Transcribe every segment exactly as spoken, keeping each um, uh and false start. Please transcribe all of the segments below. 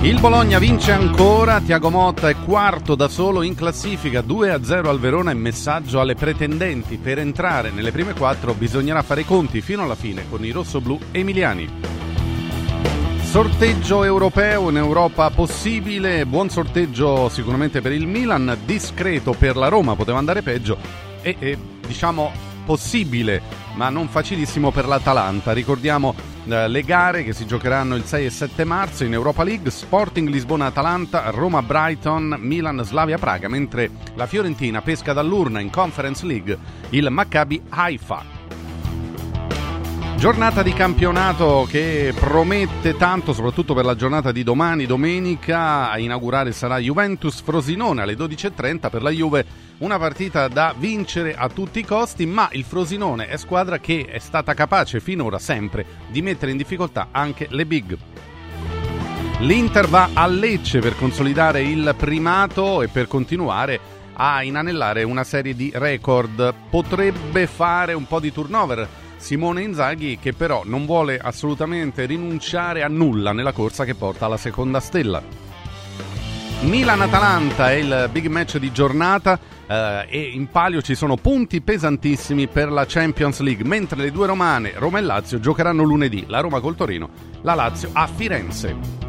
Il Bologna vince ancora, Thiago Motta è quarto da solo in classifica, due a zero al Verona e messaggio alle pretendenti: per entrare nelle prime quattro bisognerà fare i conti fino alla fine con i rossoblù emiliani. Sorteggio europeo, in Europa possibile, buon sorteggio sicuramente per il Milan, discreto per la Roma, poteva andare peggio, e, e diciamo possibile ma non facilissimo per l'Atalanta. Ricordiamo eh, le gare che si giocheranno il sei e sette marzo in Europa League: Sporting Lisbona-Atalanta, Roma-Brighton, Milan-Slavia-Praga, mentre la Fiorentina pesca dall'urna in Conference League il Maccabi Haifa. Giornata di campionato che promette tanto, soprattutto per la giornata di domani, domenica. A inaugurare sarà Juventus-Frosinone alle dodici e trenta. Per la Juve una partita da vincere a tutti i costi, ma il Frosinone è squadra che è stata capace finora sempre di mettere in difficoltà anche le big. L'Inter va a Lecce per consolidare il primato e per continuare a inanellare una serie di record. Potrebbe fare un po' di turnover Simone Inzaghi, che però non vuole assolutamente rinunciare a nulla nella corsa che porta alla seconda stella. Milan-Atalanta è il big match di giornata eh, e in palio ci sono punti pesantissimi per la Champions League, mentre le due romane, Roma e Lazio, giocheranno lunedì, la Roma col Torino, la Lazio a Firenze.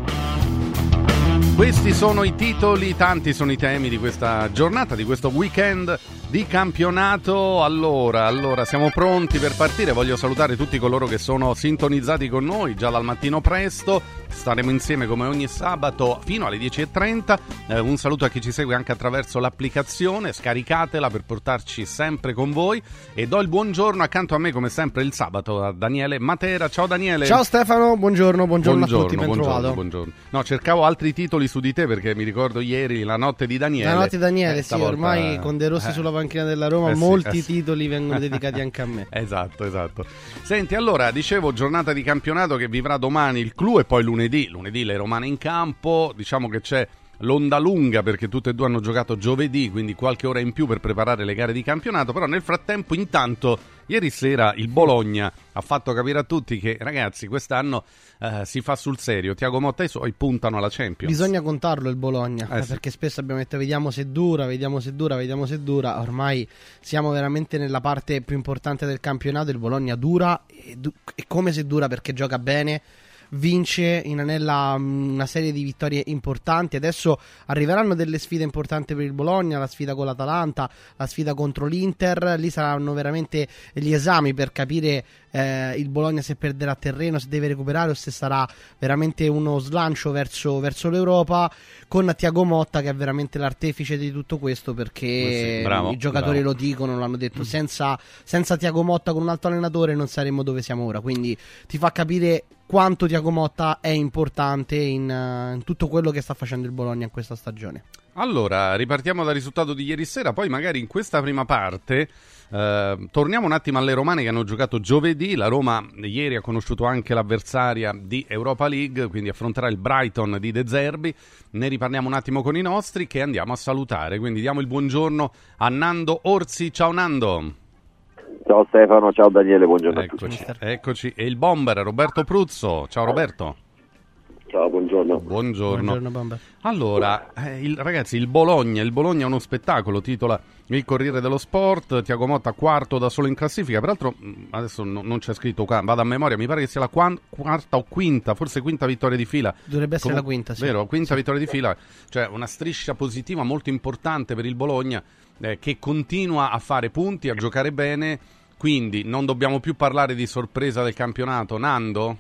Questi sono i titoli, tanti sono i temi di questa giornata, di questo weekend di campionato. Allora, allora siamo pronti per partire. Voglio salutare tutti coloro che sono sintonizzati con noi già dal mattino presto. Staremo insieme come ogni sabato fino alle dieci e trenta. Eh, un saluto a chi ci segue anche attraverso l'applicazione, scaricatela per portarci sempre con voi. E do il buongiorno accanto a me come sempre il sabato a Daniele Matera. Ciao Daniele. Ciao Stefano, buongiorno, buongiorno, buongiorno a tutti, ben buongiorno, trovato. Buongiorno. No, cercavo altri titoli su di te perché mi ricordo ieri la notte di Daniele. La notte di Daniele, eh, sì, ormai con De Rossi eh. sulla panchina della Roma, eh sì, molti eh sì. titoli vengono dedicati anche a me. Esatto, esatto. Senti, allora, dicevo, giornata di campionato che vivrà domani il clou e poi lunedì, lunedì le romane in campo. Diciamo che c'è l'onda lunga perché tutte e due hanno giocato giovedì, quindi qualche ora in più per preparare le gare di campionato, però nel frattempo intanto ieri sera il Bologna ha fatto capire a tutti che ragazzi quest'anno eh, si fa sul serio, Thiago Motta e i suoi puntano alla Champions. Bisogna contarlo il Bologna, eh, eh, sì. perché spesso abbiamo detto vediamo se dura, vediamo se dura, vediamo se dura, ormai siamo veramente nella parte più importante del campionato, il Bologna dura e, du- e come se dura perché gioca bene, vince, inanella una serie di vittorie importanti. Adesso arriveranno delle sfide importanti per il Bologna, la sfida con l'Atalanta, la sfida contro l'Inter. Lì saranno veramente gli esami per capire eh, il Bologna se perderà terreno, se deve recuperare o se sarà veramente uno slancio verso, verso l'Europa, con Thiago Motta che è veramente l'artefice di tutto questo, perché sì, bravo, i giocatori bravo. lo dicono, l'hanno detto, senza, senza Thiago Motta con un altro allenatore non saremmo dove siamo ora, quindi ti fa capire quanto Thiago Motta è importante in, uh, in tutto quello che sta facendo il Bologna in questa stagione. Allora, ripartiamo dal risultato di ieri sera, poi magari in questa prima parte eh, torniamo un attimo alle romane che hanno giocato giovedì. La Roma ieri ha conosciuto anche l'avversaria di Europa League, quindi affronterà il Brighton di De Zerbi. Ne riparliamo un attimo con i nostri che andiamo a salutare, quindi diamo il buongiorno a Nando Orsi. Ciao Nando. Ciao Stefano, ciao Daniele, buongiorno eccoci, a tutti. Eccoci, e il bomber Roberto Pruzzo. Ciao Roberto. Ciao, buongiorno. Buongiorno. Buongiorno bomber. Allora, eh, il, ragazzi, il Bologna, il Bologna è uno spettacolo, titola il Corriere dello Sport. Thiago Motta quarto da solo in classifica, peraltro adesso no, non c'è scritto qua, vado a memoria, mi pare che sia la qua, quarta o quinta, forse quinta vittoria di fila. Dovrebbe essere Comun- la quinta, sì. Vero, quinta sì. vittoria di fila, cioè una striscia positiva molto importante per il Bologna eh, che continua a fare punti, a giocare bene. Quindi non dobbiamo più parlare di sorpresa del campionato, Nando?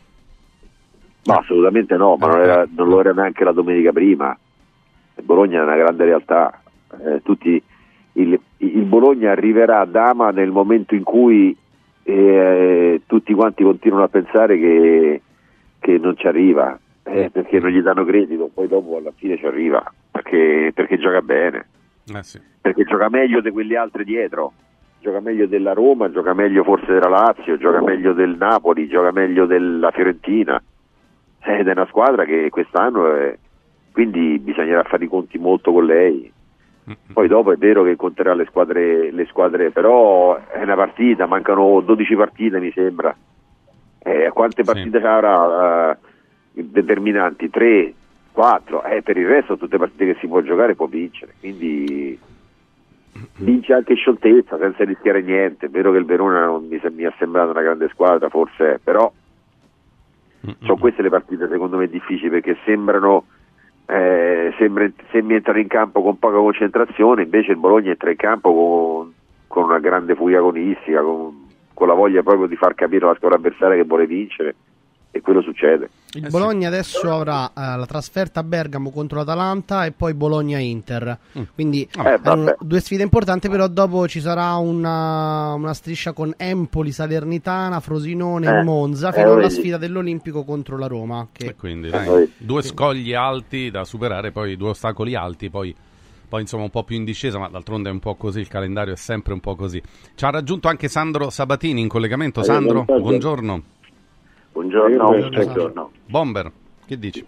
No, assolutamente no, ma non, era, non lo era neanche la domenica prima. Il Bologna è una grande realtà. Eh, tutti, il, il Bologna arriverà a Dama nel momento in cui eh, tutti quanti continuano a pensare che, che non ci arriva, eh, perché non gli danno credito, poi dopo alla fine ci arriva, perché, perché gioca bene, Eh sì. perché gioca meglio di quelli altri dietro. Gioca meglio della Roma, gioca meglio forse della Lazio, gioca meglio del Napoli, gioca meglio della Fiorentina, ed è una squadra che quest'anno è... quindi bisognerà fare i conti molto con lei. Poi dopo è vero che incontrerà le squadre, le squadre, però è una partita, mancano dodici partite mi sembra. Eh, quante partite sì. avrà uh, determinanti? Tre, quattro, e eh, per il resto tutte le partite che si può giocare può vincere, quindi vince anche scioltezza senza rischiare niente. È vero che il Verona non mi, mi è sembrato una grande squadra, forse è, però sono queste le partite secondo me difficili, perché sembrano eh, sembra, sembra entrare in campo con poca concentrazione, invece il Bologna entra in campo con, con una grande furia agonistica, con, con la voglia proprio di far capire alla squadra avversaria che vuole vincere, e quello succede. Il Eh Bologna sì. adesso avrà uh, la trasferta a Bergamo contro l'Atalanta e poi Bologna-Inter, Mm. quindi Eh, erano due sfide importanti, però dopo ci sarà una, una striscia con Empoli, Salernitana, Frosinone e Eh, Monza, eh, fino alla vedi. sfida dell'Olimpico contro la Roma, che E quindi Eh, dai, poi- due scogli alti da superare, poi due ostacoli alti, poi, poi insomma un po' più in discesa, ma d'altronde è un po' così, il calendario è sempre un po' così. Ci ha raggiunto anche Sandro Sabatini in collegamento. Eh, Sandro, buongiorno. buongiorno. Buongiorno, Io penso- buongiorno. Bomber, che dici?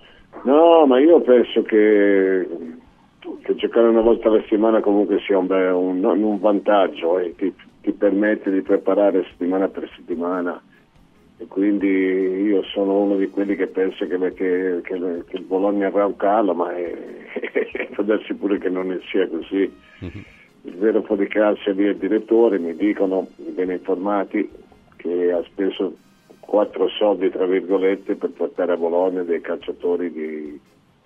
No, ma io penso che, che giocare una volta alla settimana comunque sia un, beh, un, un vantaggio, e ti, ti permette di preparare settimana per settimana, e quindi io sono uno di quelli che pensa che, che, che, che il Bologna avrà un calo, ma è, può darsi pure che non sia così. Mhm. Il vero po' di calcio è lì il direttore, mi dicono, ben informati, che ha speso quattro soldi tra virgolette per portare a Bologna dei calciatori di,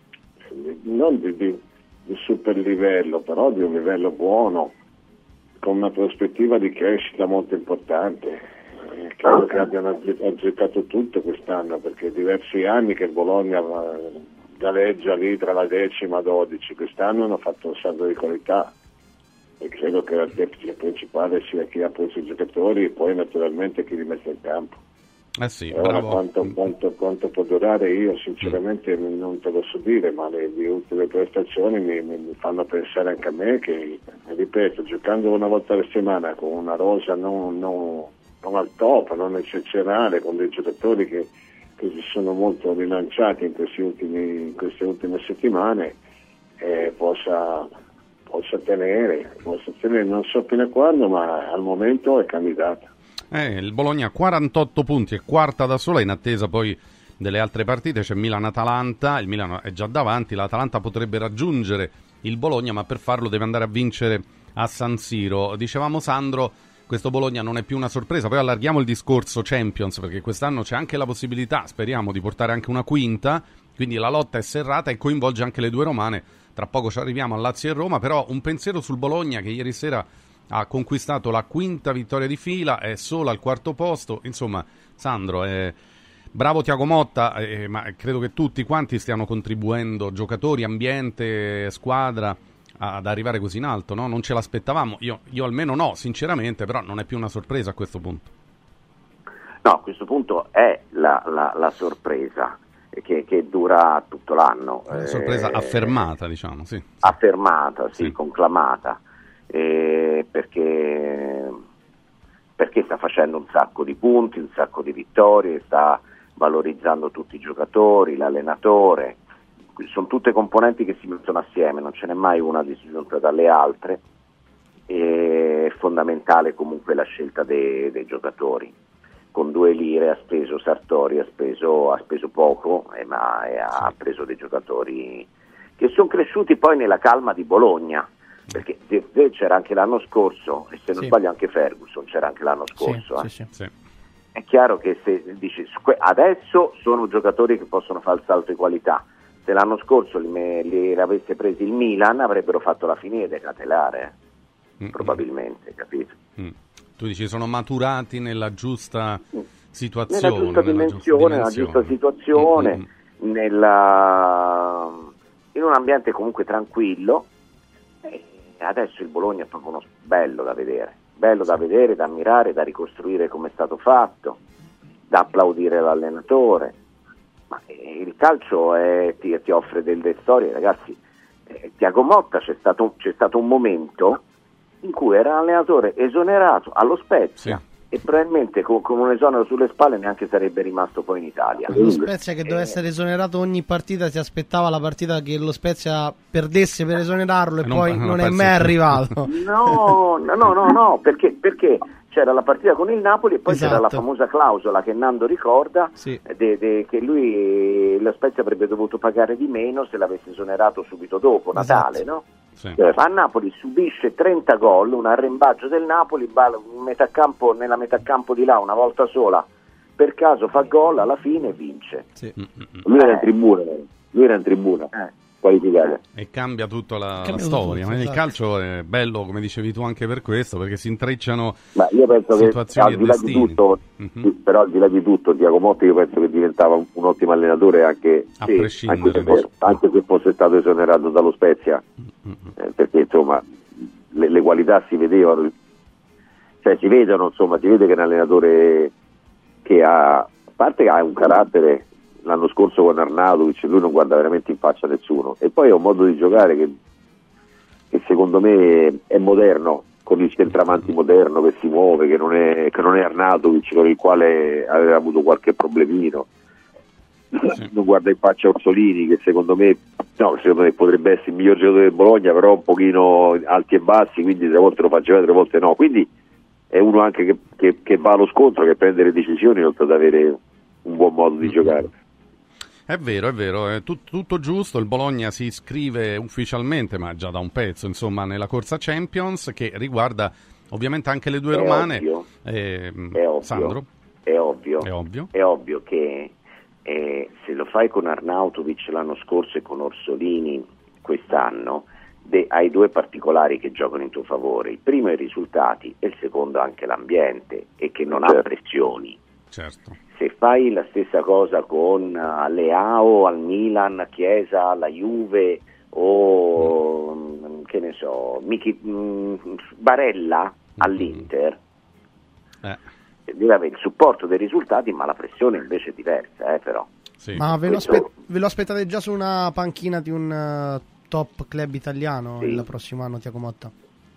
di non di, di, di super livello, però di un livello buono, con una prospettiva di crescita molto importante. Eh, credo che abbiano azze- azzeccato tutto quest'anno, perché diversi anni che il Bologna va- galleggia lì tra la decima e dodici, quest'anno hanno fatto un salto di qualità, e credo che il deficit principale sia chi ha preso i giocatori e poi naturalmente chi li mette in campo. Eh sì, E ora bravo. quanto, quanto, quanto può durare io sinceramente non te lo so dire, ma le, le ultime prestazioni mi, mi, mi fanno pensare anche a me che, ripeto, giocando una volta alla settimana con una rosa non, non, non al top, non eccezionale, con dei giocatori che, che si sono molto rilanciati in, questi ultimi, in queste ultime settimane, eh, possa, possa tenere, possa tenere, non so fino a quando, ma al momento è candidata. Eh, il Bologna ha quarantotto punti, è quarta da sola, in attesa poi delle altre partite. C'è Milan-Atalanta, il Milan è già davanti, l'Atalanta potrebbe raggiungere il Bologna, ma per farlo deve andare a vincere a San Siro. Dicevamo, Sandro, questo Bologna non è più una sorpresa, poi allarghiamo il discorso Champions, perché quest'anno c'è anche la possibilità, speriamo, di portare anche una quinta, quindi la lotta è serrata e coinvolge anche le due romane. Tra poco ci arriviamo a Lazio e Roma, però un pensiero sul Bologna che ieri sera ha conquistato la quinta vittoria di fila, è solo al quarto posto. Insomma, Sandro, eh, bravo Thiago Motta, eh, ma credo che tutti quanti stiano contribuendo, giocatori, ambiente, squadra, ad arrivare così in alto, no? Non ce l'aspettavamo, io, io almeno no, sinceramente, però non è più una sorpresa a questo punto. No, a questo punto è la, la, la sorpresa che, che dura tutto l'anno. Una sorpresa eh, affermata, diciamo, sì. Affermata, sì, Sì. conclamata. Eh, perché, perché sta facendo un sacco di punti, un sacco di vittorie, sta valorizzando tutti i giocatori, l'allenatore, sono tutte componenti che si mettono assieme, non ce n'è mai una disgiunta dalle altre. È fondamentale comunque la scelta dei, dei giocatori. Con due lire ha speso Sartori, ha speso, ha speso poco, eh, ma eh, ha preso dei giocatori che sono cresciuti poi nella calma di Bologna. Perché Zirze c'era anche l'anno scorso, e se non Sì. sbaglio anche Ferguson c'era anche l'anno scorso. sì, eh. sì, sì. Sì. È chiaro che se dici adesso sono giocatori che possono fare il salto di qualità, se l'anno scorso li, me- li avesse presi il Milan avrebbero fatto la fine di Catelare, eh. Mm, probabilmente, capito? mm. Tu dici sono maturati nella giusta Nella situazione, giusta dimensione, nella giusta situazione, Mm, mm. nella... in un ambiente comunque tranquillo. E adesso il Bologna è proprio uno bello da vedere, bello da vedere, da ammirare, da ricostruire come è stato fatto, da applaudire l'allenatore. Ma eh, il calcio è, ti, ti offre delle storie, ragazzi. Eh, Thiago Motta c'è stato, un, c'è stato un momento in cui era allenatore esonerato allo Spezia, Sì. e probabilmente con, con un esonero sulle spalle neanche sarebbe rimasto poi in Italia. Lo Spezia che doveva Eh, essere esonerato ogni partita, si aspettava la partita che lo Spezia perdesse per esonerarlo, e E non- poi non non, ha è perso mai più. arrivato. No, no, no, no, no, perché, perché c'era la partita con il Napoli e poi Esatto. c'era la famosa clausola che Nando ricorda, Sì. de, de, che lui, lo Spezia avrebbe dovuto pagare di meno se l'avesse esonerato subito dopo Natale, Esatto. no? Sì. A Napoli subisce trenta gol, un arrembaggio del Napoli, va in metacampo, nella metacampo di là una volta sola, per caso fa gol, alla fine vince. Sì. Lui era in Eh. tribuna, lui era in tribuna, Eh. qualificato. E cambia tutta la, Cambia la storia. tutto, Ma il esatto. calcio è bello, come dicevi tu, anche per questo, perché si intrecciano Ma io penso che situazioni al e di là di destini. tutto, Mhm. sì, però al di là di tutto, Tiago Motta io penso che diventava un, un ottimo allenatore anche, A sì, prescindere anche, se da- fosse, anche se fosse stato esonerato dallo Spezia, Mm-mm. eh, perché insomma le, le qualità si vedevano, cioè si vedono, insomma, si vede che è un allenatore che ha, a parte che ha un carattere, l'anno scorso con Arnautovic lui non guarda veramente in faccia a nessuno, e poi ha un modo di giocare che, che secondo me è moderno, con il centravanti moderno che si muove, che non è, che non è Arnautovic con il quale aveva avuto qualche problemino. Sì. Non guarda in faccia Orsolini, che secondo me, no, secondo me potrebbe essere il miglior giocatore del Bologna, però un pochino alti e bassi, quindi tre volte lo fa giocare, tre volte no, quindi è uno anche che, che, che va allo scontro, che prende le decisioni oltre ad avere un buon modo di giocare. È vero, è vero, è tut- tutto giusto. Il Bologna si iscrive ufficialmente, ma già da un pezzo, insomma, nella corsa Champions, che riguarda ovviamente anche le due È romane. ovvio. Eh, È ovvio. Sandro, È ovvio, è ovvio. è ovvio che eh, se lo fai con Arnautovic l'anno scorso e con Orsolini quest'anno, de- hai due particolari che giocano in tuo favore. Il primo è i risultati e il secondo anche l'ambiente, e che non ha Certo. pressioni. Certo. Se fai la stessa cosa con uh, Leao al Milan, Chiesa alla Juve o mm. che ne so, Michi, mm, Barella all'Inter, Eh, deve avere il supporto dei risultati, ma la pressione invece è diversa, eh, però. sì. Ma ve lo, Questo- aspe- ve lo aspettate già su una panchina di un eh, top club italiano Sì. il prossimo anno, Tiago Motta?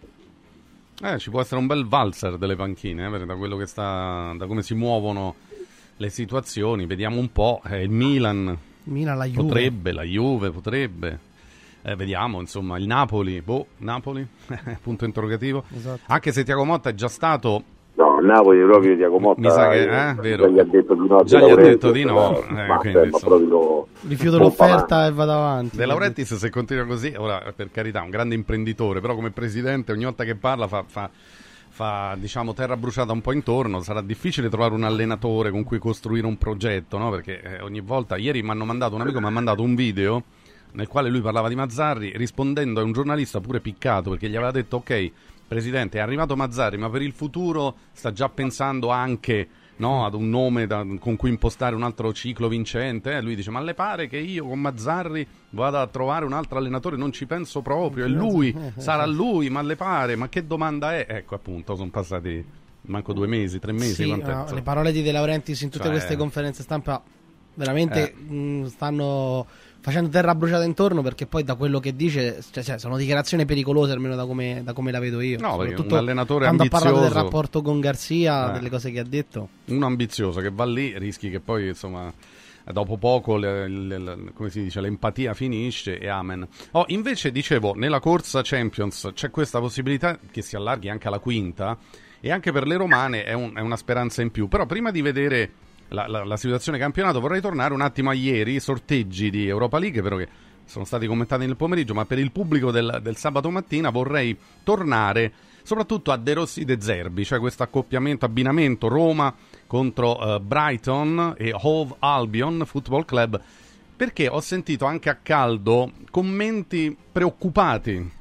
Eh, ci può essere un bel valzer delle panchine, eh, da quello che sta, da come si muovono le situazioni. Vediamo un po'. Eh, il Milan Milan, la Juve. potrebbe, la Juve potrebbe. Eh, vediamo, insomma, il Napoli, boh, Napoli, punto interrogativo. Esatto. Anche se Tiago Motta è già stato, No, il Napoli proprio Tiago Motta, mi sa che, eh, eh, vero. già gli ha detto di no, Già De gli ha Laurentiis, detto di no, eh, eh, ma, quindi, ma insomma. proprio Rifiuto pompa l'offerta e vado avanti. De Laurentiis, se continua così, ora per carità, un grande imprenditore, però come presidente ogni volta che parla fa, fa, fa diciamo terra bruciata un po' intorno. Sarà difficile trovare un allenatore con cui costruire un progetto, no? Perché eh, ogni volta, ieri mi hanno mandato, un amico mi ha mandato un video nel quale lui parlava di Mazzarri rispondendo a un giornalista pure piccato, perché gli aveva detto: ok presidente, è arrivato Mazzarri, ma per il futuro sta già pensando anche, no, ad un nome da, con cui impostare un altro ciclo vincente? Eh, lui dice: ma le pare che io con Mazzarri vada a trovare un altro allenatore? Non ci penso proprio, è lui, sarà lui, ma le pare, ma che domanda è? Ecco, appunto, sono passati manco due mesi, tre mesi, Sì, quant'è? no, le parole di De Laurentiis in tutte Cioè- queste conferenze stampa veramente Eh. mh, stanno facendo terra bruciata intorno, perché poi da quello che dice, cioè, cioè, sono dichiarazioni pericolose, almeno da come, da come la vedo io. No, perché Soprattutto un allenatore quando ha parlato del ambizioso- rapporto con Garzia, Eh. delle cose che ha detto. Uno ambizioso che va lì, rischi che poi, insomma, dopo poco le- le- le- come si dice, l'empatia finisce e amen. Oh, invece dicevo, nella corsa Champions c'è questa possibilità che si allarghi anche alla quinta, e anche per le romane è, un- è una speranza in più. Però prima di vedere la, la- la situazione campionato vorrei tornare un attimo a ieri, i sorteggi di Europa League, però che sono stati commentati nel pomeriggio, ma per il pubblico del, del sabato mattina vorrei tornare soprattutto a De Rossi De Zerbi, cioè questo accoppiamento, abbinamento Roma contro eh, Brighton e Hove Albion Football Club, perché ho sentito anche a caldo commenti preoccupati.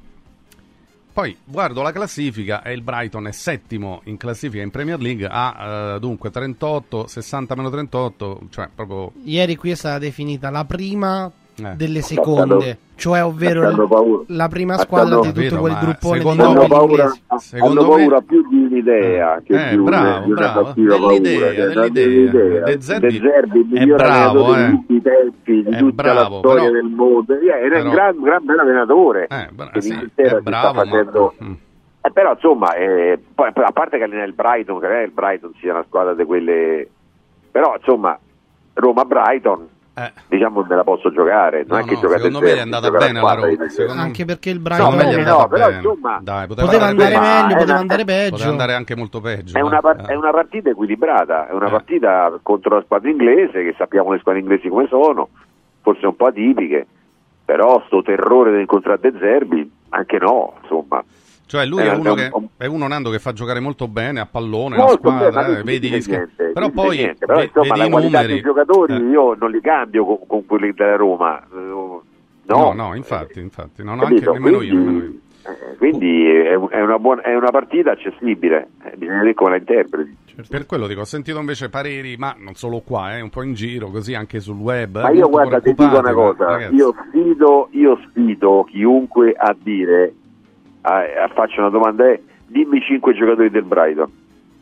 Poi guardo la classifica e il Brighton è settimo in classifica in Premier League, ha eh, dunque trentotto, sessanta meno trentotto, cioè proprio... Ieri qui è stata definita la prima Eh. delle seconde, cioè ovvero hanno paura. la prima Hanno- squadra di Capito, tutto quel ma gruppone secondo di hanno me- nove paura, inglesi. Secondo hanno paura me- più di un'idea che Eh, di, un- bravo, di una bravo. cattiva Dell'idea, paura, cioè, dell'idea. dell'idea. De Zerbi De Zerbi, il è miglior bravo, allenatore eh. di tutti i tempi, di È tutta bravo, la storia però- del mondo. Eh, Era però- un gran, gran bel allenatore Eh, bra- che sì, l'Inghilterra è si bravo, sta facendo. ma... mm. Eh, però insomma, eh, poi, a parte che allena il Brighton, che non è il Brighton sia una squadra di quelle, però insomma Roma-Brighton, Eh. Diciamo me la posso giocare, non no, è che no, giocate secondo me è andata bene alla Roma, anche perché il no, Brighton me gli è no, andata però, bene. insomma, Dai, poteva, poteva andare bene, meglio, ma poteva una, andare peggio, poteva andare anche molto peggio. È una, eh. è una partita equilibrata, è una Eh. partita contro la squadra inglese, che sappiamo le squadre inglesi come sono, forse un po' atipiche, però sto terrore del incontrare De Zerbi, anche no, insomma. Cioè lui è, è uno, un, che, un, è uno Nando che fa giocare molto bene a pallone, molto la squadra, bene, eh, vedi gli niente, scher- però poi niente, però, ve- insomma, vedi la i qualità numeri. dei giocatori eh. io non li cambio con, con quelli della Roma, no, no, no, infatti, infatti, non ho capito? anche nemmeno Quindi, io, nemmeno io. Eh, quindi è, è, una buona, è una partita accessibile, eh, bisogna vedere come la interpreti. Per quello dico, ho sentito invece pareri, ma non solo qua, eh, un po' in giro, così anche sul web. Ma eh, io molto guarda, ti dico una preoccupati, cosa, ma, ragazzi, io sfido, io sfido chiunque a dire, a, a faccio una domanda, è dimmi cinque giocatori del Brighton.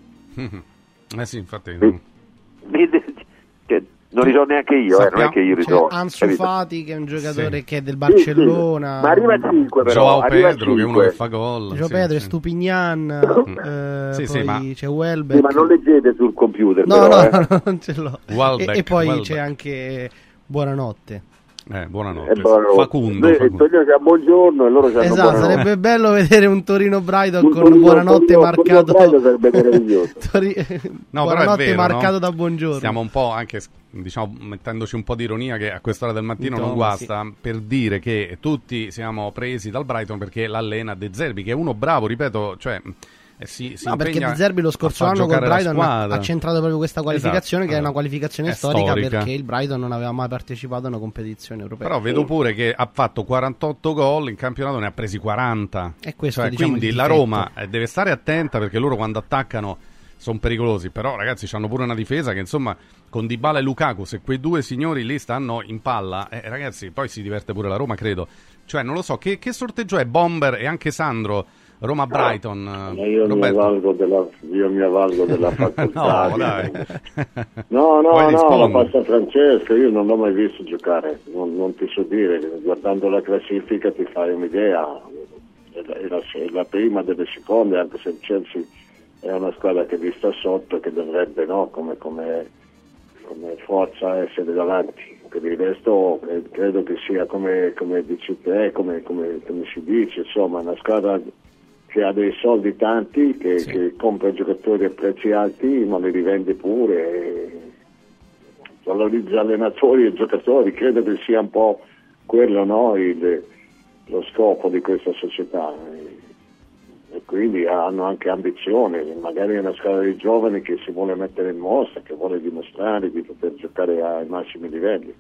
eh sì, infatti. Mi- mi- cioè, non li so neanche io, eh, non è che io li c'è so. Ansu capito? Fati che è un giocatore Sì. che è del Sì, Barcellona, sì, ma arriva a cinque però, Joao arriva a Pedro che è uno cinque. che fa gol. Gio sì, Pedro, sì. Stupignan, eh, Sì, poi sì, ma- c'è Welbeck. Sì, ma non leggete sul computer No, però, no, eh. no, non ce l'ho. Welbeck, e, e poi Welbeck. c'è anche Buonanotte. Eh, buonanotte. Eh, buonanotte. Facundo. Noi- Facundo. il Torino c'ha buongiorno e loro c'hanno Esatto, buonanotte. sarebbe bello vedere un Torino Brighton Un con Torino- Buonanotte Torino- marcato. Torino Brighton sarebbe meraviglioso. Tori- No, però è Buonanotte vero, marcato no? da Buongiorno. Stiamo un po' anche, diciamo, mettendoci un po' di ironia che a quest'ora del mattino Insomma, non guasta, per dire che tutti siamo presi dal Brighton perché l'allena De Zerbi, che è uno bravo, ripeto, cioè eh, si, si No, perché impegna De Zerbi lo a scorso far anno col giocare la Brighton squadra. ha centrato proprio questa qualificazione, Esatto, che è una esatto. qualificazione È storica, storica. perché il Brighton non aveva mai partecipato a una competizione europea. Però vedo pure che ha fatto quarantotto gol, in campionato ne ha presi quaranta. E questo, Cioè, diciamo, quindi il la difetto. Roma eh, deve stare attenta, perché loro quando attaccano sono pericolosi. Però ragazzi hanno pure una difesa che insomma con Dybala e Lukaku, se quei due signori lì stanno in palla, eh, ragazzi poi si diverte pure la Roma, credo. Cioè non lo so, che, che sorteggio è Bomber e anche Sandro Roma-Brighton? Ma io, mi Roberto? avvalgo della, io mi avvalgo della facoltà. No, dai. No, no, Poi no, rispondi. la passa Francesca, io non l'ho mai visto giocare, non, non ti so dire, guardando la classifica ti fai un'idea, è la, è la, è la prima delle seconde, anche se il Chelsea è una squadra che vi sta sotto, che dovrebbe, no, come, come, come forza essere davanti. Per il resto eh, credo che sia come, come dici te, come, come, come si dice, insomma, una squadra che ha dei soldi tanti, che, Sì. che compra giocatori a prezzi alti, ma li rivende pure, e valorizza allenatori e giocatori. Credo che sia un po' quello, no, il, lo scopo di questa società. E, e quindi hanno anche ambizione, magari è una squadra di giovani che si vuole mettere in mostra, che vuole dimostrare di poter giocare ai massimi livelli.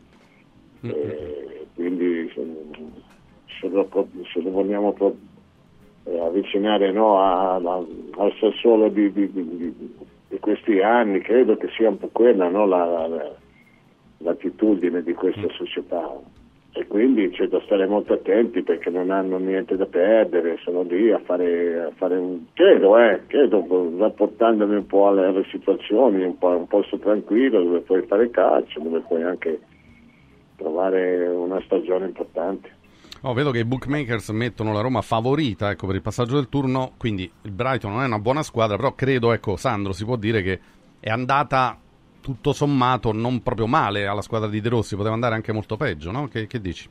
E quindi se, se, lo, se lo vogliamo pro, eh, avvicinare, no, a, a, al Sassuolo di, di, di, di questi anni, credo che sia un po' quella, no, la, la, l'attitudine di questa società. E quindi c'è da stare molto attenti, perché non hanno niente da perdere, sono lì a fare, a fare un, credo, eh, credo, rapportandomi un po' alle, alle situazioni, un po' un posto tranquillo dove puoi fare calcio, dove puoi anche trovare una stagione importante. Oh, vedo che i bookmakers mettono la Roma favorita, ecco, per il passaggio del turno, quindi il Brighton non è una buona squadra, però credo, ecco, Sandro, si può dire che è andata tutto sommato non proprio male alla squadra di De Rossi, poteva andare anche molto peggio, no? Che, che dici?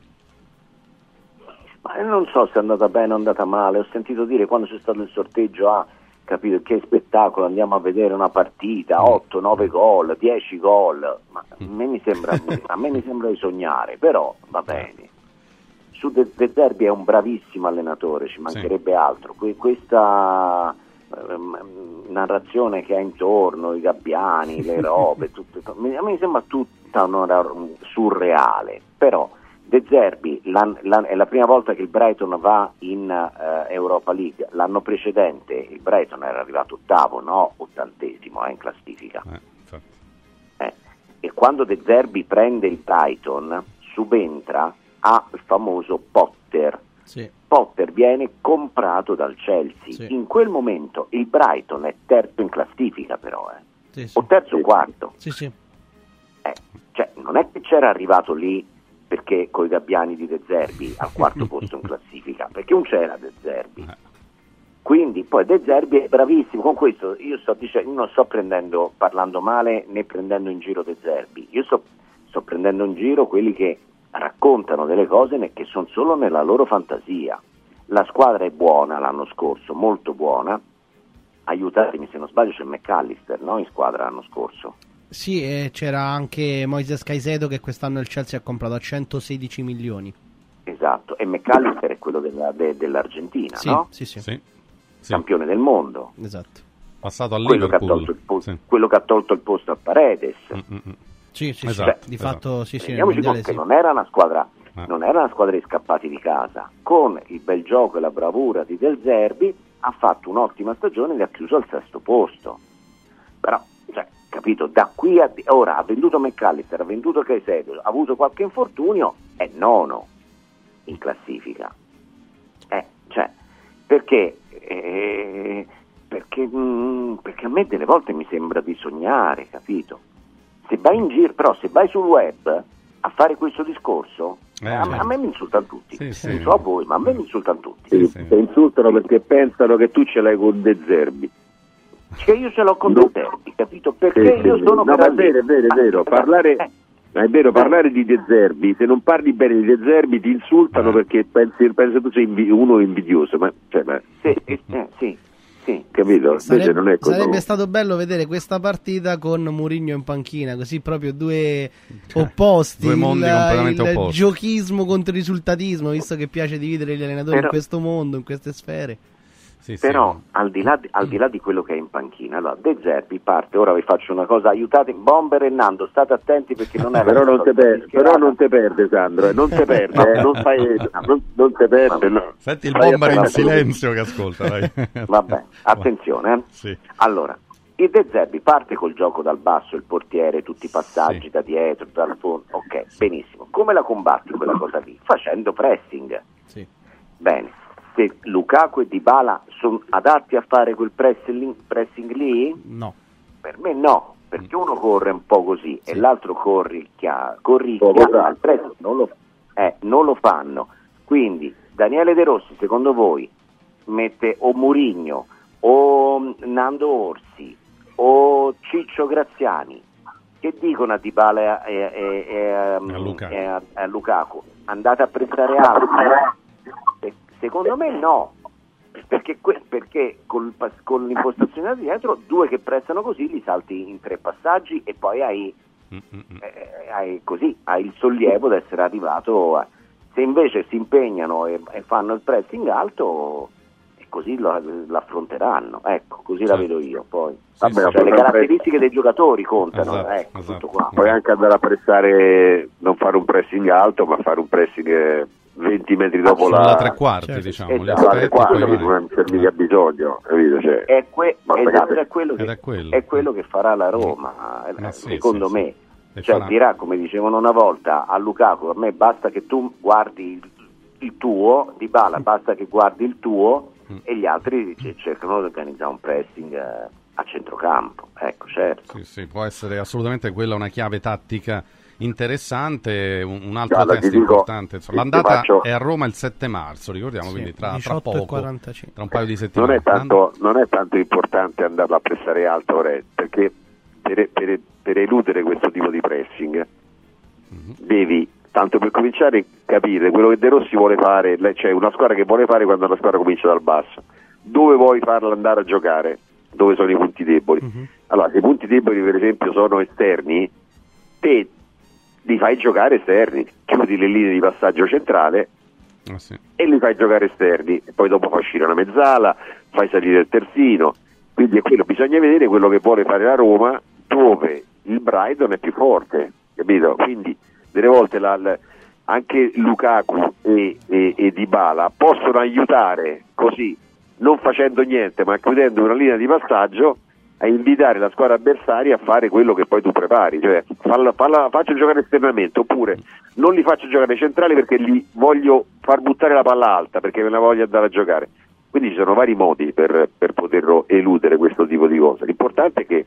Ma io non so se è andata bene o è andata male, ho sentito dire quando c'è stato il sorteggio, ah, capito, che spettacolo, andiamo a vedere una partita, otto nove gol, dieci gol, ma a me mi sembra, a me mi sembra di sognare, però va bene. Su De, De Zerbi è un bravissimo allenatore, ci mancherebbe altro. Que, questa ehm, narrazione che ha intorno, i gabbiani, le robe, tutto, a me mi sembra tutta una, surreale, però De Zerbi la, la, è la prima volta che il Brighton va in uh, Europa League. L'anno precedente il Brighton era arrivato ottavo, no? Ottantesimo eh, in classifica. Eh, eh, e quando De Zerbi prende il Brighton, subentra a il famoso Potter. Sì. Potter viene comprato dal Chelsea. Sì. In quel momento il Brighton è terzo in classifica, però, eh. Sì, sì. o terzo o quarto. Sì, sì. Eh, cioè, non è che c'era arrivato lì perché coi gabbiani di De Zerbi al quarto posto in classifica, perché non c'era De Zerbi. Quindi poi De Zerbi è bravissimo. Con questo io sto dicendo, non sto prendendo, parlando male né prendendo in giro De Zerbi, io sto sto prendendo in giro quelli che raccontano delle cose che sono solo nella loro fantasia. La squadra è buona l'anno scorso, molto buona, aiutatemi se non sbaglio, c'è McAllister, no, in squadra l'anno scorso. Sì, e c'era anche Moises Caicedo che quest'anno il Chelsea ha comprato a centosedici milioni. Esatto, e McAllister è quello della, de, dell'Argentina, sì, no? Sì, sì, sì, sì. Campione del mondo. Esatto. Passato al quello Liverpool. Che ha tolto il po- sì. Quello che ha tolto il posto a Paredes. Mm-mm. Sì, sì, Esatto, sì. Di esatto. fatto sì, sì, nel Rendiamoci mondiale conto che sì. non era una squadra Eh. non era una squadra di scappati di casa. Con il bel gioco e la bravura di De Zerbi ha fatto un'ottima stagione e li ha chiuso al sesto posto. Però, cioè, capito, da qui a ora ha venduto McAllister, ha venduto Caicedo, ha avuto qualche infortunio, è nono in classifica. Eh, cioè, perché eh, perché, mh, perché a me delle volte mi sembra di sognare, capito? Se vai in giro, però se vai sul web a fare questo discorso, Eh, a, certo. a me mi insultano tutti. Sì, sì. Non so a voi, ma a me mi insultano tutti. Sì, Sì, sì. ti insultano perché pensano che tu ce l'hai con De Zerbi. Che io ce l'ho con No. De Zerbi, capito? Perché Sì, io sì, sono no, per ma è vero, è vero, è vero. Ah, Parlare, eh, ma è vero, parlare di De Zerbi, se non parli bene di De Zerbi ti insultano Eh. perché pensi, pensi tu sei invi- uno invidioso, ma, cioè, ma sì, eh, eh, sì, sì. capito? Invece Sarebbe, non è così. sarebbe stato bello vedere questa partita con Mourinho in panchina, così proprio due opposti, Due mondi il, completamente il opposti. giochismo contro il risultatismo, visto che piace dividere gli allenatori Però- in questo mondo, in queste sfere. Sì, sì. Però al di, là di, al di là di quello che è in panchina, allora De Zerbi parte, ora vi faccio una cosa, aiutate Bomber e Nando, state attenti perché non è la Però non te solita per- schierata. però non te perde, Sandro, eh, non te perde, eh, non fai, non, non te perde. No. Senti il Fai bomber in attento. silenzio che ascolta, vai. Vabbè, attenzione, eh. Sì. Allora, il De Zerbi parte col gioco dal basso, il portiere, tutti i passaggi Sì. da dietro, dal fondo, ok, benissimo. Come la combatti quella cosa lì? Facendo pressing. Sì. Bene, se Lukaku e Dybala sono adatti a fare quel pressing, pressing lì? No. Per me no, perché uno corre un po' così Sì. e l'altro corricchia, corricchia, Poco esatto. il pressing non lo, eh, non lo fanno. Quindi Daniele De Rossi, secondo voi, mette o Mourinho o Nando Orsi o Ciccio Graziani, che dicono a Dybala e, e, e, um, A Lukaku. e a, a Lukaku, andate a prestare altro? E secondo me no, perché, que- perché col pas- con l'impostazione da dietro, due che prestano così li salti in tre passaggi e poi hai, Mm-mm. eh, hai così, hai il sollievo di essere arrivato a... Se invece si impegnano e, e fanno il pressing alto, e così lo, l'affronteranno, ecco, così la Sì. vedo io. Poi Sì, Vabbè, sì. cioè, le sempre- caratteristiche dei giocatori contano, Esatto, ecco, esatto. tutto qua. Puoi anche andare a pressare, non fare un pressing alto, ma fare un pressing eh, venti metri dopo Sono la... la tre quarti, Certo. diciamo, li Esatto. aspetti qua, poi capito, vai. non c'è mica bisogno, capito? Cioè, È, que- Basta esatto, che- è, quello che, Ed è quello. è quello che farà la Roma, eh, Ma sì, secondo sì, me. sì. E Cioè, farà- dirà, come dicevano una volta a Lukaku, a me basta che tu guardi il, il tuo, Dybala basta che guardi il tuo, Mm. e gli altri c- cercano di organizzare un pressing eh, a centrocampo. Ecco, certo. Sì, sì, può essere assolutamente quella una chiave tattica interessante, un, un altro Guarda, test ti dico, importante. Insomma, ti l'andata faccio- è a Roma il sette marzo, ricordiamo, Sì, quindi tra, tra diciotto e poco, quarantacinque. tra un paio di non settimane. è, tanto, non è tanto importante andarla a pressare alto, Re, perché per, per- per eludere questo tipo di pressing Mhm. devi, tanto per cominciare, capire quello che De Rossi vuole fare, le- cioè una squadra che vuole fare quando la squadra comincia dal basso, dove vuoi farla andare a giocare, dove sono i punti deboli. Mhm. Allora, se i punti deboli per esempio sono esterni, te li fai giocare esterni, chiudi le linee di passaggio centrale Ah, sì. e li fai giocare esterni, e poi dopo fai uscire una mezzala, fai salire il terzino. Quindi è quello, bisogna vedere quello che vuole fare la Roma, dove il Brighton è più forte, capito? Quindi delle volte la, la- anche Lukaku e, e, e Dybala possono aiutare così, non facendo niente ma chiudendo una linea di passaggio, a invitare la squadra avversaria a fare quello che poi tu prepari, cioè falla, falla, faccio giocare esternamente, oppure non li faccio giocare centrali perché li voglio far buttare la palla alta, perché me la voglio andare a giocare. Quindi ci sono vari modi per, per poterlo eludere questo tipo di cose. L'importante è che,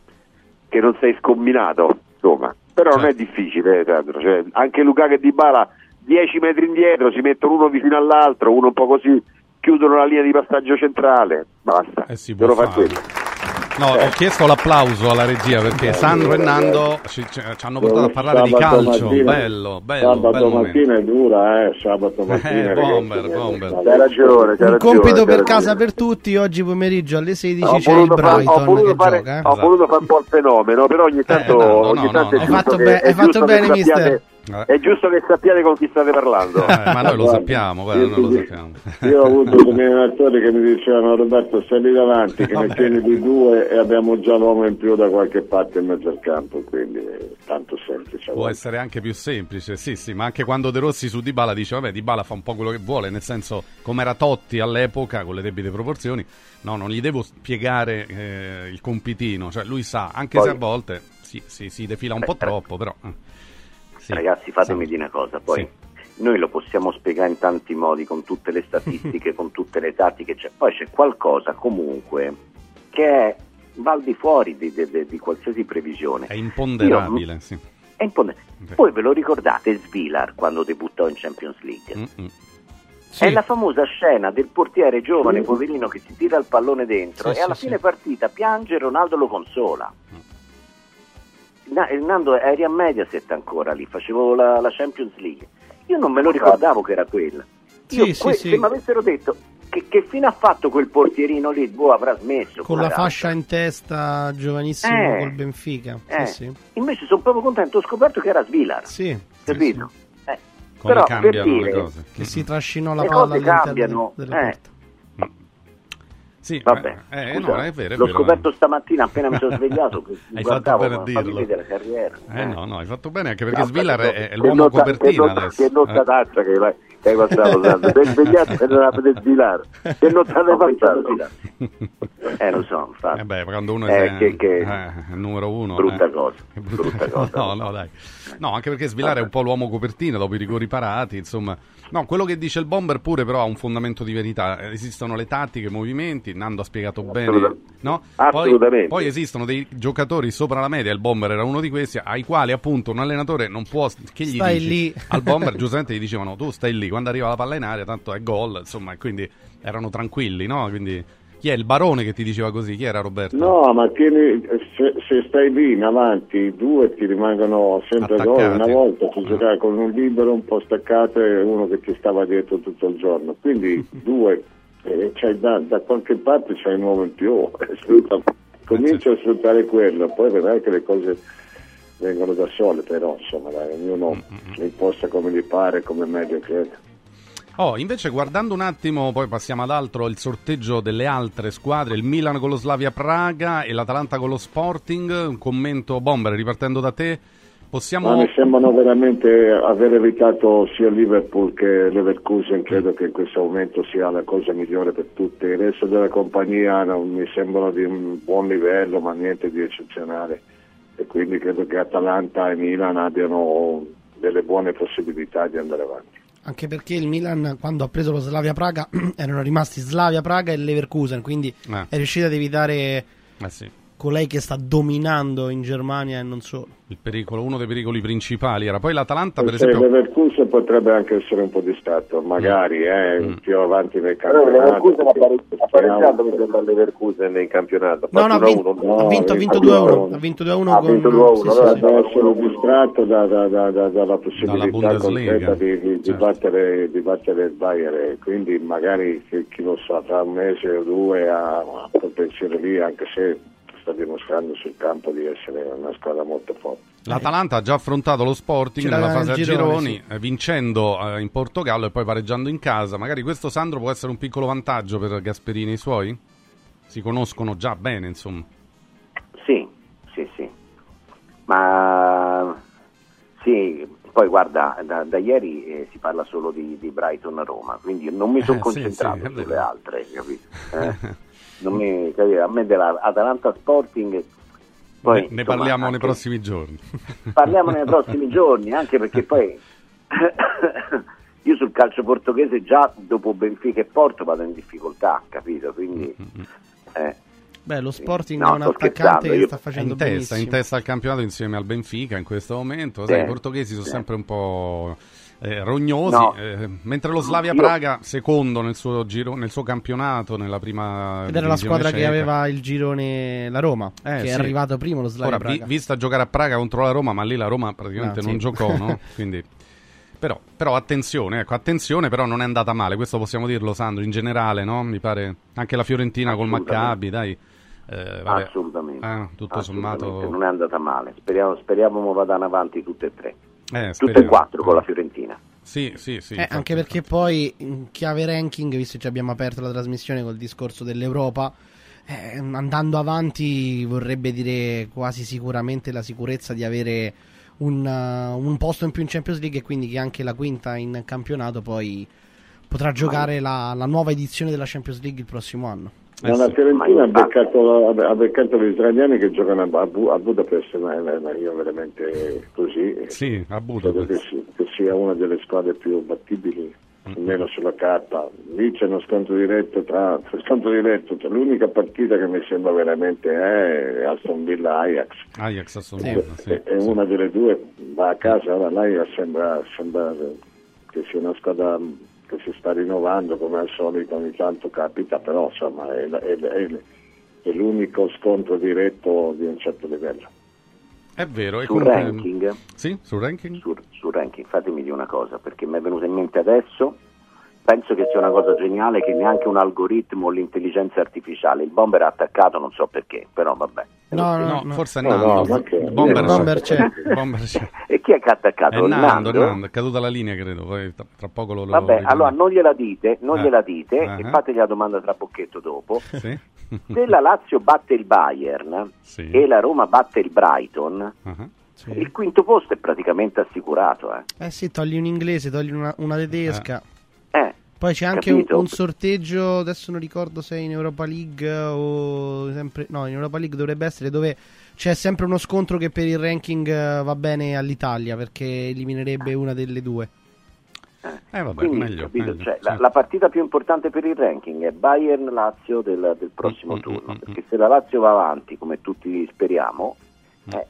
che non sei scombinato, insomma, però non è Certo. difficile, eh, Sandro. Cioè, anche Lukaku e Dybala dieci metri indietro, si mettono uno vicino all'altro, uno un po' così, chiudono la linea di passaggio centrale, basta, Eh, si te lo può fa fare. quello. No, ho chiesto l'applauso alla regia perché eh, Sandro e Nando ci, ci hanno portato a parlare di calcio. Mattina, bello, bello. Sabato bello mattina è dura, eh. Sabato mattina. Eh, bomber, bomber. C'hai ragione. C'hai Un ragione, compito per ragione. casa per tutti. Oggi pomeriggio alle sedici Ho c'è il voluto far- Brighton ho voluto che fare, gioca. Eh? Ho voluto fare un po' il fenomeno, però ogni tanto, no, no, ogni no, tanto no, è no. giusto Hai fatto che, be- è hai fatto giusto bene, che sappiate, mister. È giusto che sappiate con chi state parlando. Eh, ma noi lo sappiamo, guarda, noi lo sappiamo. Io ho avuto dei allenatori che mi dicevano: Roberto, stai lì davanti, che ne Vabbè. tieni di due e abbiamo già l'uomo in più da qualche parte in mezzo al campo, quindi è tanto semplice. Può essere anche più semplice, sì, sì, ma anche quando De Rossi su Dybala dice vabbè, Dybala fa un po' quello che vuole, nel senso, come era Totti all'epoca, con le debite proporzioni, no, non gli devo spiegare eh, il compitino, cioè lui sa, anche Poi- se a volte si, si, si defila un po' troppo, però... eh. Sì, Ragazzi, fatemi sì. dire una cosa, poi Sì. noi lo possiamo spiegare in tanti modi, con tutte le statistiche, con tutte le tattiche, c'è. Poi c'è qualcosa comunque che è, va al di fuori di, di, di, di qualsiasi previsione. È imponderabile, Io- sì. È imponderabile. Ok. Voi ve lo ricordate Svilar quando debuttò in Champions League? Mm-mm. Sì. È la famosa scena del portiere giovane, poverino, che si tira il pallone dentro Sì, e alla sì, fine sì. partita piange e Ronaldo lo consola. Na- Nando, eri a Mediaset ancora lì, facevo la, la Champions League. Io non me lo ricordavo che era quella. Io, Sì, sì, que- sì. Se mi avessero detto che, che fine ha fatto quel portierino lì, boh, avrà smesso. Con la poveraccio. fascia in testa, giovanissimo Eh, col Benfica. Eh, Sì, sì. Invece sono proprio contento, ho scoperto che era Svilar, Sì, capito? Eh, Come però cambiano per dire, le cose. che si trascinò la Le palla cose all'interno cambiano, delle eh. porte. Sì, Vabbè, eh, eh, scusa, no, è vero, è l'ho vero. scoperto stamattina appena mi sono svegliato. Che Hai guardavo, fatto bene a ma fammi dirlo. vedere la carriera. Eh no, no, hai fatto bene, anche perché No, Svilar è, è che l'uomo nota- copertina che nota- adesso. Che notataccia Eh. che, vai- che hai passato, Sandro. Sei svegliato per non poter svilare. Che notate Ho pensato passato? di là. Eh, lo so, infatti. Eh beh, quando uno Eh, è che- che- eh, è il numero uno. brutta eh. cosa, Che brutta cosa. No, no, dai. No, anche perché Svilar è un po' l'uomo copertina dopo i rigori parati, insomma. No, quello che dice il Bomber pure però ha un fondamento di verità. Esistono le tattiche, i movimenti, Nando ha spiegato bene, Assolutamente. no? Assolutamente. Poi, poi esistono dei giocatori sopra la media, il Bomber era uno di questi, ai quali appunto un allenatore non può, che gli Stai dici? lì. Al Bomber giustamente gli dicevano tu stai lì, quando arriva la palla in aria tanto è gol, insomma, e quindi erano tranquilli, no? Quindi chi è il Barone che ti diceva così? Chi era Roberto? No, ma tieni, se, se stai lì in avanti, due ti rimangono sempre gol. Attaccati. Una volta ti Ah. giocava con un libero un po' staccato e uno che ti stava dietro tutto il giorno. Quindi due, eh, c'hai da, da qualche parte c'hai un uomo in più. Sfrutta- Comincia a sfruttare quello, poi vedrai che le cose vengono da sole, però insomma dai, ognuno le imposta come gli pare, come meglio crede. Oh, invece guardando un attimo, poi passiamo ad altro, il sorteggio delle altre squadre, il Milan con lo Slavia Praga e l'Atalanta con lo Sporting, un commento Bomber, ripartendo da te, possiamo... Ma mi sembrano veramente aver evitato sia Liverpool che Leverkusen, credo che in questo momento sia la cosa migliore per tutti. Il resto della compagnia non mi sembrano di un buon livello, ma niente di eccezionale. E quindi credo che Atalanta e Milan abbiano delle buone possibilità di andare avanti. Anche perché il Milan, quando ha preso lo Slavia Praga, erano rimasti Slavia Praga e Leverkusen, quindi Eh. è riuscito ad evitare Eh sì, colei che sta dominando in Germania e non solo. il pericolo, uno dei pericoli principali era. Poi l'Atalanta, per Se esempio... Leverkusen potrebbe anche essere un po' distratto, magari eh, Mm. più avanti nel Però campionato. Leverkusen ha pare- ha pareggiato Speriamo- mi sembra il Leverkusen in campionato. No, no, ha uno a vinto, uno. no, ha vinto, ha vinto ha due a vinto uno. Ha vinto due a uno Ha con... vinto due a uno, sì, allora sì, sì. Deve essere distratto da, da, da, da, dalla possibilità Bundesliga. concreta di, di, di, Certo. battere, di battere il Bayern, e quindi magari chi, chi lo sa, tra un mese o due a, a quel pensiero lì, anche se sta dimostrando sul campo di essere una squadra molto forte. L'Atalanta ha già affrontato lo Sporting Ce nella l'aveva fase a nel girone, gironi, eh, vincendo eh, in Portogallo e poi pareggiando in casa. Magari questo, Sandro, può essere un piccolo vantaggio per Gasperini e i suoi? Si conoscono già bene, insomma. Sì, sì, sì. Ma sì, poi guarda, da, da ieri eh, si parla solo di, di Brighton-Roma, quindi non mi sono Eh, sì, concentrato sì, è sulle vero. altre, capito? Eh? Non mi, capito? A me della Atalanta Sporting... Poi, ne, ne insomma, parliamo nei anche- prossimi giorni. Parliamo nei prossimi giorni, anche perché poi io sul calcio portoghese già dopo Benfica e Porto vado in difficoltà, capito? Quindi eh, Beh, lo Sporting No, è un sto attaccante scherzando, che io- sta È facendo in testa, benissimo. in testa al campionato insieme al Benfica in questo momento. Sì. Sai, i portoghesi sono Sì. sempre un po'... eh, rognosi, No. eh, mentre lo Slavia Io- Praga secondo nel suo giro, nel suo campionato, nella prima Ed era la divisione squadra che ceca. aveva il girone, la Roma, Eh, che sì. è arrivato primo lo Slavia Ora, vi- Praga. vista giocare a Praga contro la Roma, ma lì la Roma praticamente Ah, non sì. giocò, no? Quindi, però, però attenzione, ecco, attenzione, però non è andata male, questo possiamo dirlo, Sandro, in generale, no? Mi pare anche la Fiorentina col Assolutamente. Maccabi, dai. Eh, vabbè. Assolutamente. Eh, tutto Assolutamente, sommato... non è andata male. Speriamo, speriamo vadano avanti tutte e tre. Eh, Tutte e speriamo. quattro con la Fiorentina. Sì, sì, sì. Eh, infatti, anche perché poi in chiave ranking, visto che abbiamo aperto la trasmissione col discorso dell'Europa, eh, andando avanti vorrebbe dire quasi sicuramente la sicurezza di avere un, uh, un posto in più in Champions League, e quindi che anche la quinta in campionato poi potrà giocare la, la nuova edizione della Champions League il prossimo anno. Eh, Ma la sì. Fiorentina Ma ha infatti- beccato, ha beccato gli israeliani che giocano a, a Bu- a Budapest, ma, ma- ma io veramente così Sì, a credo che, Budapest. si- che sia una delle squadre più battibili, almeno sulla carta. Lì c'è uno scontro diretto tra, scontro diretto tra l'unica partita che mi sembra veramente è Aston Villa Ajax. Ajax assolutamente, sì, è, è sì. una delle due, va a casa. Ora l'Ajax sembra, sembra che sia una squadra che si sta rinnovando, come al solito ogni tanto capita, però insomma è, è- è- è l'unico scontro diretto di un certo livello. È vero. E Sul comunque- ranking, Sì, sul ranking? sul, sul ranking, fatemi dire una cosa, perché mi è venuta in mente adesso. Penso che sia una cosa geniale che neanche un algoritmo o l'intelligenza artificiale. Il bomber ha attaccato, non so perché, però vabbè. No, no, No, no. forse è No, Nando. no, ma che- Il bomber, Il bomber c'è. Il bomber c'è. E chi è che ha attaccato? È Nando, Nando? Nando, è caduta la linea, credo. Poi tra, tra poco lo lo Vabbè, vediamo. allora non gliela dite, non Eh. gliela dite, Eh. e fategli la domanda tra pocchetto dopo. Sì. Se la Lazio batte il Bayern Sì. e la Roma batte il Brighton, Ah, Sì. il quinto posto è praticamente assicurato. Eh. Eh sì, togli un inglese, togli una, una tedesca. Eh, Poi c'è anche un, capito? un sorteggio, adesso non ricordo se è in Europa League o sempre... No, in Europa League dovrebbe essere, dove c'è sempre uno scontro che per il ranking eh, va bene all'Italia, perché eliminerebbe una delle due. Eh vabbè, Quindi, meglio, capito? meglio, Cioè, sì. la, la partita più importante per il ranking è Bayern-Lazio del, del prossimo Mm, mm, turno, mm, mm, perché se la Lazio va avanti, come tutti speriamo, eh,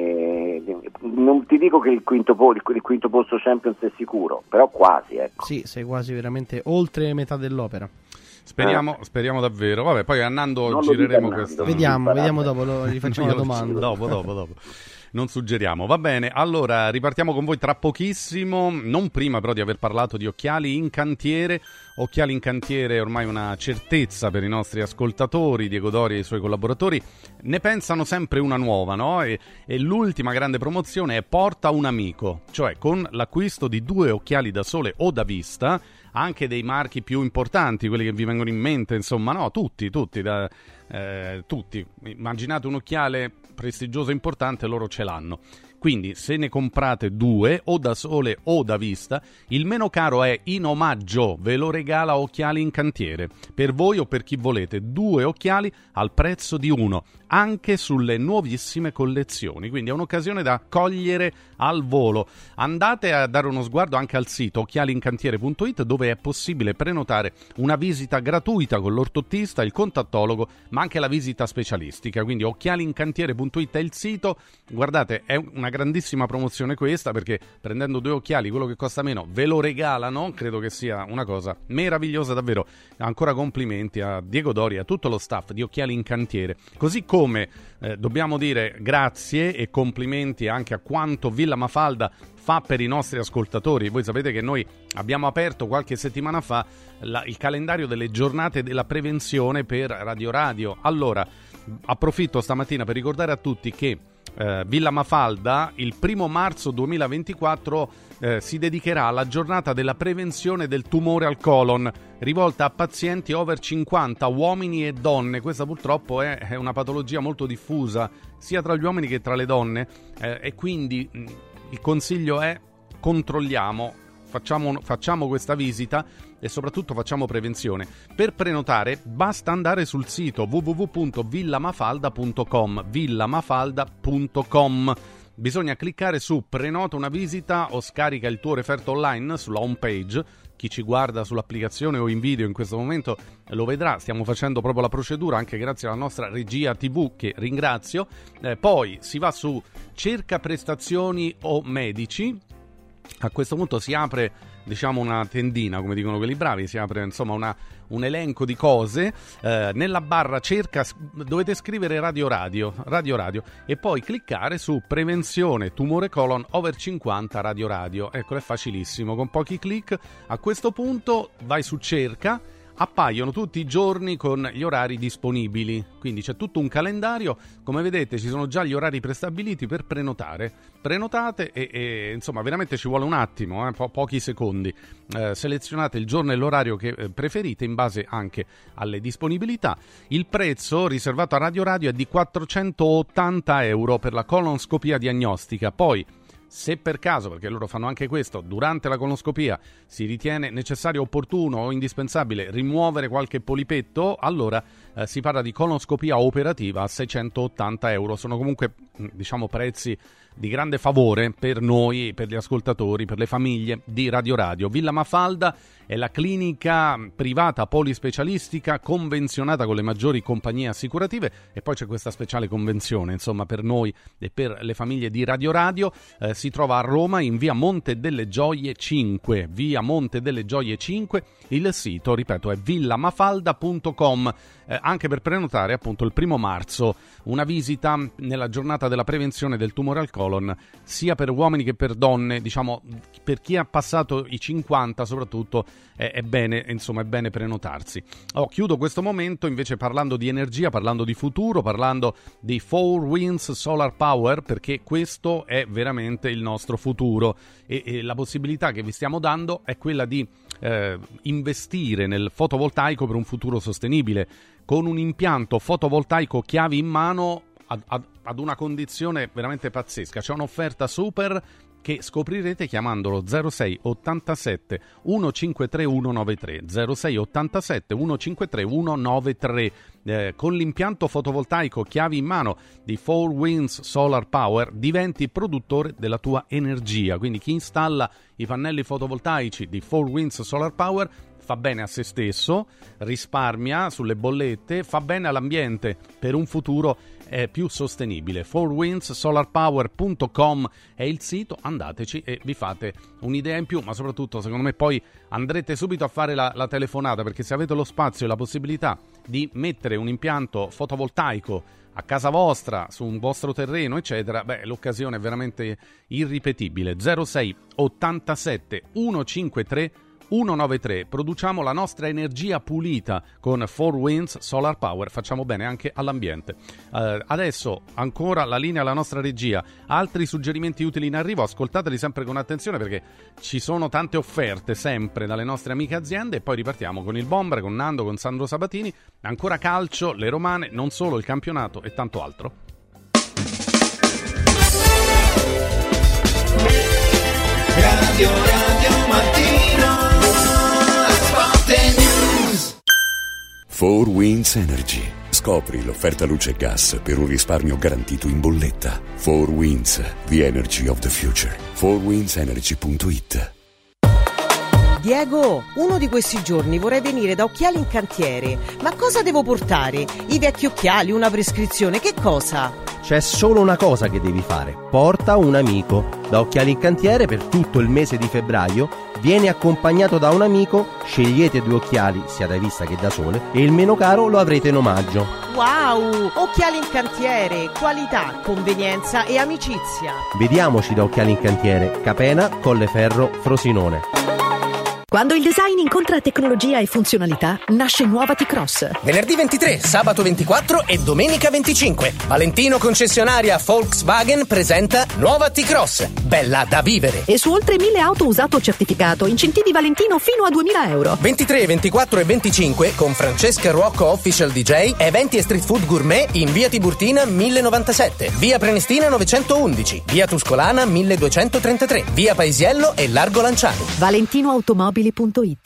eh, non ti dico che il quinto, po- il, il quinto posto Champions è sicuro, però quasi, ecco. Sì, sei quasi veramente oltre metà dell'opera. Speriamo, speriamo davvero. Vabbè, poi a Nando Non lo gireremo dica, questa. Nando. Vediamo, imparate. vediamo dopo, lo- gli facciamo Io una lo- domanda. Dopo, dopo, dopo. Non suggeriamo. Va bene, allora ripartiamo con voi tra pochissimo, non prima però di aver parlato di occhiali in cantiere. Occhiali in cantiere è ormai una certezza per i nostri ascoltatori, Diego Dori e i suoi collaboratori ne pensano sempre una nuova, no? E, e l'ultima grande promozione è Porta un amico, cioè con l'acquisto di due occhiali da sole o da vista, anche dei marchi più importanti, quelli che vi vengono in mente, insomma, no, tutti, tutti, da, eh, tutti. Immaginate un occhiale prestigioso e importante, loro ce l'hanno. Quindi se ne comprate due, o da sole o da vista, il meno caro è in omaggio, ve lo regala Occhiali in Cantiere. Per voi o per chi volete, due occhiali al prezzo di uno, anche sulle nuovissime collezioni. Quindi è un'occasione da cogliere al volo. Andate a dare uno sguardo anche al sito occhialincantiere punto it, dove è possibile prenotare una visita gratuita con l'ortottista, il contattologo, ma anche la visita specialistica. Quindi occhialincantiere punto it è il sito. Guardate, è una grandissima promozione questa, perché prendendo due occhiali, quello che costa meno ve lo regalano. Credo che sia una cosa meravigliosa davvero. Ancora complimenti a Diego Dori e a tutto lo staff di Occhiali in Cantiere. Così come eh, dobbiamo dire grazie e complimenti anche a quanto Villa Mafalda fa per i nostri ascoltatori. Voi sapete che noi abbiamo aperto qualche settimana fa la, il calendario delle giornate della prevenzione per Radio Radio. Allora approfitto stamattina per ricordare a tutti che eh, Villa Mafalda il primo marzo duemilaventiquattro eh, si dedicherà alla giornata della prevenzione del tumore al colon, rivolta a pazienti over cinquanta, uomini e donne. Questa purtroppo è, è una patologia molto diffusa sia tra gli uomini che tra le donne, eh, e quindi mh, il consiglio è: controlliamo, facciamo, facciamo questa visita e soprattutto facciamo prevenzione. Per prenotare basta andare sul sito w w w punto villamafalda punto com, villamafalda punto com. Bisogna cliccare su prenota una visita o scarica il tuo referto online sulla home page. Chi ci guarda sull'applicazione o in video in questo momento lo vedrà, stiamo facendo proprio la procedura anche grazie alla nostra regia tivù, che ringrazio. Eh, poi si va su cerca prestazioni o medici A questo punto si apre, diciamo, una tendina, come dicono quelli bravi, si apre insomma una, un elenco di cose. Eh, nella barra cerca, dovete scrivere Radio Radio, Radio Radio e poi cliccare su prevenzione tumore colon over cinquanta Radio Radio. Ecco, è facilissimo, con pochi click. A questo punto vai su cerca. Appaiono tutti i giorni con gli orari disponibili, quindi c'è tutto un calendario. Come vedete ci sono già gli orari prestabiliti per prenotare. Prenotate e, e insomma veramente ci vuole un attimo, eh, po- pochi secondi. Eh, selezionate il giorno e l'orario che eh, preferite in base anche alle disponibilità. Il prezzo riservato a Radio Radio è di quattrocentottanta euro per la colonscopia diagnostica. Poi, se per caso, perché loro fanno anche questo, durante la colonoscopia si ritiene necessario, opportuno o indispensabile rimuovere qualche polipetto, allora eh, si parla di colonoscopia operativa a seicentottanta euro. Sono comunque, diciamo, prezzi di grande favore per noi, per gli ascoltatori, per le famiglie di Radio Radio. Villa Mafalda è la clinica privata polispecialistica convenzionata con le maggiori compagnie assicurative, e poi c'è questa speciale convenzione, insomma, per noi e per le famiglie di Radio Radio. Eh, si trova a Roma in via Monte delle Gioie cinque, via Monte delle Gioie cinque. Il sito, ripeto, è villamafalda punto com. Eh, anche per prenotare appunto il primo marzo una visita nella giornata della prevenzione del tumore al colon, sia per uomini che per donne. Diciamo, per chi ha passato i cinquanta soprattutto è, è bene, insomma, è bene prenotarsi. Oh, chiudo questo momento invece parlando di energia, parlando di futuro, parlando di Four Winds Solar Power, perché questo è veramente il nostro futuro, e, e la possibilità che vi stiamo dando è quella di eh, investire nel fotovoltaico per un futuro sostenibile, con un impianto fotovoltaico chiavi in mano ad, ad, ad una condizione veramente pazzesca. C'è un'offerta super che scoprirete chiamandolo zero sei ottantasette centocinquantatré centonovantatré, zero sei ottantasette centocinquantatré centonovantatré. Eh, con l'impianto fotovoltaico chiavi in mano di Four Winds Solar Power diventi produttore della tua energia. Quindi chi installa i pannelli fotovoltaici di Four Winds Solar Power fa bene a se stesso, risparmia sulle bollette, fa bene all'ambiente per un futuro eh, più sostenibile. four winds solar power punto com è il sito, andateci e vi fate un'idea in più, ma soprattutto secondo me poi andrete subito a fare la, la telefonata, perché se avete lo spazio e la possibilità di mettere un impianto fotovoltaico a casa vostra, su un vostro terreno, eccetera, beh, l'occasione è veramente irripetibile. zero sei ottantasette centocinquantatré centonovantatré. Produciamo la nostra energia pulita con Four Winds Solar Power, facciamo bene anche all'ambiente. Uh, adesso ancora la linea alla nostra regia. Altri suggerimenti utili in arrivo, ascoltateli sempre con attenzione, perché ci sono tante offerte sempre dalle nostre amiche aziende, e poi ripartiamo con il Bomber, con Nando, con Sandro Sabatini. Ancora calcio, le romane, non solo, il campionato e tanto altro. Radio Radio Mattino, Sport News. Four Winds Energy. Scopri l'offerta luce e gas per un risparmio garantito in bolletta. Four Winds, the energy of the future. four winds energy punto it. Diego, uno di questi giorni vorrei venire da Occhiali in Cantiere. Ma cosa devo portare? I vecchi occhiali, una prescrizione, che cosa? C'è solo una cosa che devi fare: porta un amico. Da Occhiali in Cantiere per tutto il mese di febbraio vieni accompagnato da un amico, scegliete due occhiali sia da vista che da sole e il meno caro lo avrete in omaggio. Wow! Occhiali in Cantiere, qualità, convenienza e amicizia. Vediamoci da Occhiali in Cantiere, Capena, Colleferro, Frosinone. Quando il design incontra tecnologia e funzionalità, nasce nuova T-Cross. Venerdì ventitré, sabato ventiquattro e domenica venticinque. Valentino concessionaria Volkswagen presenta nuova T-Cross. Bella da vivere. E su oltre mille auto usato certificato, incentivi Valentino fino a duemila euro. ventitré, ventiquattro e venticinque con Francesca Rocco Official D J, eventi e street food gourmet in via Tiburtina mille novantasette, via Prenestina novecentoundici, via Tuscolana milleduecentotrentatré, via Paesiello e Largo Lanciani. Valentino Automobili punto it.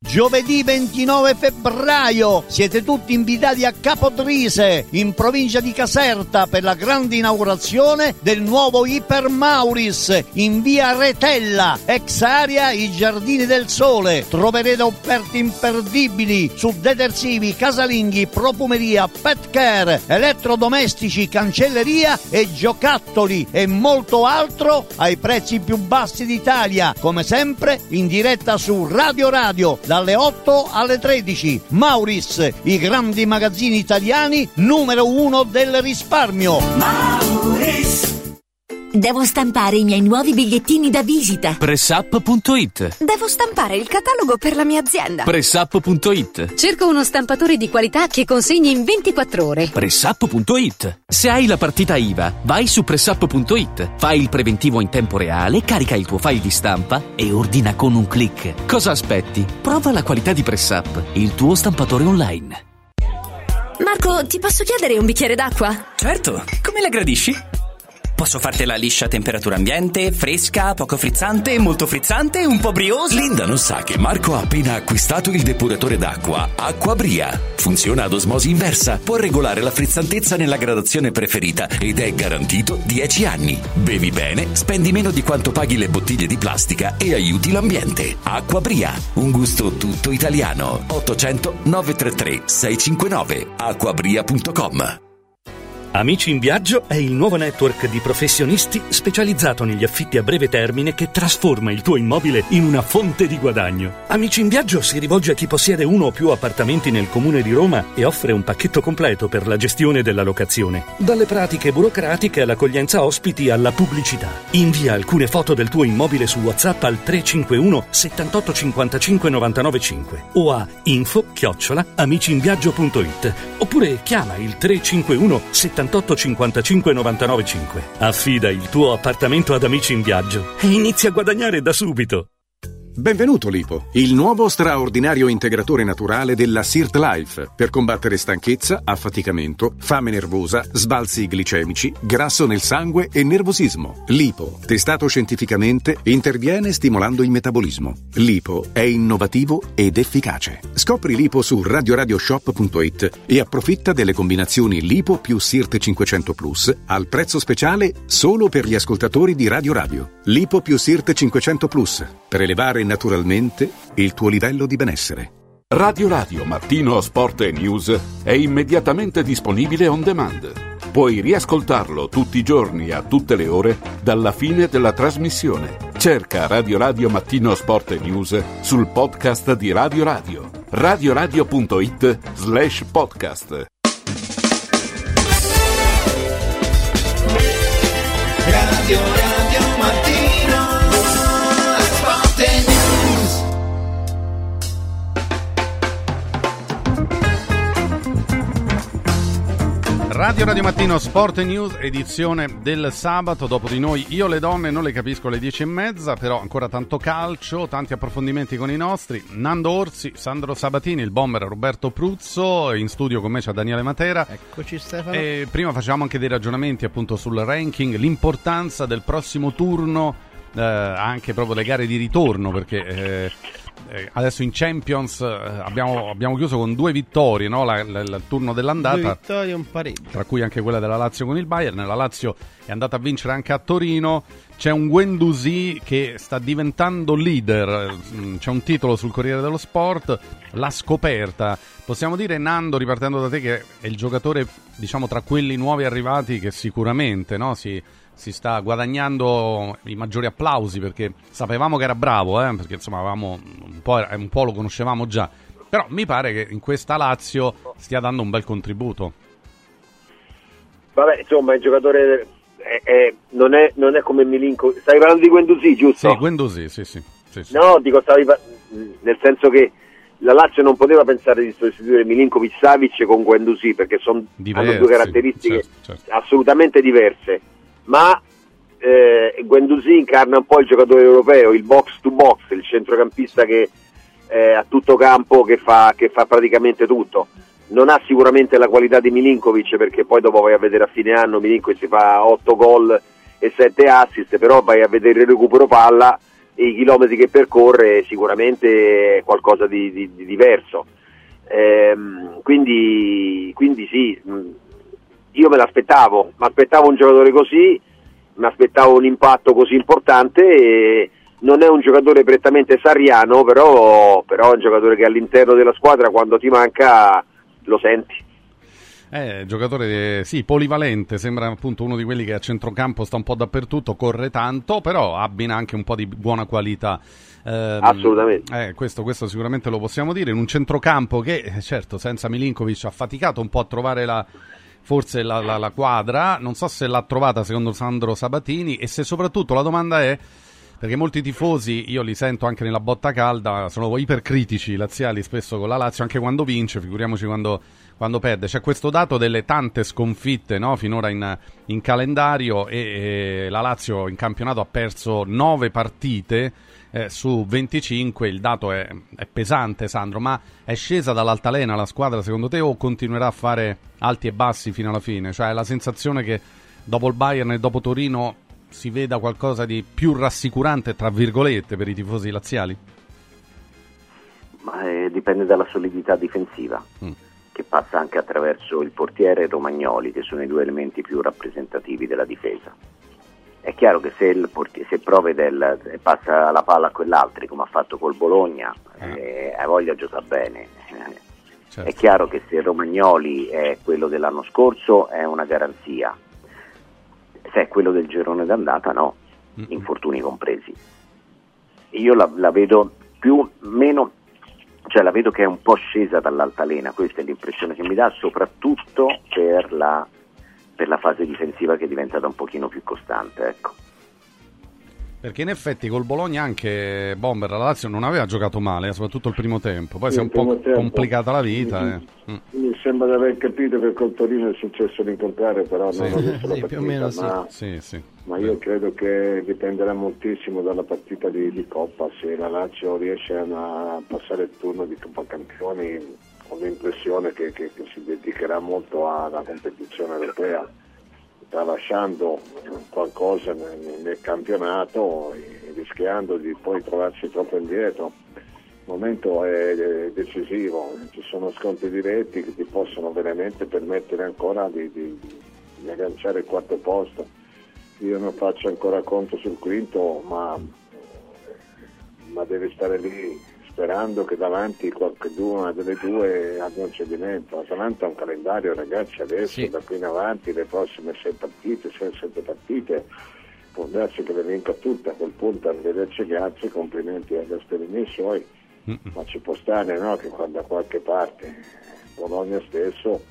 Giovedì ventinove febbraio siete tutti invitati a Capodrise, in provincia di Caserta, per la grande inaugurazione del nuovo Iper Mauris in via Retella, ex area I Giardini del Sole. Troverete offerte imperdibili su detersivi, casalinghi, profumeria, pet care, elettrodomestici, cancelleria e giocattoli e molto altro ai prezzi più bassi d'Italia, come sempre in diretta su Radio Radio dalle otto alle tredici. Mauris, i grandi magazzini italiani numero uno del risparmio. Mauris. Devo stampare i miei nuovi bigliettini da visita. Pressup punto it. Devo stampare il catalogo per la mia azienda. Pressup punto it. Cerco uno stampatore di qualità che consegni in ventiquattro ore. Pressup punto it. Se hai la partita I V A, vai su Pressup punto it. Fai il preventivo in tempo reale, carica il tuo file di stampa e ordina con un click. Cosa aspetti? Prova la qualità di Pressup, il tuo stampatore online. Marco, ti posso chiedere un bicchiere d'acqua? Certo, come la gradisci? Posso fartela liscia a temperatura ambiente, fresca, poco frizzante, molto frizzante, un po' briosa? Linda non sa che Marco ha appena acquistato il depuratore d'acqua Acquabria. Funziona ad osmosi inversa, può regolare la frizzantezza nella gradazione preferita ed è garantito dieci anni. Bevi bene, spendi meno di quanto paghi le bottiglie di plastica e aiuti l'ambiente. Acquabria, un gusto tutto italiano. ottocento nove tre tre sei cinque nove acquabria punto com. Amici in Viaggio è il nuovo network di professionisti specializzato negli affitti a breve termine che trasforma il tuo immobile in una fonte di guadagno. Amici in Viaggio si rivolge a chi possiede uno o più appartamenti nel comune di Roma e offre un pacchetto completo per la gestione della locazione. Dalle pratiche burocratiche all'accoglienza ospiti alla pubblicità. Invia alcune foto del tuo immobile su WhatsApp al tre cinque uno settantotto cinquantacinque novantanove cinque o a info chiocciola amicinviaggio punto it oppure chiama il tre cinque uno settantotto cinquantacinque novantanove cinque. Affida il tuo appartamento ad Amici in Viaggio e inizia a guadagnare da subito. Benvenuto Lipo, il nuovo straordinario integratore naturale della Sirt Life per combattere stanchezza, affaticamento, fame nervosa, sbalzi glicemici, grasso nel sangue e nervosismo. Lipo, testato scientificamente, interviene stimolando il metabolismo. Lipo è innovativo ed efficace. Scopri Lipo su radioradioshop punto it e approfitta delle combinazioni Lipo più Sirt cinquecento Plus al prezzo speciale solo per gli ascoltatori di Radio Radio. Lipo più Sirt cinquecento Plus per elevare naturalmente il tuo livello di benessere. Radio Radio Mattino Sport e News è immediatamente disponibile on demand. Puoi riascoltarlo tutti i giorni a tutte le ore dalla fine della trasmissione. Cerca Radio Radio Mattino Sport e News sul podcast di Radio Radio. radioradio punto it slash podcast. Radio Radio Mattino Sport e News. Radio Radio Mattino Sport e News, edizione del sabato. Dopo di noi Io le donne non le capisco alle dieci e mezza, però ancora tanto calcio, tanti approfondimenti con i nostri. Nando Orsi, Sandro Sabatini, il bomber Roberto Pruzzo, in studio con me c'è Daniele Matera. Eccoci Stefano. E prima facevamo anche dei ragionamenti appunto sul ranking, l'importanza del prossimo turno, eh, anche proprio le gare di ritorno, perché eh, eh, adesso in Champions eh, abbiamo, abbiamo chiuso con due vittorie, no? la, la, il turno dell'andata, due vittorie e un pareggio, tra cui anche quella della Lazio con il Bayern. La Lazio è andata a vincere anche a Torino. C'è un Guendouzi che sta diventando leader, c'è un titolo sul Corriere dello Sport, la scoperta. Possiamo dire, Nando, ripartendo da te, che è il giocatore, diciamo, tra quelli nuovi arrivati che sicuramente, no, si, si sta guadagnando i maggiori applausi, perché sapevamo che era bravo, eh, perché insomma avevamo un po', un po' lo conoscevamo già, però mi pare che in questa Lazio stia dando un bel contributo. Vabbè, insomma, il giocatore è, è, non, è, non è come Milinkovic. Stai parlando di Guendouzi, giusto? Sì, Guendouzi, sì, sì, sì, sì. No, dico, stavi, nel senso che la Lazio non poteva pensare di sostituire Milinkovic-Savic con Guendouzi, perché sono, hanno due caratteristiche certo, certo. assolutamente diverse, ma eh, Guendouzi incarna un po' il giocatore europeo, il box to box, il centrocampista che è a tutto campo, che fa, che fa praticamente tutto. Non ha sicuramente la qualità di Milinkovic, perché poi dopo vai a vedere a fine anno Milinkovic si fa otto gol e sette assist, però vai a vedere il recupero palla, e i chilometri che percorre sicuramente è qualcosa di, di, di diverso. Ehm, quindi, quindi sì, io me l'aspettavo, mi aspettavo un giocatore così, mi aspettavo un impatto così importante, e non è un giocatore prettamente sarriano, però, però è un giocatore che all'interno della squadra quando ti manca lo senti. È giocatore sì, polivalente, sembra appunto uno di quelli che a centrocampo sta un po' dappertutto, corre tanto, però abbina anche un po' di buona qualità. Eh, Assolutamente. Eh, questo, questo sicuramente lo possiamo dire, in un centrocampo che, certo, senza Milinkovic ha faticato un po' a trovare la, forse la, la, la quadra, non so se l'ha trovata secondo Sandro Sabatini, e se soprattutto la domanda è, perché molti tifosi, io li sento anche nella botta calda, sono ipercritici laziali spesso con la Lazio, anche quando vince, figuriamoci quando, quando perde. C'è questo dato delle tante sconfitte, no, finora in, in calendario, e, e la Lazio in campionato ha perso nove partite eh, su venticinque, il dato è, è pesante, Sandro, ma è scesa dall'altalena la squadra secondo te, o continuerà a fare alti e bassi fino alla fine? Cioè la sensazione che dopo il Bayern e dopo Torino si veda qualcosa di più rassicurante, tra virgolette, per i tifosi laziali? Ma eh, dipende dalla solidità difensiva, mm. che passa anche attraverso il portiere e Romagnoli, che sono i due elementi più rappresentativi della difesa. È chiaro che se il portiere, se Provedel passa la palla a quell'altro, come ha fatto col Bologna, eh, ha voglia di giocare bene. Certo. È chiaro che se Romagnoli è quello dell'anno scorso è una garanzia. Se è quello del girone d'andata, no, infortuni compresi. Io la, la vedo più meno, cioè la vedo che è un po' scesa dall'altalena, questa è l'impressione che mi dà, soprattutto per la, per la fase difensiva che è diventata un pochino più costante, ecco. Perché in effetti col Bologna anche Bomber, la Lazio non aveva giocato male, eh, soprattutto il primo tempo, poi sì, si è un po' tempo. complicata la vita. Mi, eh. mi sembra di aver capito che col Torino è successo l'incontrare, però sì. non ho visto sì, la partita, più o meno ma, sì. Sì, sì. ma io credo che dipenderà moltissimo dalla partita di, di Coppa. Se la Lazio riesce a passare il turno di Coppa Campioni, ho l'impressione che, che, che si dedicherà molto alla competizione europea, tralasciando qualcosa nel, nel campionato e rischiando di poi trovarsi troppo indietro. Il momento è decisivo, ci sono scontri diretti che ti possono veramente permettere ancora di, di, di agganciare il quarto posto. Io non faccio ancora conto sul quinto, ma, ma deve stare lì sperando che davanti qualcuna delle due abbia un cedimento. Atalanta ha un calendario, ragazzi, adesso sì. Da qui in avanti le prossime sei partite, sei sette partite, può darsi che le vinca tutte. A quel punto arrivederci, grazie, complimenti agli Gasperini suoi, mm-mm. ma ci può stare, no, che da qualche parte Bologna stesso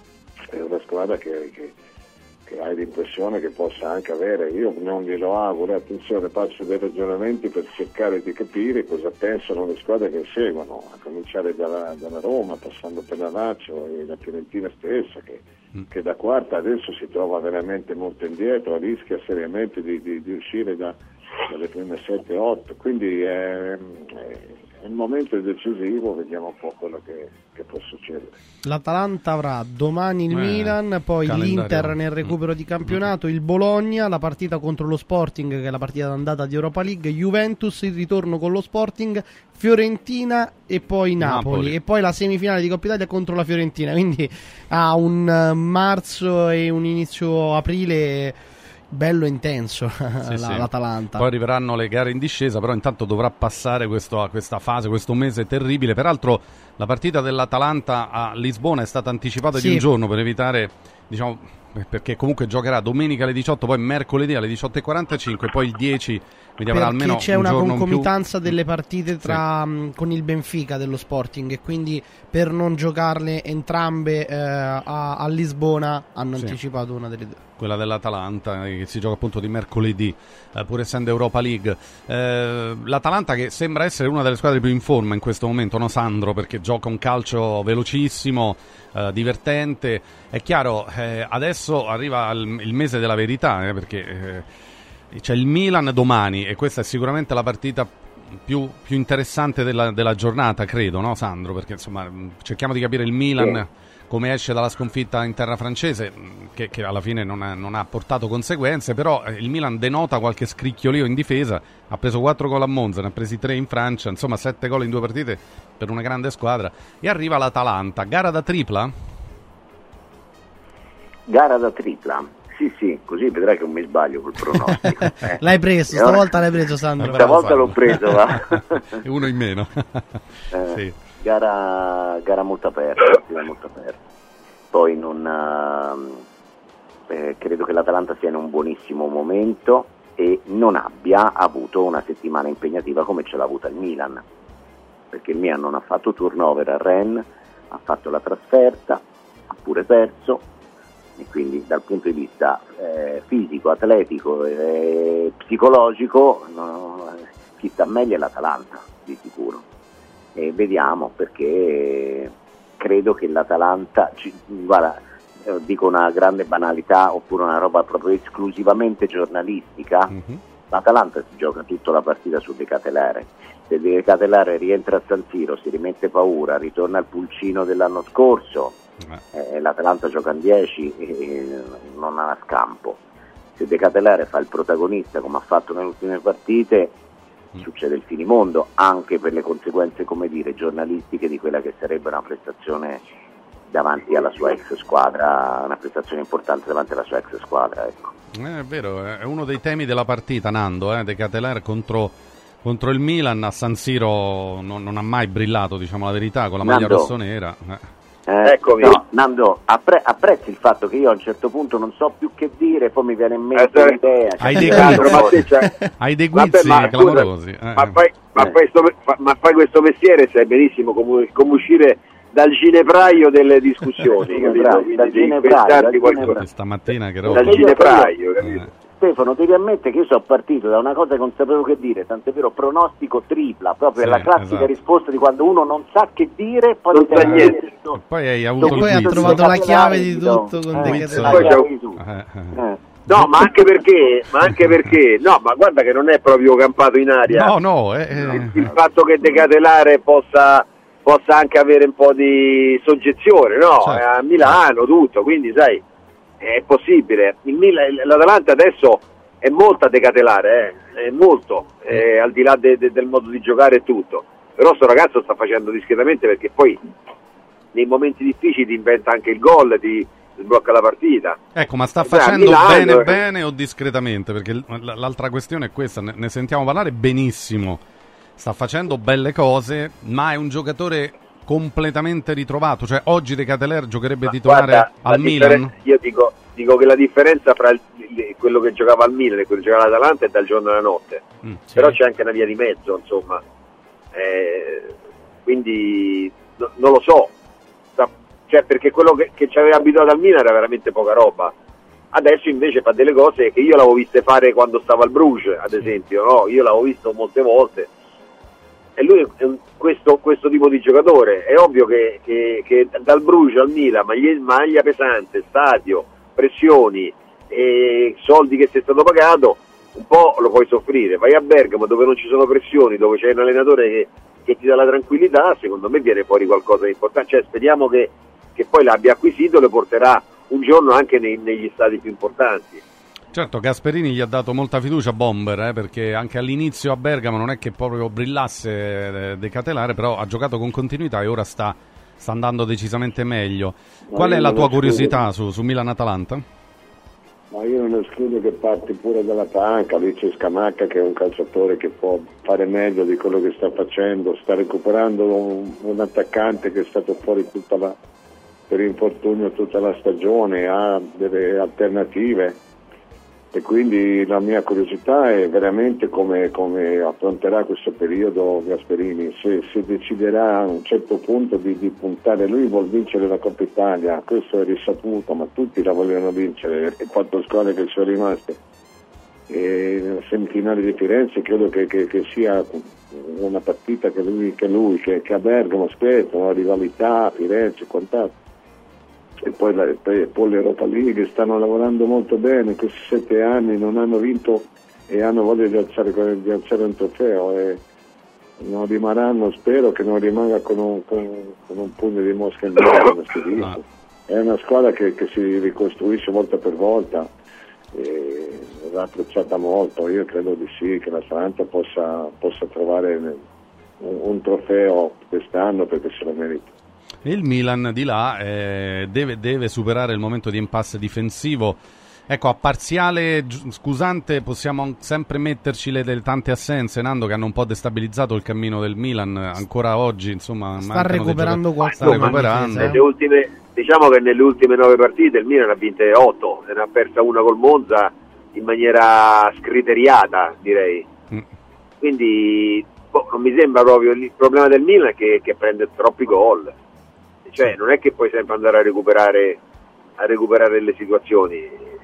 è una squadra che, che, che hai l'impressione che possa anche avere, io non glielo auguro, attenzione, faccio dei ragionamenti per cercare di capire cosa pensano le squadre che seguono, a cominciare dalla, dalla Roma, passando per la Lazio e la Fiorentina stessa, che, mm. che da quarta adesso si trova veramente molto indietro, rischia seriamente di, di, di uscire da, dalle prime sette otto, quindi è, è, il momento è decisivo, vediamo un po' quello che, che può succedere. L'Atalanta avrà domani il eh, Milan, poi calendario. l'Inter nel recupero di campionato, il Bologna, la partita contro lo Sporting che è la partita d'andata di Europa League, Juventus, il ritorno con lo Sporting, Fiorentina e poi Napoli, Napoli. E poi la semifinale di Coppa Italia contro la Fiorentina, quindi ha un marzo e un inizio aprile bello intenso, sì, la, sì. l'Atalanta. Poi arriveranno le gare in discesa, però intanto dovrà passare questo, questa fase, questo mese terribile. Peraltro la partita dell'Atalanta a Lisbona è stata anticipata sì. di un giorno per evitare, diciamo, perché comunque giocherà domenica alle diciotto, poi mercoledì alle diciotto e quarantacinque, poi il dieci, quindi avrà almeno c'è un una giorno concomitanza in più. delle partite tra, sì. mh, con il Benfica dello Sporting, e quindi per non giocarle entrambe eh, a, a Lisbona hanno sì. anticipato una delle due. Quella dell'Atalanta che si gioca appunto di mercoledì, eh, pur essendo Europa League. Eh, L'Atalanta che sembra essere una delle squadre più in forma in questo momento, no Sandro? Perché gioca un calcio velocissimo, eh, divertente. È chiaro, eh, adesso arriva il, il mese della verità, eh, perché eh, c'è il Milan domani e questa è sicuramente la partita più, più interessante della, della giornata, credo, no Sandro? Perché insomma cerchiamo di capire il Milan sì. come esce dalla sconfitta in terra francese, che, che alla fine non ha, non ha portato conseguenze, però il Milan denota qualche scricchiolio in difesa, ha preso quattro gol a Monza, ne ha presi tre in Francia, insomma sette gol in due partite per una grande squadra, e arriva l'Atalanta, gara da tripla? Gara da tripla, sì sì, così vedrai che non mi sbaglio col pronostico. Eh. L'hai preso, stavolta l'hai preso Sandro. Stavolta l'ho preso, va. Uno in meno. eh, sì. gara, gara molto aperta, molto aperta. Poi non eh, credo che l'Atalanta sia in un buonissimo momento e non abbia avuto una settimana impegnativa come ce l'ha avuta il Milan, perché il Milan non ha fatto turnover a Rennes, ha fatto la trasferta, ha pure perso, e quindi dal punto di vista eh, fisico, atletico e psicologico no, chi sta meglio è l'Atalanta di sicuro, e vediamo, perché credo che l'Atalanta, guarda, dico una grande banalità oppure una roba proprio esclusivamente giornalistica, mm-hmm. l'Atalanta si gioca tutta la partita su De Ketelere. Se De Ketelere rientra a San Siro, si rimette paura, ritorna al pulcino dell'anno scorso, eh, l'Atalanta gioca in dieci e non ha scampo. Se De Ketelere fa il protagonista come ha fatto nelle ultime partite, mm. succede il finimondo, anche per le conseguenze, come dire, giornalistiche di quella che sarebbe una prestazione davanti alla sua ex squadra, una prestazione importante davanti alla sua ex squadra, ecco. Eh, è vero, è uno dei temi della partita, Nando, eh, De Ketelere contro, contro il Milan. A San Siro non, non ha mai brillato, diciamo la verità, con la maglia Nando, rossonera. Eh. Eh, Eccomi. No, Nando, appre- apprezzi il fatto che io a un certo punto non so più che dire, poi mi viene in mente eh, l'idea. Hai dei guizzi, cioè... hai dei guizzi Vabbè, ma, clamorosi. Eh. Ma, fai, ma, eh. fai sto, ma fai questo mestiere, sai benissimo come, come uscire dal ginepraio delle discussioni. Dal ginepraio, stamattina che roba. Dal ginepraio, capito? Stefano, devi ammettere che io sono partito da una cosa che non sapevo che dire, tant'è vero, pronostico tripla, proprio sì, la classica esatto. risposta di quando uno non sa che dire, poi non sa niente. E poi hai avuto e poi ha trovato la chiave di tutto con eh, De Ketelere. Eh. No, ma anche perché, ma anche perché, no, ma guarda che non è proprio campato in aria. No, no, eh, il, il fatto che De Ketelere possa, possa anche avere un po' di soggezione, no? Certo. A Milano, tutto, quindi sai, è possibile. Il Milan, l'Atalanta adesso è molto a De Ketelere, eh, è molto, eh, al di là de, de, del modo di giocare e tutto. Però sto ragazzo sta facendo discretamente, perché poi nei momenti difficili inventa anche il gol, ti sblocca la partita. Ecco, ma sta facendo Milano, bene eh. bene o discretamente? Perché l'altra questione è questa, ne sentiamo parlare benissimo, sta facendo belle cose, ma è un giocatore completamente ritrovato, cioè oggi De Ketelere giocherebbe ma titolare guarda, al Milan? Io dico, dico che la differenza fra il, quello che giocava al Milan e quello che giocava all'Atalanta è dal giorno alla notte, mm, sì. Però c'è anche una via di mezzo, insomma, eh, quindi no, non lo so, cioè, perché quello che, che ci aveva abituato al Milan era veramente poca roba. Adesso invece fa delle cose che io l'avevo viste fare quando stava al Bruges, ad esempio, no? Io l'avevo visto molte volte. E lui è un, questo, questo tipo di giocatore. È ovvio che, che, che dal Bruges al Milan, maglia, maglia pesante, stadio, pressioni e soldi che sei stato pagato, un po' lo puoi soffrire. Vai a Bergamo dove non ci sono pressioni, dove c'è un allenatore che, che ti dà la tranquillità, secondo me viene fuori qualcosa di importante. Cioè, speriamo che, che poi l'abbia acquisito e lo porterà un giorno anche nei, negli stadi più importanti. Certo, Gasperini gli ha dato molta fiducia a Bomber, eh, perché anche all'inizio a Bergamo non è che proprio brillasse De Ketelere, però ha giocato con continuità e ora sta, sta andando decisamente meglio. Ma qual è la tua curiosità su, su Milan-Atalanta? Ma io non escludo che parti pure dalla panca, lì c'è Scamacca che è un calciatore che può fare meglio di quello che sta facendo, sta recuperando un, un attaccante che è stato fuori tutta la, per infortunio tutta la stagione, ha delle alternative. E quindi la mia curiosità è veramente come, come affronterà questo periodo Gasperini, se, se deciderà a un certo punto di, di puntare. Lui vuol vincere la Coppa Italia, questo è risaputo, ma tutti la vogliono vincere, le quattro squadre che sono rimaste. E nella semifinale di Firenze credo che, che, che sia una partita che lui, che, lui, che, che a Bergamo aspetta, una rivalità, Firenze e quant'altro. E poi, la, poi l'Europa League stanno lavorando molto bene, questi sette anni non hanno vinto e hanno voglia di alzare, di alzare un trofeo, e non rimarranno, spero che non rimanga con un, con, con un pugno di mosca in bocca. È una squadra che, che si ricostruisce volta per volta, e l'ha apprezzata molto. Io credo di sì, che l'Atalanta possa, possa trovare un, un trofeo quest'anno, perché se lo merita. Il Milan di là eh, deve, deve superare il momento di impasse difensivo. Ecco, a parziale scusante possiamo sempre metterci le, le tante assenze, Nando, che hanno un po' destabilizzato il cammino del Milan ancora oggi, insomma. Sta recuperando qualcosa. Sta recuperando. Nelle ultime, diciamo che nelle ultime nove partite il Milan ha vinte otto, ne ha persa una col Monza in maniera scriteriata, direi. Mm. Quindi boh, non mi sembra proprio il problema del Milan è che, che prende troppi gol. Cioè, non è che puoi sempre andare a recuperare a recuperare le situazioni.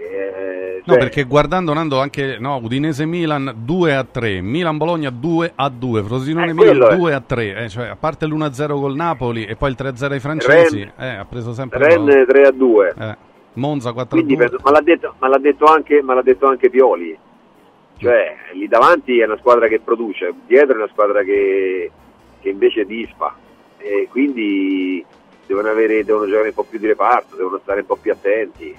Eh, cioè... No, perché guardando, Nando, anche no, Udinese-Milan due a tre, Milan-Bologna due a due, Frosinone-Milan eh, due a tre, eh, cioè, a parte l'uno a zero col Napoli e poi il tre a zero ai francesi, Ren, eh, ha preso sempre Ren tre a due, eh, Monza quattro a due. Penso, ma, l'ha detto, ma l'ha detto anche ma l'ha detto anche Pioli, cioè mm. lì davanti è una squadra che produce, dietro è una squadra che, che invece disfa, e quindi devono avere devono giocare un po' più di reparto, devono stare un po' più attenti.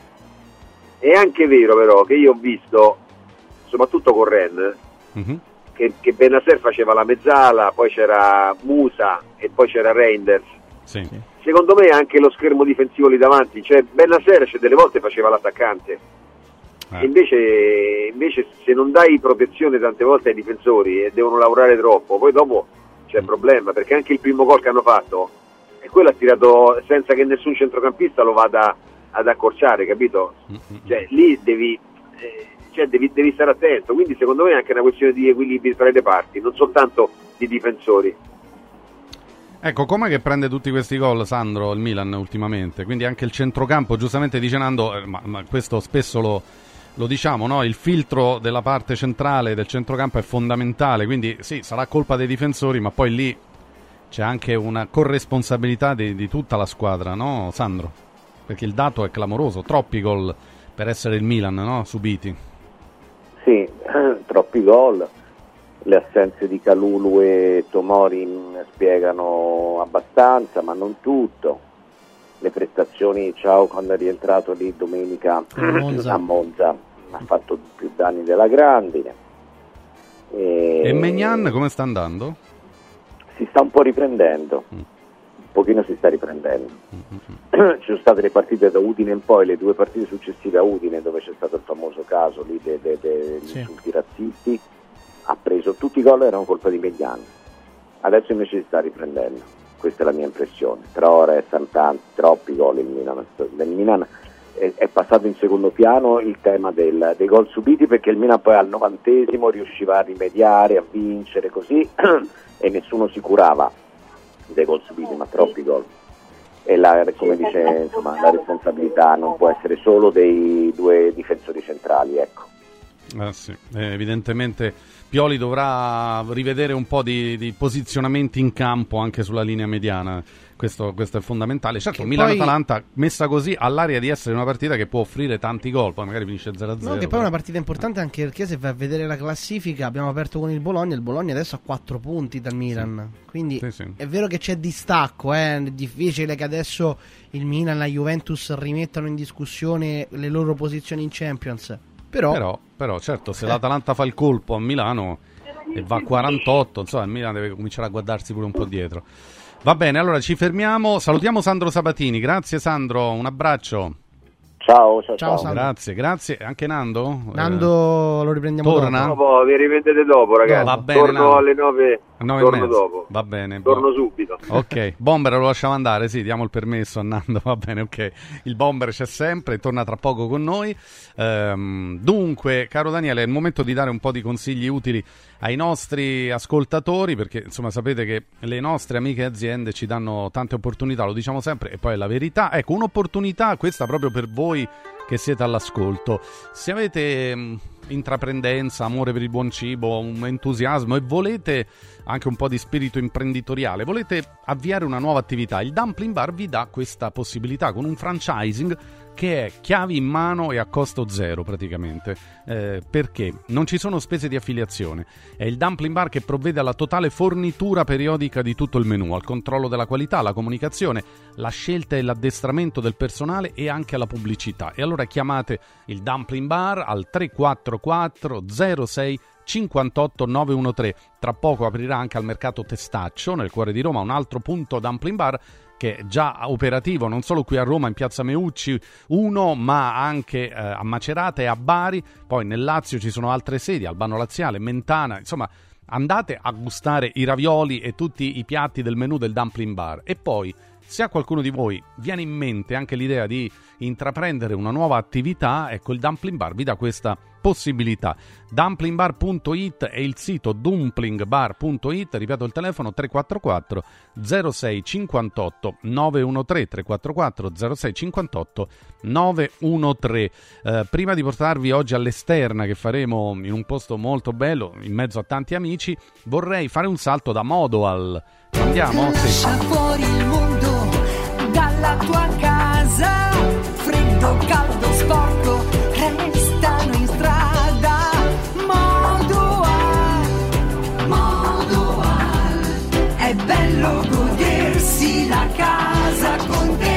È anche vero però che io ho visto, soprattutto con Ren, mm-hmm. che, che Bennacer faceva la mezzala, poi c'era Musa e poi c'era Reinders. Sì. Secondo me anche lo schermo difensivo lì davanti, cioè Bennacer cioè, delle volte faceva l'attaccante, eh. e invece, invece se non dai protezione tante volte ai difensori e devono lavorare troppo, poi dopo c'è mm. problema, perché anche il primo gol che hanno fatto, e quello ha tirato senza che nessun centrocampista lo vada ad accorciare, capito? Cioè lì devi, eh, cioè, devi, devi stare attento, quindi secondo me è anche una questione di equilibrio tra le parti, non soltanto di difensori. Ecco, com'è che prende tutti questi gol, Sandro, il Milan ultimamente? Quindi anche il centrocampo, giustamente dice Nando, eh, ma, ma questo spesso lo, lo diciamo, no? Il filtro della parte centrale del centrocampo è fondamentale, quindi sì, sarà colpa dei difensori, ma poi lì c'è anche una corresponsabilità di, di tutta la squadra, no, Sandro? Perché il dato è clamoroso, troppi gol per essere il Milan, no? Subiti. Sì, troppi gol. Le assenze di Kalulu e Tomori spiegano abbastanza, ma non tutto. Le prestazioni, Ciao quando è rientrato lì domenica Monza. a Monza ha fatto più danni della grandine. E, e Maignan come sta andando? Si sta un po' riprendendo. Mm. Un pochino si sta riprendendo. Mm-hmm. Ci sono state le partite da Udine in poi, le due partite successive a Udine, dove c'è stato il famoso caso lì degli de, de, sì. insulti razzisti. Ha preso tutti i gol, erano colpa di Maignan. Adesso invece si sta riprendendo, questa è la mia impressione. Però restano tanti, troppi gol il Milan. Nel Milan è, è passato in secondo piano il tema del, dei gol subiti, perché il Milan poi al novantesimo riusciva a rimediare, a vincere così e nessuno si curava dei gol subiti, ma troppi gol. E la, come dice, insomma, la responsabilità non può essere solo dei due difensori centrali, ecco. Eh sì, eh, evidentemente Pioli dovrà rivedere un po' di, di posizionamenti in campo anche sulla linea mediana, questo, questo è fondamentale. Certo, Milan-Atalanta messa così all'aria di essere una partita che può offrire tanti gol, poi magari finisce zero a zero. No, che poi è una partita importante anche perché se vai a vedere la classifica, abbiamo aperto con il Bologna, il Bologna adesso ha quattro punti dal Milan, sì. Quindi sì, sì. È vero che c'è distacco, eh? È difficile che adesso il Milan e la Juventus rimettano in discussione le loro posizioni in Champions. Però, però, però certo, se l'Atalanta fa il colpo a Milano e va a quarantotto, insomma il Milan deve cominciare a guardarsi pure un po' dietro. Va bene, allora ci fermiamo, salutiamo Sandro Sabatini, grazie Sandro, un abbraccio. Ciao, ciao, ciao. ciao. Grazie, grazie. Anche Nando? Nando eh, lo riprendiamo torna? dopo. dopo. Vi rivedete dopo, ragazzi. No, va bene, torno Nando. alle nove, nove torno e mezza. dopo. Va bene. Torno subito. Ok, Bomber lo lasciamo andare, sì, diamo il permesso a Nando, va bene, ok. Il Bomber c'è sempre, torna tra poco con noi. Ehm, dunque, caro Daniele, è il momento di dare un po' di consigli utili ai nostri ascoltatori, perché insomma sapete che le nostre amiche aziende ci danno tante opportunità, lo diciamo sempre, e poi è la verità. Ecco, un'opportunità questa proprio per voi che siete all'ascolto. Se avete mh, intraprendenza, amore per il buon cibo, un entusiasmo e volete anche un po' di spirito imprenditoriale, volete avviare una nuova attività, il Dumpling Bar vi dà questa possibilità con un franchising che è chiavi in mano e a costo zero praticamente. Eh, perché? Non ci sono spese di affiliazione. È il Dumpling Bar che provvede alla totale fornitura periodica di tutto il menù, al controllo della qualità, alla comunicazione, la scelta e l'addestramento del personale e anche alla pubblicità. E allora chiamate il Dumpling Bar al tre quattro quattro zero sei cinquantotto novecentotredici. Tra poco aprirà anche al mercato Testaccio, nel cuore di Roma, un altro punto Dumpling Bar che è già operativo non solo qui a Roma in piazza Meucci uno, ma anche eh, a Macerata e a Bari. Poi nel Lazio ci sono altre sedi, Albano Laziale, Mentana, insomma andate a gustare i ravioli e tutti i piatti del menù del Dumpling Bar. E poi, se a qualcuno di voi viene in mente anche l'idea di intraprendere una nuova attività, ecco, il Dumpling Bar vi dà questa possibilità. dumpling bar punto it è il sito, dumpling bar punto it, ripeto il telefono tre quattro quattro zero sei cinquantotto novecentotredici, tre quattro quattro zero sei cinquantotto novecentotredici. Eh, prima di portarvi oggi all'esterna, che faremo in un posto molto bello in mezzo a tanti amici, vorrei fare un salto da Modoal. Andiamo? Sì. Lascia fuori il mondo dalla tua casa, freddo, caldo, sporco, restano in strada. Modoal, Modoal, è bello godersi la casa con te.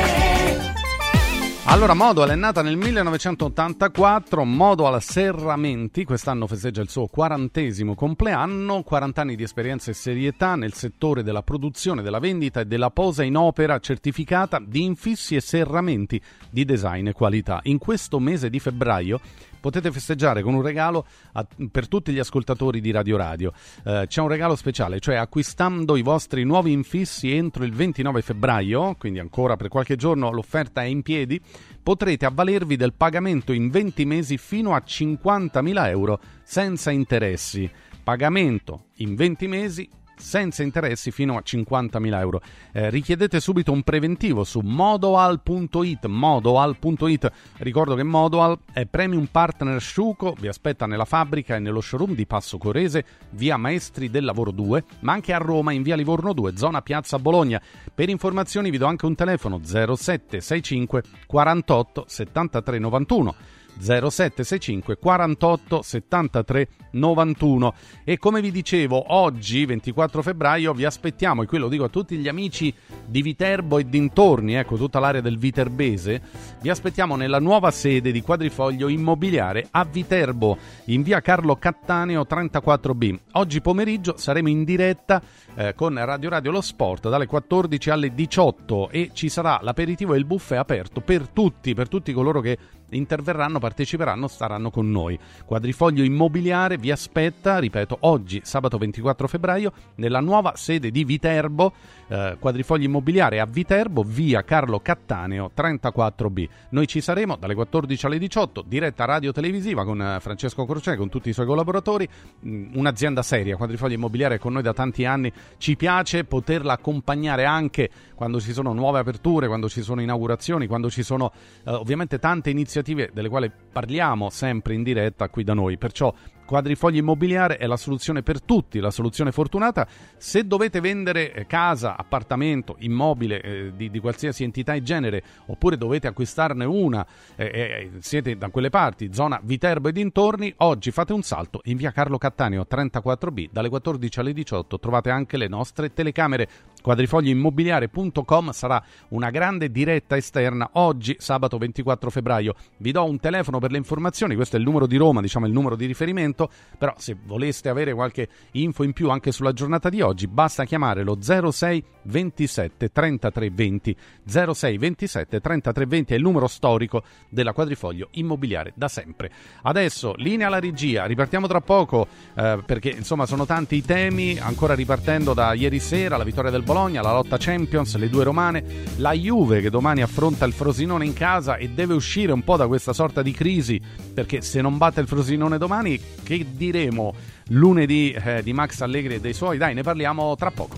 Allora, Modoal è nata nel millenovecentottantaquattro, Modoal Serramenti, quest'anno festeggia il suo quarantesimo compleanno, quaranta anni di esperienza e serietà nel settore della produzione, della vendita e della posa in opera certificata di infissi e serramenti di design e qualità. In questo mese di febbraio potete festeggiare con un regalo a, per tutti gli ascoltatori di Radio Radio. Eh, c'è un regalo speciale, cioè acquistando i vostri nuovi infissi entro il ventinove febbraio, quindi ancora per qualche giorno l'offerta è in piedi, potrete avvalervi del pagamento in venti mesi fino a cinquantamila euro senza interessi. Pagamento in venti mesi senza interessi fino a cinquantamila euro. Eh, richiedete subito un preventivo su modoal punto it, modoal punto it. Ricordo che Modoal è Premium Partner Sciuco, vi aspetta nella fabbrica e nello showroom di Passo Corese, via Maestri del Lavoro due, ma anche a Roma in via Livorno due, zona Piazza Bologna. Per informazioni vi do anche un telefono zero sette sei cinque quarantotto settantatré novantuno. zero sette sei cinque quarantotto settantatré novantuno. E come vi dicevo, oggi ventiquattro febbraio vi aspettiamo, e qui lo dico a tutti gli amici di Viterbo e dintorni, ecco tutta l'area del Viterbese, vi aspettiamo nella nuova sede di Quadrifoglio Immobiliare a Viterbo in via Carlo Cattaneo trentaquattro B. Oggi pomeriggio saremo in diretta eh, con Radio Radio Lo Sport dalle quattordici alle diciotto e ci sarà l'aperitivo e il buffet aperto per tutti, per tutti coloro che interverranno, parteciperanno, staranno con noi. Quadrifoglio Immobiliare vi aspetta, ripeto, oggi sabato ventiquattro febbraio nella nuova sede di Viterbo. eh, Quadrifoglio Immobiliare a Viterbo, via Carlo Cattaneo trentaquattro B. Noi ci saremo dalle quattordici alle diciotto, diretta radio televisiva con eh, Francesco Crocè, con tutti i suoi collaboratori. mm, un'azienda seria, Quadrifoglio Immobiliare è con noi da tanti anni, ci piace poterla accompagnare anche quando ci sono nuove aperture, quando ci sono inaugurazioni, quando ci sono eh, ovviamente tante iniziative delle quali parliamo sempre in diretta qui da noi. Perciò Quadrifoglio Immobiliare è la soluzione per tutti, la soluzione fortunata. Se dovete vendere casa, appartamento, immobile eh, di, di qualsiasi entità e genere, oppure dovete acquistarne una, eh, eh, siete da quelle parti, zona Viterbo e dintorni, oggi fate un salto in via Carlo Cattaneo trentaquattro B, dalle quattordici alle diciotto trovate anche le nostre telecamere. quadrifoglio immobiliare punto com sarà una grande diretta esterna oggi sabato ventiquattro febbraio. Vi do un telefono per le informazioni, questo è il numero di Roma, diciamo il numero di riferimento, però se voleste avere qualche info in più anche sulla giornata di oggi basta chiamare lo zero sei ventisette trentatré venti. zero sei ventisette trentatré venti è il numero storico della Quadrifoglio Immobiliare da sempre. Adesso linea alla regia, ripartiamo tra poco eh, perché insomma sono tanti i temi, ancora ripartendo da ieri sera, la vittoria del Bologna, la lotta Champions, le due romane, la Juve che domani affronta il Frosinone in casa e deve uscire un po' da questa sorta di crisi, perché se non batte il Frosinone domani che diremo lunedì eh, di Max Allegri e dei suoi? Dai, ne parliamo tra poco.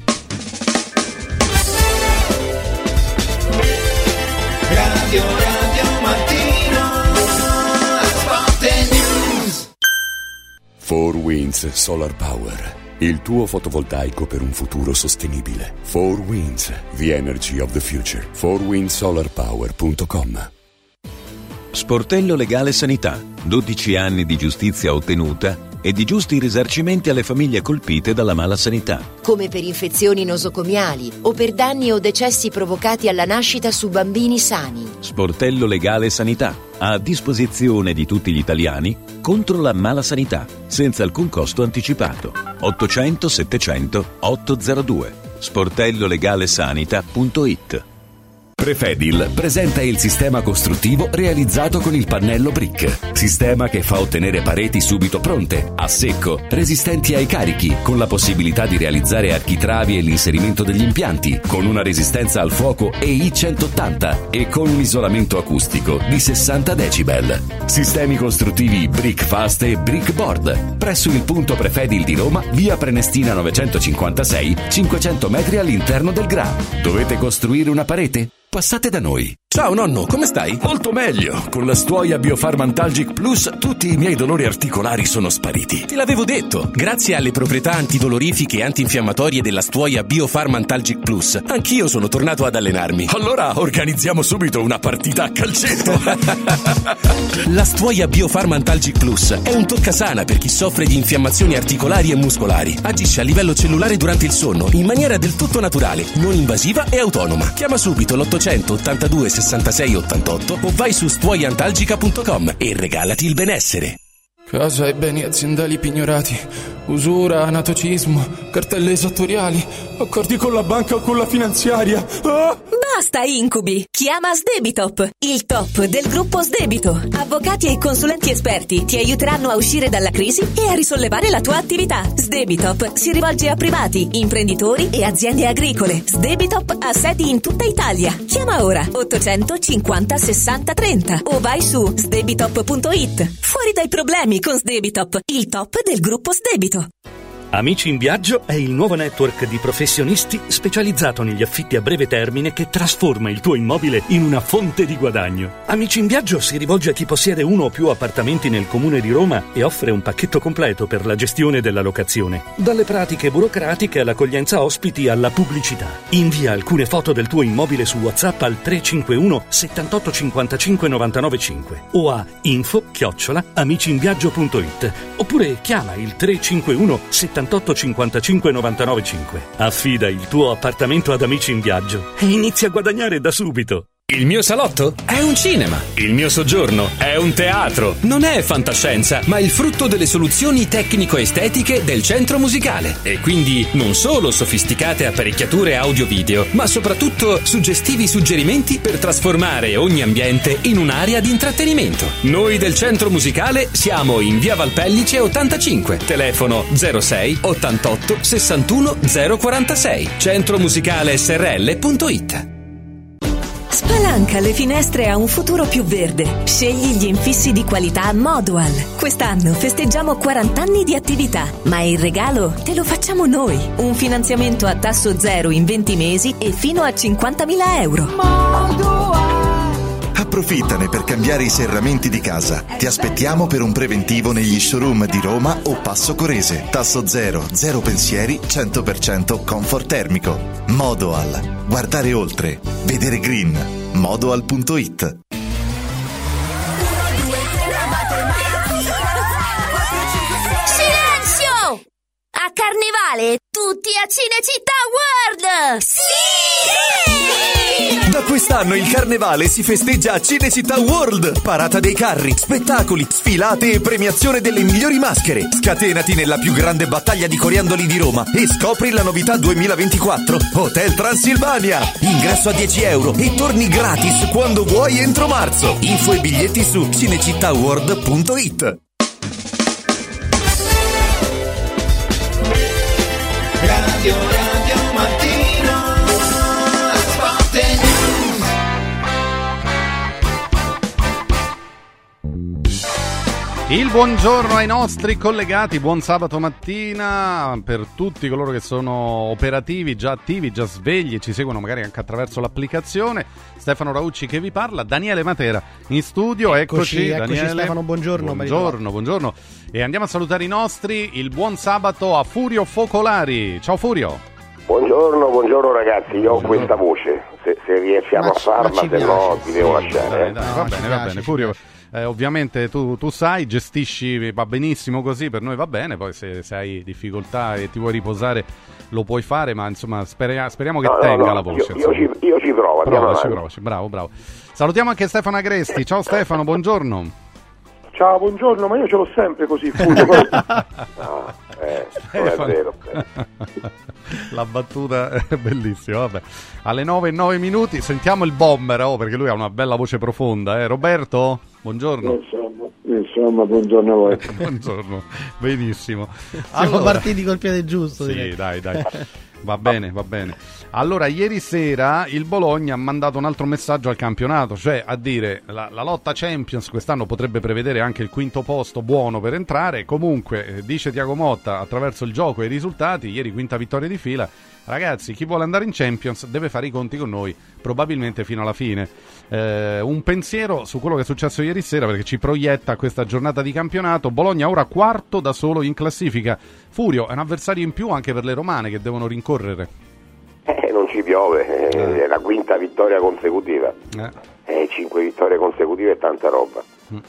Radio Radio Mattino, Sport and News. four Winds Solar Power, il tuo fotovoltaico per un futuro sostenibile. four Winds, the energy of the future. four wind solar power punto com. Sportello Legale Sanità, dodici anni di giustizia ottenuta e di giusti risarcimenti alle famiglie colpite dalla mala sanità. Come per infezioni nosocomiali o per danni o decessi provocati alla nascita su bambini sani. Sportello Legale Sanità, a disposizione di tutti gli italiani contro la mala sanità, senza alcun costo anticipato. ottocento settecento ottocentodue. sportello legale sanità punto it. Prefedil presenta il sistema costruttivo realizzato con il pannello brick. Sistema che fa ottenere pareti subito pronte, a secco, resistenti ai carichi, con la possibilità di realizzare architravi e l'inserimento degli impianti, con una resistenza al fuoco E I centottanta e con un isolamento acustico di sessanta decibel. Sistemi costruttivi Brick Fast e Brick Board. Presso il punto Prefedil di Roma, via Prenestina novecentocinquantasei, cinquecento metri all'interno del Gra. Dovete costruire una parete? Passate da noi. Ciao nonno, come stai? Molto meglio. Con la Stuoia Biofarmantalgic Plus tutti i miei dolori articolari sono spariti. Te l'avevo detto. Grazie alle proprietà antidolorifiche e antinfiammatorie della Stuoia Biofarmantalgic Plus, anch'io sono tornato ad allenarmi. Allora organizziamo subito una partita a calcetto. La Stuoia Biofarmantalgic Plus è un toccasana per chi soffre di infiammazioni articolari e muscolari. Agisce a livello cellulare durante il sonno in maniera del tutto naturale, non invasiva e autonoma. Chiama subito l'ottocento ottantadue sessantasei ottantotto o vai su stuoiantalgica punto com e regalati il benessere. Casa e beni aziendali pignorati, usura, anatocismo, cartelle esattoriali, accordi con la banca o con la finanziaria. Ah! Basta incubi! Chiama Sdebitop, il top del gruppo Sdebito. Avvocati e consulenti esperti ti aiuteranno a uscire dalla crisi e a risollevare la tua attività. Sdebitop si rivolge a privati, imprenditori e aziende agricole. Sdebitop ha sedi in tutta Italia. Chiama ora ottocento cinquanta sessanta trenta o vai su sdebitop punto it. Fuori dai problemi con Sdebitop, il top del gruppo Sdebito. Amici in Viaggio è il nuovo network di professionisti specializzato negli affitti a breve termine che trasforma il tuo immobile in una fonte di guadagno. Amici in Viaggio si rivolge a chi possiede uno o più appartamenti nel comune di Roma e offre un pacchetto completo per la gestione della locazione. Dalle pratiche burocratiche all'accoglienza ospiti alla pubblicità. Invia alcune foto del tuo immobile su WhatsApp al tre cinque uno settantotto cinquantacinque novantanove cinque o a info chiocciola amiciinviaggio punto it oppure chiama il tre cinque uno settantotto cinquantacinque novantanove cinque. Affida il tuo appartamento ad Amici in Viaggio e inizia a guadagnare da subito. Il mio salotto è un cinema. Il mio soggiorno è un teatro. Non è fantascienza, ma il frutto delle soluzioni tecnico-estetiche del Centro Musicale. E quindi non solo sofisticate apparecchiature audio-video, ma soprattutto suggestivi suggerimenti per trasformare ogni ambiente in un'area di intrattenimento. Noi del Centro Musicale siamo in via Valpellice ottantacinque, telefono zero sei ottantotto sessantuno zero quarantasei, centromusicalesrl punto it. Spalanca le finestre a un futuro più verde. Scegli gli infissi di qualità Modual. Quest'anno festeggiamo quaranta anni di attività, ma il regalo te lo facciamo noi. Un finanziamento a tasso zero in venti mesi e fino a cinquantamila euro. Approfittane per cambiare i serramenti di casa. Ti aspettiamo per un preventivo negli showroom di Roma o Passo Corese. Tasso zero, zero pensieri, cento per cento comfort termico. Modoal. Guardare oltre. Vedere green. Modoal punto it. Silenzio! A Carnevale tutti a Cinecittà World! Sì! Da quest'anno il Carnevale si festeggia a Cinecittà World. Parata dei carri, spettacoli, sfilate e premiazione delle migliori maschere. Scatenati nella più grande battaglia di coriandoli di Roma e scopri la novità duemilaventiquattro Hotel Transilvania. Ingresso a dieci euro e torni gratis quando vuoi entro marzo. Info e biglietti su cinecittàworld punto it. Radio Radio Mattino, Sport e News. Il buongiorno ai nostri collegati, buon sabato mattina per tutti coloro che sono operativi, già attivi, già svegli, ci seguono magari anche attraverso l'applicazione. Stefano Raucci che vi parla, Daniele Matera in studio, eccoci, eccoci, eccoci Daniele. Stefano, buongiorno. Buongiorno, buongiorno. E andiamo a salutare i nostri, il buon sabato a Furio Focolari. Ciao Furio. Buongiorno, buongiorno ragazzi, io ho questa voce, se, se riusciamo Ma a ci- farla, ma ci se no piace, ti devo Sì, lasciare. dai, eh. dai, No, va ci bene, va piace, bene. ci Furio, piace. eh, ovviamente tu, tu sai, gestisci, va benissimo così, per noi va bene, poi se, se hai difficoltà e ti vuoi riposare lo puoi fare, ma insomma speria- speriamo che No, no, tenga no, la voce. io, io insomma. ci, io ci provo, andiamo Provaci, avanti. provaci, bravo, bravo. Salutiamo anche Stefano Agresti. Ciao Stefano, buongiorno. Ciao, buongiorno, ma io ce l'ho sempre così, Fulvio. Poi- No, eh, non è Stefano. vero. La battuta è bellissima, vabbè. Alle nove e nove minuti sentiamo il bomber, oh, perché lui ha una bella voce profonda, eh. Roberto? Buongiorno. Insomma, insomma, buongiorno a voi. Buongiorno, benissimo. Siamo partiti col piede giusto. Sì, direi. dai, dai. Va bene, va bene. Allora, ieri sera il Bologna ha mandato un altro messaggio al campionato, cioè a dire la, la lotta Champions quest'anno potrebbe prevedere anche il quinto posto buono per entrare. Comunque, eh, dice Tiago Motta, attraverso il gioco e i risultati, ieri quinta vittoria di fila. Ragazzi, chi vuole andare in Champions deve fare i conti con noi, probabilmente fino alla fine. Eh, un pensiero su quello che è successo ieri sera, perché ci proietta a questa giornata di campionato. Bologna ora quarto da solo in classifica. Furio, è un avversario in più anche per le romane che devono rincorrere. Eh, non ci piove, eh, è la quinta vittoria consecutiva. Eh. Eh, cinque vittorie consecutive è tanta roba.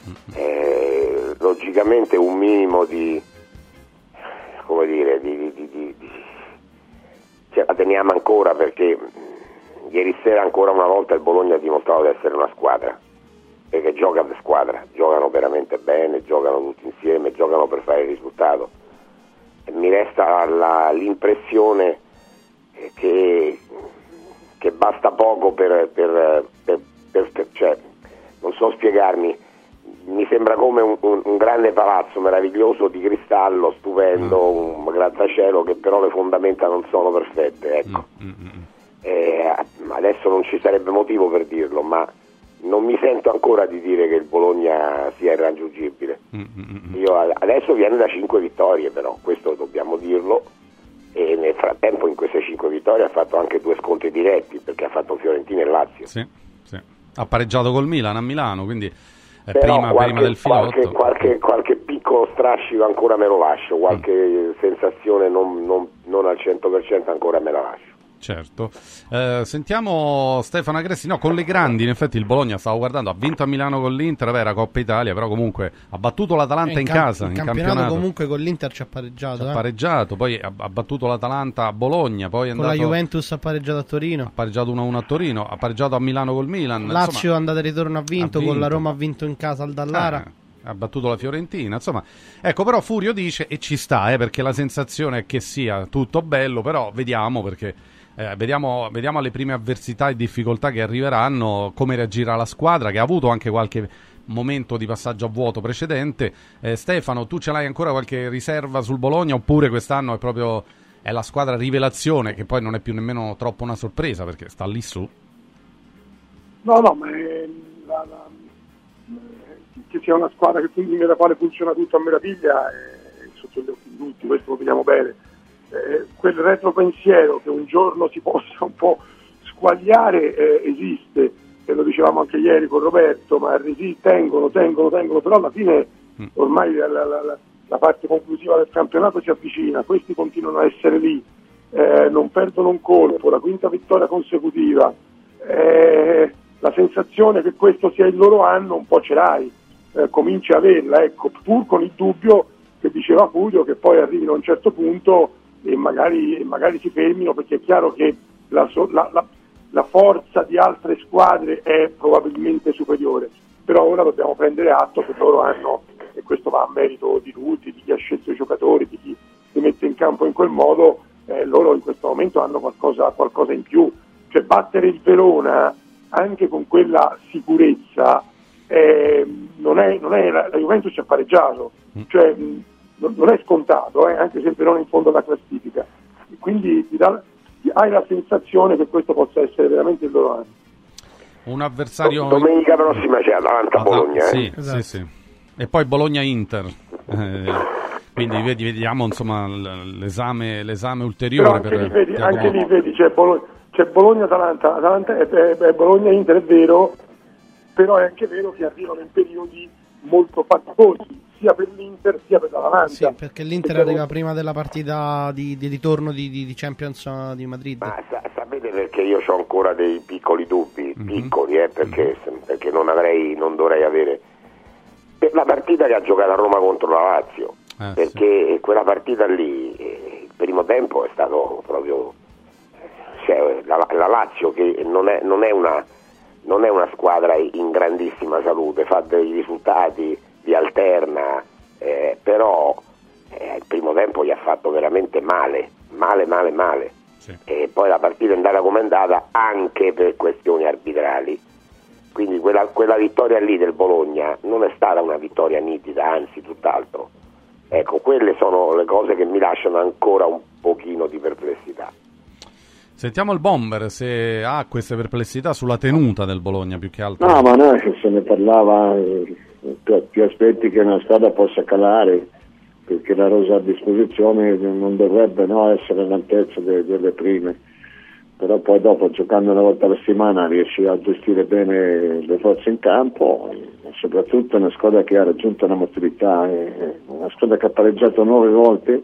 Eh, logicamente un minimo di, come dire, di, di, di, di, di ce la teniamo ancora, perché ieri sera ancora una volta il Bologna ha dimostrato di essere una squadra, perché gioca per squadra, giocano veramente bene, giocano tutti insieme, giocano per fare il risultato. E mi resta la, l'impressione che, che basta poco per, per, per, per, per cioè, non so spiegarmi, mi sembra come un, un, un grande palazzo meraviglioso di cristallo, stupendo, un grattacielo, che però le fondamenta non sono perfette, ecco. Eh, adesso non ci sarebbe motivo per dirlo, ma non mi sento ancora di dire che il Bologna sia irraggiungibile. Io adesso viene da cinque vittorie, però questo dobbiamo dirlo, e nel frattempo in queste cinque vittorie ha fatto anche due scontri diretti, perché ha fatto Fiorentina e Lazio. Sì, sì. Ha pareggiato col Milan a Milano, quindi eh, Però prima, qualche, prima del filotto. qualche, qualche, qualche piccolo strascico ancora me lo lascio, qualche sensazione non, non, non al cento per cento ancora me la lascio. Certo. Eh, sentiamo Stefano Agresti. No, con le grandi, in effetti il Bologna, stavo guardando, ha vinto a Milano con l'Inter, vabbè, era Coppa Italia, però comunque ha battuto l'Atalanta in, cam- casa, in in campionato, campionato. comunque con l'Inter ci ha pareggiato. Ci ha eh. pareggiato, poi ha, ha battuto l'Atalanta a Bologna, poi è Con andato, la Juventus ha pareggiato a Torino. ha pareggiato uno a uno a Torino, ha pareggiato a Milano col Milan. Lazio insomma, andata e ritorno ha vinto, ha con la vinto. Roma ha vinto in casa al Dallara. Eh, ha battuto la Fiorentina, insomma. Ecco, però Furio dice, e ci sta, eh, perché la sensazione è che sia tutto bello, però vediamo, perché eh, vediamo, vediamo le prime avversità e difficoltà che arriveranno, come reagirà la squadra, che ha avuto anche qualche momento di passaggio a vuoto precedente. eh, Stefano, tu ce l'hai ancora qualche riserva sul Bologna, oppure quest'anno è proprio è la squadra rivelazione, che poi non è più nemmeno troppo una sorpresa, perché sta lì su? No, no, ma è la, la, che sia una squadra che, nella quale funziona tutto a meraviglia è sotto gli occhi di tutti, questo lo vediamo bene. Eh, quel retropensiero che un giorno si possa un po' squagliare eh, esiste, e lo dicevamo anche ieri con Roberto, ma resi- tengono, tengono, tengono, però alla fine ormai la, la, la, la parte conclusiva del campionato si avvicina, questi continuano a essere lì, eh, non perdono un colpo, la quinta vittoria consecutiva, eh, la sensazione che questo sia il loro anno un po' ce l'hai, eh, cominci a averla, ecco, pur con il dubbio che diceva Furio che poi arrivino a un certo punto e magari, magari si fermino, perché è chiaro che la, la, la, la forza di altre squadre è probabilmente superiore, però ora dobbiamo prendere atto che loro hanno, e questo va a merito di tutti, di chi ha scelto i giocatori, di chi si mette in campo in quel modo, eh, loro in questo momento hanno qualcosa, qualcosa in più, cioè battere il Verona anche con quella sicurezza eh, non è, non è la, la Juventus ci ha pareggiato, cioè mh, non è scontato, eh, anche se il Verona è in fondo alla classifica, e quindi ti dà, ti, hai la sensazione che questo possa essere veramente il loro anno. Un avversario Domenica prossima c'è Atalanta-Bologna, ah, eh? sì, sì, sì. E poi Bologna-Inter, eh, quindi vedi, vediamo insomma l'esame, l'esame ulteriore. Però anche per lì vedi, anche lì vedi c'è, Bologna, c'è Bologna-Atalanta, Atalanta è, è, è Bologna-Inter è vero, però è anche vero che arrivano in periodi molto faticosi, sia per l'Inter sia per l'Atalanta. Sì, perché l'Inter perché arriva prima della partita di, di ritorno di, di, di Champions di Madrid. Ma sa- sapete perché perché io ho ancora dei piccoli dubbi, mm-hmm. piccoli, eh, perché, perché non avrei, non dovrei avere. Per la partita che ha giocato a Roma contro la Lazio, eh, perché sì. quella partita lì, eh, il primo tempo è stato proprio, cioè, la, la Lazio che non è, non è una non è una squadra in grandissima salute, fa dei risultati, li alterna, eh, però eh, il primo tempo gli ha fatto veramente male, male, male, male. Sì. E poi la partita è andata come è andata anche per questioni arbitrali. Quindi quella, quella vittoria lì del Bologna non è stata una vittoria nitida, anzi tutt'altro. Ecco, quelle sono le cose che mi lasciano ancora un pochino di perplessità. Sentiamo il Bomber se ha queste perplessità sulla tenuta del Bologna più che altro. No, ma no, se ne parlava, eh, ti aspetti che una squadra possa calare, perché la rosa a disposizione non dovrebbe no, essere all'altezza de, delle prime, però poi dopo giocando una volta alla settimana riesci a gestire bene le forze in campo, e soprattutto una squadra che ha raggiunto una maturità, eh, una squadra che ha pareggiato nove volte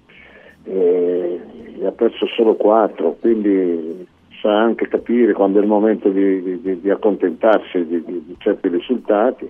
e ha perso solo quattro, quindi sa anche capire quando è il momento di, di, di accontentarsi di, di, di certi risultati.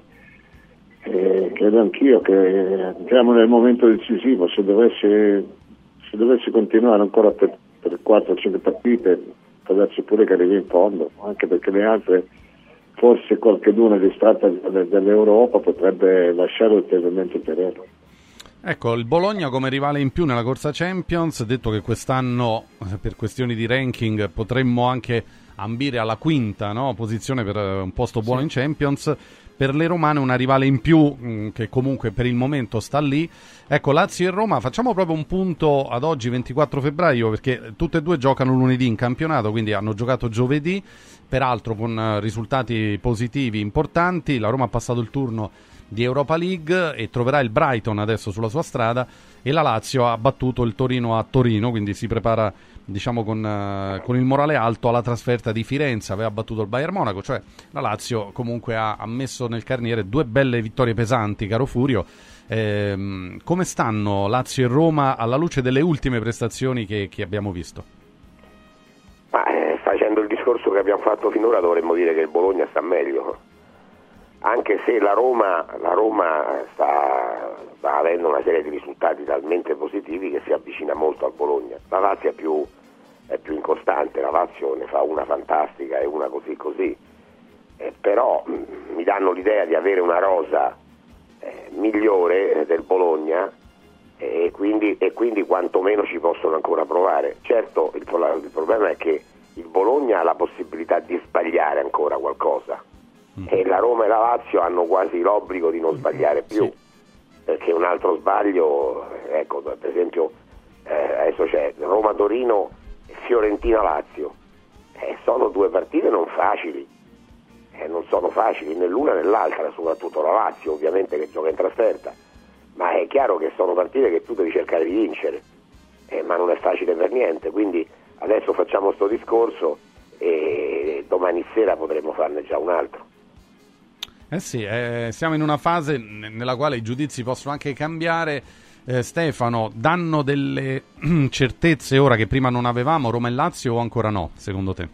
E credo anch'io che entriamo nel momento decisivo, se dovesse, se dovesse continuare ancora per, per quattro o cinque partite può darsi pure che arrivi in fondo, anche perché le altre, forse qualcheduna distratta dall'Europa potrebbe lasciare ulteriormente il terreno. Ecco, il Bologna come rivale in più nella corsa Champions, detto che quest'anno per questioni di ranking potremmo anche ambire alla quinta, no, posizione per un posto buono sì. in Champions, per le romane una rivale in più mh, che comunque per il momento sta lì. Ecco, Lazio e Roma, facciamo proprio un punto ad oggi ventiquattro febbraio, perché tutte e due giocano lunedì in campionato, quindi hanno giocato giovedì, peraltro con risultati positivi importanti. La Roma ha passato il turno di Europa League e troverà il Brighton adesso sulla sua strada, e la Lazio ha battuto il Torino a Torino, quindi si prepara, diciamo, con, uh, con il morale alto alla trasferta di Firenze. Aveva battuto il Bayern Monaco, cioè la Lazio comunque ha, ha messo nel carniere due belle vittorie pesanti, caro Furio. Ehm, come stanno Lazio e Roma alla luce delle ultime prestazioni che, che abbiamo visto? Ma, eh, facendo il discorso che abbiamo fatto finora dovremmo dire che il Bologna sta meglio, anche se la Roma, la Roma sta, sta avendo una serie di risultati talmente positivi che si avvicina molto al Bologna. La Lazio è più, è più incostante, la Lazio ne fa una fantastica e una così così, eh, però mh, mi danno l'idea di avere una rosa eh, migliore del Bologna, e quindi, e quindi quantomeno ci possono ancora provare. Certo, il, il problema è che il Bologna ha la possibilità di sbagliare ancora qualcosa, e la Roma e la Lazio hanno quasi l'obbligo di non sbagliare più, sì. perché un altro sbaglio, ecco, per esempio eh, adesso c'è Roma-Torino e Fiorentina-Lazio, eh, sono due partite non facili, eh, non sono facili né l'una né l'altra, soprattutto la Lazio ovviamente che gioca in trasferta, ma è chiaro che sono partite che tu devi cercare di vincere, eh, ma non è facile per niente, quindi adesso facciamo sto discorso e domani sera potremo farne già un altro. Eh sì, eh, siamo in una fase nella quale i giudizi possono anche cambiare. Eh, Stefano, danno delle certezze ora che prima non avevamo Roma e Lazio, o ancora no, secondo te?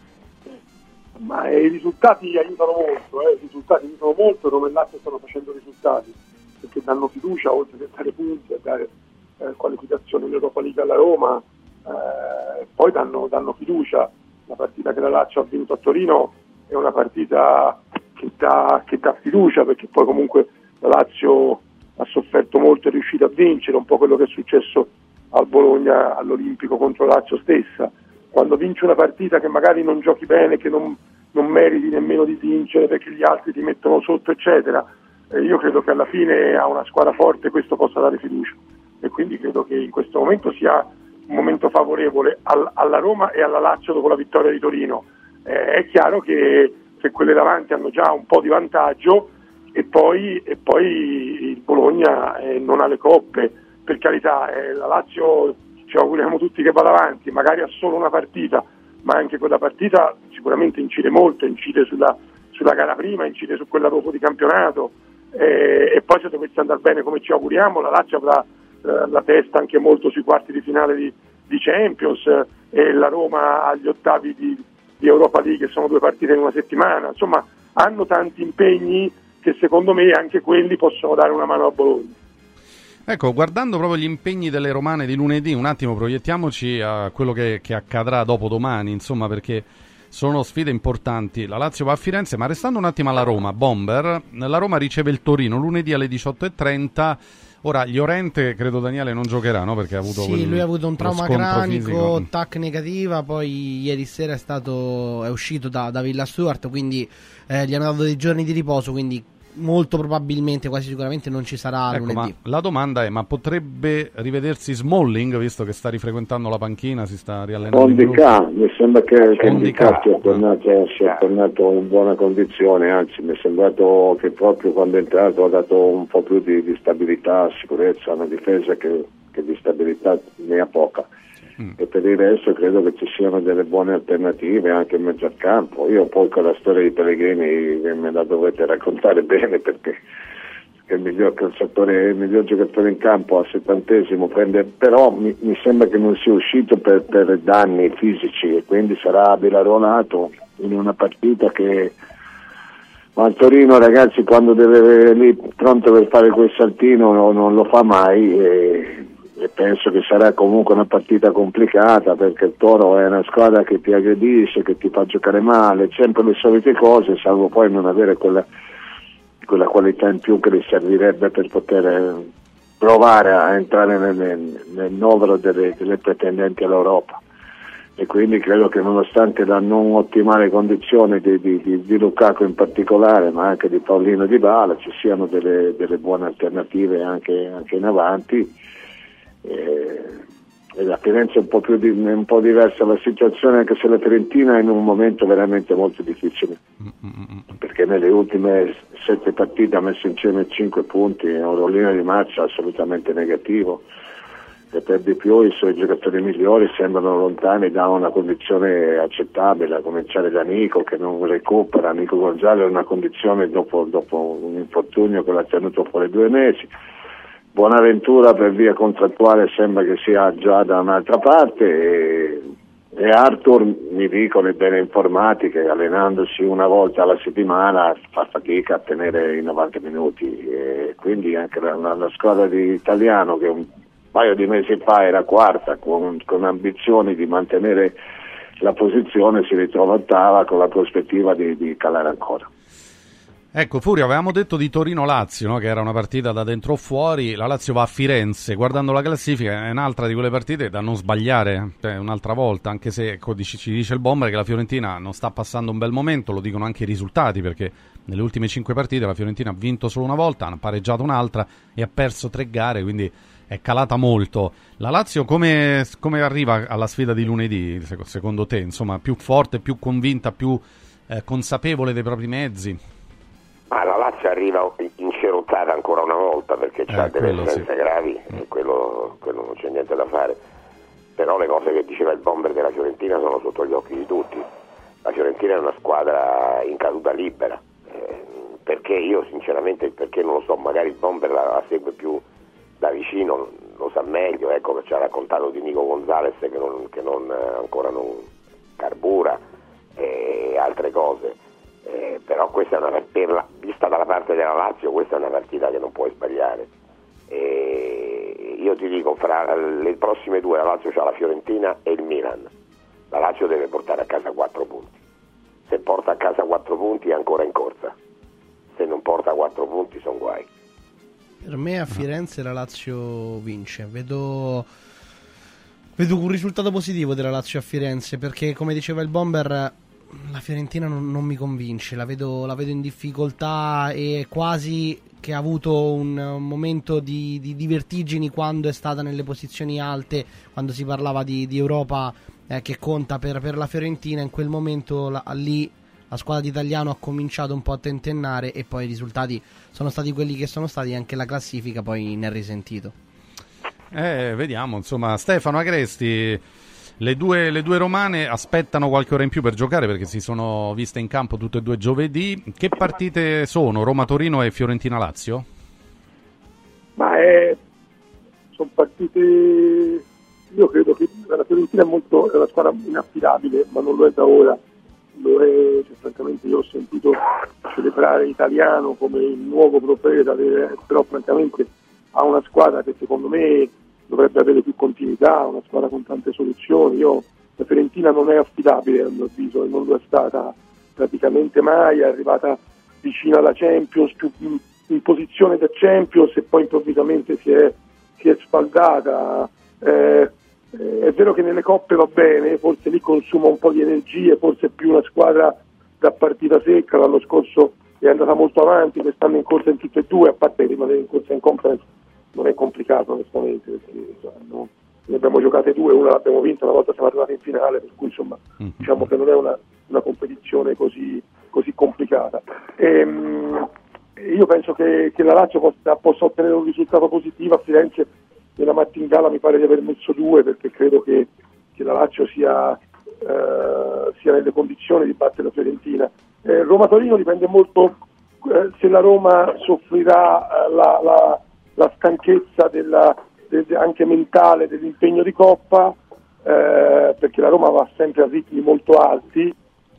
Ma eh, i risultati aiutano molto, eh, i risultati aiutano molto, Roma e Lazio stanno facendo risultati, perché danno fiducia, oltre che dare punti, a dare eh, qualificazione in Europa League alla Roma, eh, poi danno, danno fiducia. La partita che la Lazio ha vinto a Torino è una partita che dà, che dà fiducia, perché poi comunque la Lazio ha sofferto molto e è riuscita a vincere, un po' quello che è successo al Bologna all'Olimpico contro la Lazio stessa. Quando vinci una partita che magari non giochi bene, che non, non meriti nemmeno di vincere perché gli altri ti mettono sotto eccetera, eh, io credo che alla fine a una squadra forte questo possa dare fiducia, e quindi credo che in questo momento sia un momento favorevole al, alla Roma e alla Lazio dopo la vittoria di Torino. Eh, è chiaro che che quelle davanti hanno già un po' di vantaggio, e poi, e poi il Bologna eh, non ha le coppe, per carità, eh, la Lazio ci auguriamo tutti che vada avanti, magari ha solo una partita, ma anche quella partita sicuramente incide molto, incide sulla, sulla gara prima, incide su quella dopo di campionato, eh, e poi se dovesse andare bene come ci auguriamo la Lazio avrà eh, la testa anche molto sui quarti di finale di, di Champions, eh, e la Roma agli ottavi di di Europa League, che sono due partite in una settimana, insomma hanno tanti impegni che secondo me anche quelli possono dare una mano a Bologna. Ecco, guardando proprio gli impegni delle romane di lunedì, un attimo proiettiamoci a quello che, che accadrà dopo domani, insomma, perché sono sfide importanti. La Lazio va a Firenze, ma restando un attimo alla Roma, Bomber, la Roma riceve il Torino lunedì alle diciotto e trenta. Ora, Llorente, credo Daniele, non giocherà, no? Perché ha avuto Sì, quel, lui ha avuto un trauma cranico, fisico. T A C negativa, poi ieri sera è stato è uscito da, da Villa Stuart, quindi eh, gli hanno dato dei giorni di riposo, quindi molto probabilmente, quasi sicuramente non ci sarà Ecco, lunedì. ma la domanda è, ma potrebbe rivedersi Smalling, visto che sta rifrequentando la panchina, si sta riallenando in gruppo? Ondica, mi sembra che, che Ondica. Ondica sia tornato, sia tornato in buona condizione, anzi mi è sembrato che proprio quando è entrato ha dato un po' più di, di stabilità, sicurezza, una difesa che, che di stabilità ne ha poca. Mm. E per il resto credo che ci siano delle buone alternative anche in mezzo al campo. Io poi con la storia di Pellegrini me la dovete raccontare bene, perché è il miglior calciatore, il miglior giocatore in campo al settantesimo prende, però mi, mi sembra che non sia uscito per, per danni fisici e quindi sarà bilaronato in una partita che, ma il Torino, ragazzi, quando deve lì pronto per fare quel saltino no, non lo fa mai e, e penso che sarà comunque una partita complicata, perché il Toro è una squadra che ti aggredisce, che ti fa giocare male, sempre le solite cose, salvo poi non avere quella, quella qualità in più che gli servirebbe per poter provare a entrare nel, nel, nel novero delle, delle pretendenti all'Europa. E quindi credo che nonostante la non ottimale condizione di, di, di, di Lukaku in particolare, ma anche di Paolino Dybala, ci siano delle, delle buone alternative anche, anche in avanti. E, e la Firenze è un po' più di, un po' diversa la situazione, anche se la Fiorentina è in un momento veramente molto difficile, perché nelle ultime sette partite ha messo insieme cinque punti, è un rollino di marcia assolutamente negativo, e per di più i suoi giocatori migliori sembrano lontani da una condizione accettabile, a cominciare da Nico che non recupera. Nico Gonzalo è in una condizione dopo, dopo un infortunio che l'ha tenuto fuori due mesi. Buonaventura per via contrattuale sembra che sia già da un'altra parte e, e Arthur, mi dicono i bene informati, che allenandosi una volta alla settimana fa fatica a tenere i novanta minuti, e quindi anche la, la, la squadra di Italiano, che un paio di mesi fa era quarta con, con ambizioni di mantenere la posizione, si ritrova ottava con la prospettiva di, di calare ancora. Ecco, Furio, avevamo detto di Torino-Lazio, no? Che era una partita da dentro o fuori. La Lazio va a Firenze, guardando la classifica è un'altra di quelle partite da non sbagliare, cioè un'altra volta, anche se ecco, ci dice il Bomber che la Fiorentina non sta passando un bel momento, lo dicono anche i risultati, perché nelle ultime cinque partite la Fiorentina ha vinto solo una volta, ha pareggiato un'altra e ha perso tre gare, quindi è calata molto. La Lazio come, come arriva alla sfida di lunedì, secondo te? Insomma, più forte, più convinta, più eh, consapevole dei propri mezzi? Ma la Lazio arriva incerottata ancora una volta, perché c'ha eh, delle assenze sì. gravi e quello, quello non c'è niente da fare. Però le cose che diceva il Bomber della Fiorentina sono sotto gli occhi di tutti. La Fiorentina è una squadra in caduta libera, eh, perché io sinceramente perché non lo so, magari il Bomber la, la segue più da vicino, lo sa meglio, ecco che ci ha raccontato di Nico Gonzalez che, non, che non, ancora non carbura e altre cose. Eh, però questa è una per la, vista dalla parte della Lazio, questa è una partita che non puoi sbagliare. E io ti dico, fra le prossime due la Lazio c'ha la Fiorentina e il Milan. La Lazio deve portare a casa quattro punti. Se porta a casa quattro punti è ancora in corsa. Se non porta quattro punti sono guai. Per me a Firenze la Lazio vince. Vedo vedo un risultato positivo della Lazio a Firenze, perché come diceva il Bomber, la Fiorentina non, non mi convince, la vedo, la vedo in difficoltà e quasi che ha avuto un, un momento di, di, di vertigini quando è stata nelle posizioni alte, quando si parlava di, di Europa eh, che conta per, per la Fiorentina. In quel momento la, lì la squadra di Italiano ha cominciato un po' a tentennare e poi i risultati sono stati quelli che sono stati, anche la classifica poi ne ha risentito. Eh, vediamo, insomma, Stefano Agresti. Le due, le due romane aspettano qualche ora in più per giocare, perché si sono viste in campo tutte e due giovedì. Che partite sono? Roma-Torino e Fiorentina-Lazio? Ma è, sono partite, io credo che la Fiorentina è, molto, è una squadra inaffidabile, ma non lo è da ora. lo è, cioè, francamente io ho sentito celebrare Italiano come il nuovo profeta, de, però francamente ha una squadra che secondo me dovrebbe avere più continuità, una squadra con tante soluzioni. Io, la Fiorentina non è affidabile a mio avviso, e non lo è stata praticamente mai, è arrivata vicino alla Champions, più in, in posizione da Champions, e poi improvvisamente si è, si è sfaldata. Eh, eh, è vero che nelle coppe va bene, forse lì consuma un po' di energie, forse è più una squadra da partita secca, l'anno scorso è andata molto avanti, quest'anno in corsa in tutte e due, a parte che rimanere in corsa in conference non è complicato onestamente, perché no, ne abbiamo giocate due, una l'abbiamo vinta, una volta siamo arrivati in finale, per cui insomma mm-hmm. diciamo che non è una, una competizione così, così complicata. E, mh, io penso che, che la Lazio possa, possa ottenere un risultato positivo. A Firenze nella Martingala mi pare di aver messo due, perché credo che, che la Lazio sia, eh, sia nelle condizioni di battere la Fiorentina. Eh, Roma-Torino dipende molto eh, se la Roma soffrirà eh, la, la, la stanchezza della, del, anche mentale dell'impegno di Coppa, eh, perché la Roma va sempre a ritmi molto alti,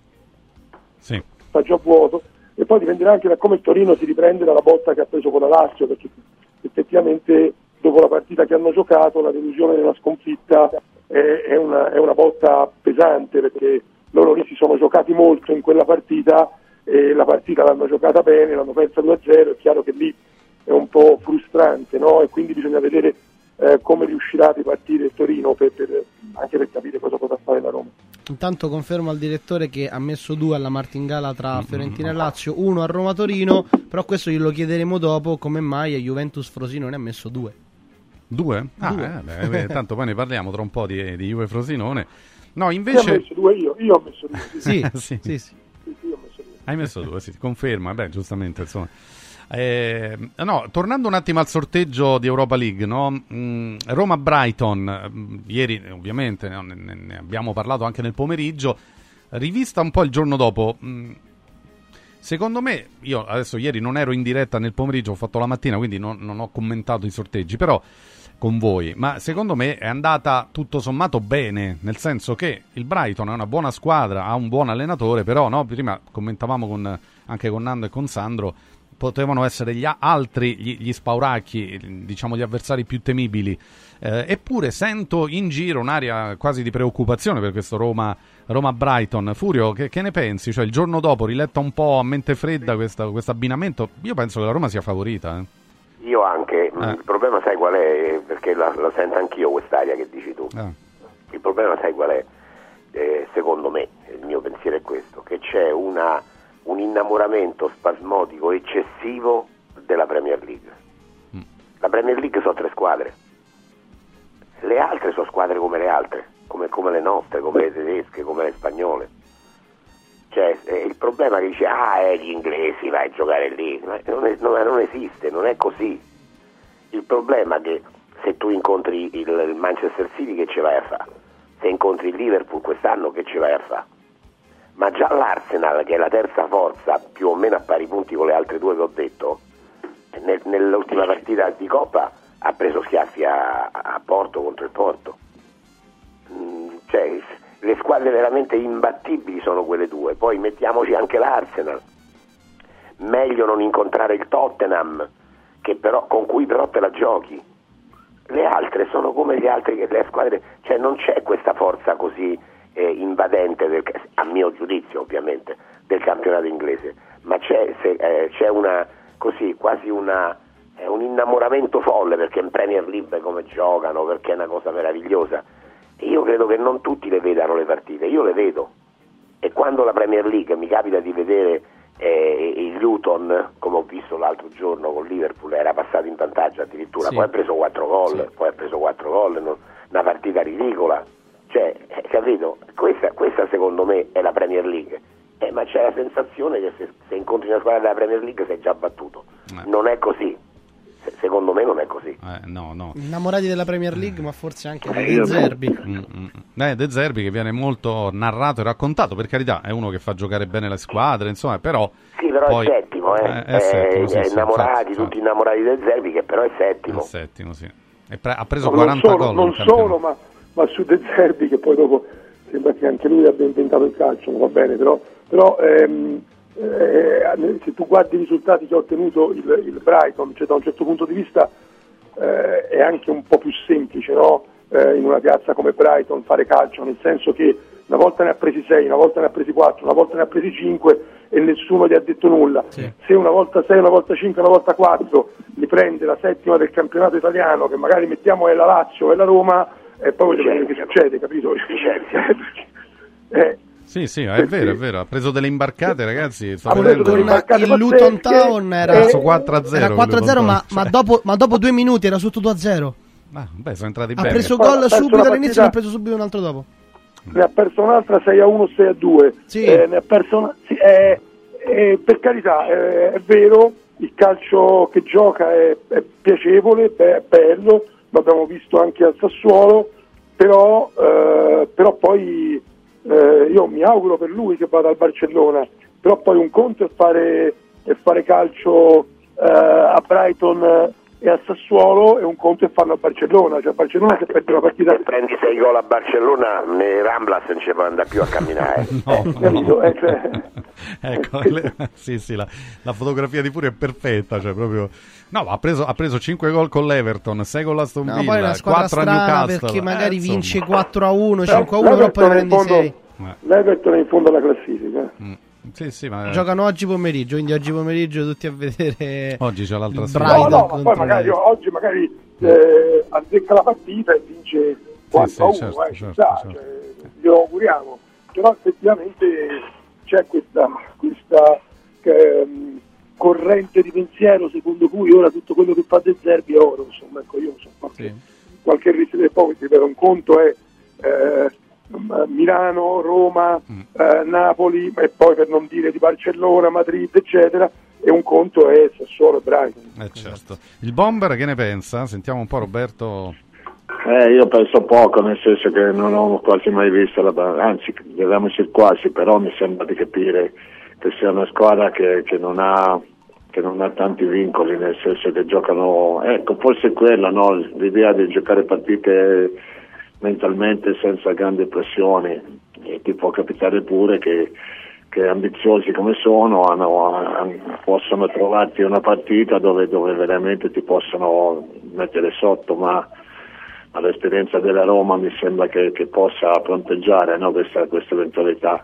sì. sta già vuoto, e poi dipenderà anche da come il Torino si riprende dalla botta che ha preso con la Lazio, perché effettivamente dopo la partita che hanno giocato la delusione della sconfitta è, è, una, è una botta pesante, perché loro lì si sono giocati molto in quella partita e la partita l'hanno giocata bene, l'hanno persa due a zero, è chiaro che lì è un po' frustrante, no? E quindi bisogna vedere eh, come riuscirà a ripartire il Torino per, per, anche per capire cosa potrà fare la Roma. Intanto confermo al direttore che ha messo due alla Martingala tra Fiorentina e Lazio, uno a Roma-Torino, però questo glielo chiederemo dopo, come mai a Juventus-Frosinone ne ha messo due. Due? Ah, due. Eh, beh, beh, tanto poi ne parliamo tra un po' di, di Juve-Frosinone. No, Io ho invece... messo due io, io ho messo due. Sì, Sì, sì. sì, sì. sì, sì, io ho messo due. Hai messo due, sì, conferma, beh, giustamente, insomma. Eh, no, tornando un attimo al sorteggio di Europa League, no? mm, Roma-Brighton, mm, ieri ovviamente no, ne, ne abbiamo parlato anche nel pomeriggio, rivista un po' il giorno dopo. mm, secondo me, io adesso ieri non ero in diretta nel pomeriggio, ho fatto la mattina, quindi non, non ho commentato i sorteggi, però con voi, ma secondo me è andata tutto sommato bene, nel senso che il Brighton è una buona squadra, ha un buon allenatore, però no, prima commentavamo con, anche con Nando e con Sandro, potevano essere gli altri, gli, gli spauracchi, diciamo gli avversari più temibili, eh, eppure sento in giro un'aria quasi di preoccupazione per questo Roma, Roma-Brighton. Furio, che, che ne pensi? Cioè il giorno dopo, riletta un po' a mente fredda questo abbinamento, io penso che la Roma sia favorita. Eh. Io anche, Eh. il problema sai qual è? Perché la, la sento anch'io quest'aria che dici tu. Eh. Il problema sai qual è? Eh, secondo me, il mio pensiero è questo, che c'è una un innamoramento spasmodico eccessivo della Premier League. Mm. La Premier League sono tre squadre, le altre sono squadre come le altre, come, come le nostre, come le tedesche, come le spagnole. Cioè eh, il problema è che dice ah eh, gli inglesi vai a giocare lì, ma non, è, non, non esiste, non è così. Il problema è che se tu incontri il, il Manchester City, che ce vai a fare? Se incontri il Liverpool quest'anno, che ce vai a fare? Ma già l'Arsenal, che è la terza forza, più o meno a pari punti con le altre due che ho detto, nel, nell'ultima partita di Coppa ha preso schiaffi a, a Porto contro il Porto. Mm, cioè, le squadre veramente imbattibili sono quelle due. Poi mettiamoci anche l'Arsenal. Meglio non incontrare il Tottenham, che però, con cui però te la giochi. Le altre sono come le altre le squadre, cioè non c'è questa forza così Eh, invadente del, a mio giudizio ovviamente, del campionato inglese, ma c'è, se, eh, c'è una così quasi una eh, un innamoramento folle, perché in Premier League come giocano, perché è una cosa meravigliosa, e io credo che non tutti le vedano le partite, io le vedo, e quando la Premier League mi capita di vedere eh, il Luton, come ho visto l'altro giorno con Liverpool, era passato in vantaggio addirittura, sì. poi ha preso quattro gol, sì. poi ha preso quattro gol, no, una partita ridicola. Cioè, eh, capito? Questa, questa secondo me è la Premier League, eh, ma c'è la sensazione che se, se incontri una squadra della Premier League sei già battuto. Eh. Non è così, se, secondo me non è così. Eh, no, no. Innamorati della Premier League, ma forse anche eh, di De Zerbi. Mm, mm. Eh, De Zerbi che viene molto narrato e raccontato, per carità, è uno che fa giocare bene le squadre, insomma, però... Sì, però poi, è settimo, eh. eh, è settimo, sì, è sì, innamorati, infatti, tutti infatti. innamorati di De Zerbi, che però è settimo. È settimo, sì. E pre- ha preso no, quaranta non solo, gol. Non solo, ma, ma su De Zerbi, che poi dopo sembra che anche lui abbia inventato il calcio, va bene, però, però ehm, eh, se tu guardi i risultati che ha ottenuto il, il Brighton, cioè da un certo punto di vista eh, è anche un po' più semplice, no? Eh, in una piazza come Brighton fare calcio, nel senso che una volta ne ha presi sei, una volta ne ha presi quattro, una volta ne ha presi cinque e nessuno gli ha detto nulla. Sì. Se una volta sei, una volta cinque, una volta quattro li prende la settima del campionato italiano, che magari mettiamo è la Lazio o è la Roma, e poi voglio vedere che succede, capito? eh, sì, sì, è vero, è vero, ha preso delle imbarcate, ragazzi. Sto ha vedendo il pazzesche. Luton Town era su quattro a zero, era quattro a zero, ma, ma, dopo, ma dopo due minuti era sotto due a zero. Ah, beh, sono entrati ha bene. Ha preso gol subito all'inizio e ne ha preso subito un altro dopo. Ne ha perso un'altra sei a uno, sei a due. Sì. Eh, ne ha perso una, sì, eh, eh, per carità, eh, è vero, il calcio che gioca è, è piacevole, è bello, l'abbiamo visto anche al Sassuolo, però, eh, però poi eh, io mi auguro per lui che vada al Barcellona, però poi un conto è fare, è fare calcio eh, a Brighton e a Sassuolo, e un conto è farlo a Barcellona, cioè a Barcellona se perde una partita. Se prendi sei gol a Barcellona, nei Ramblas non ci può andare più a camminare. No, eh, capito? Eh, cioè... ecco, le... sì, sì, la, la fotografia di Fury è perfetta, cioè proprio. No, ha preso, ha preso cinque gol con l'Everton, sei con l'Aston no, Villa, poi una squadra quattro a strana Newcastle. perché magari eh, vince quattro a uno, cinque a uno, però poi prendi sei. L'Everton è in fondo alla classifica. Mm. Sì, sì, ma... Giocano oggi pomeriggio, quindi oggi pomeriggio tutti a vedere. Oggi c'è l'altra sfida. No, no, ma poi magari oggi magari eh, azzecca la partita e vince quattro a uno, sì, sì, certo, eh, certo, sa, certo. Cioè, glielo auguriamo. Però effettivamente c'è questa, questa ehm, corrente di pensiero secondo cui ora tutto quello che fa De Zerbi è oro. Insomma, ecco, io so qualche, sì. qualche rischio del poi, per un conto è eh, Milano, Roma, mm. eh, Napoli, e poi per non dire di Barcellona, Madrid, eccetera, e un conto è Sassuolo e Brighton. Eh, certo. Il Bomber che ne pensa? Sentiamo un po' Roberto. Eh, io penso poco, nel senso che non ho quasi mai visto la, anzi, vediamoci quasi, però mi sembra di capire che sia una squadra che, che non ha che non ha tanti vincoli, nel senso che giocano, ecco, forse quella, no, l'idea di giocare partite mentalmente senza grandi pressioni, e ti può capitare pure che, che ambiziosi come sono hanno, hanno, possono trovarti una partita dove, dove veramente ti possono mettere sotto, ma all'esperienza della Roma mi sembra che, che possa fronteggiare, no, questa, questa eventualità,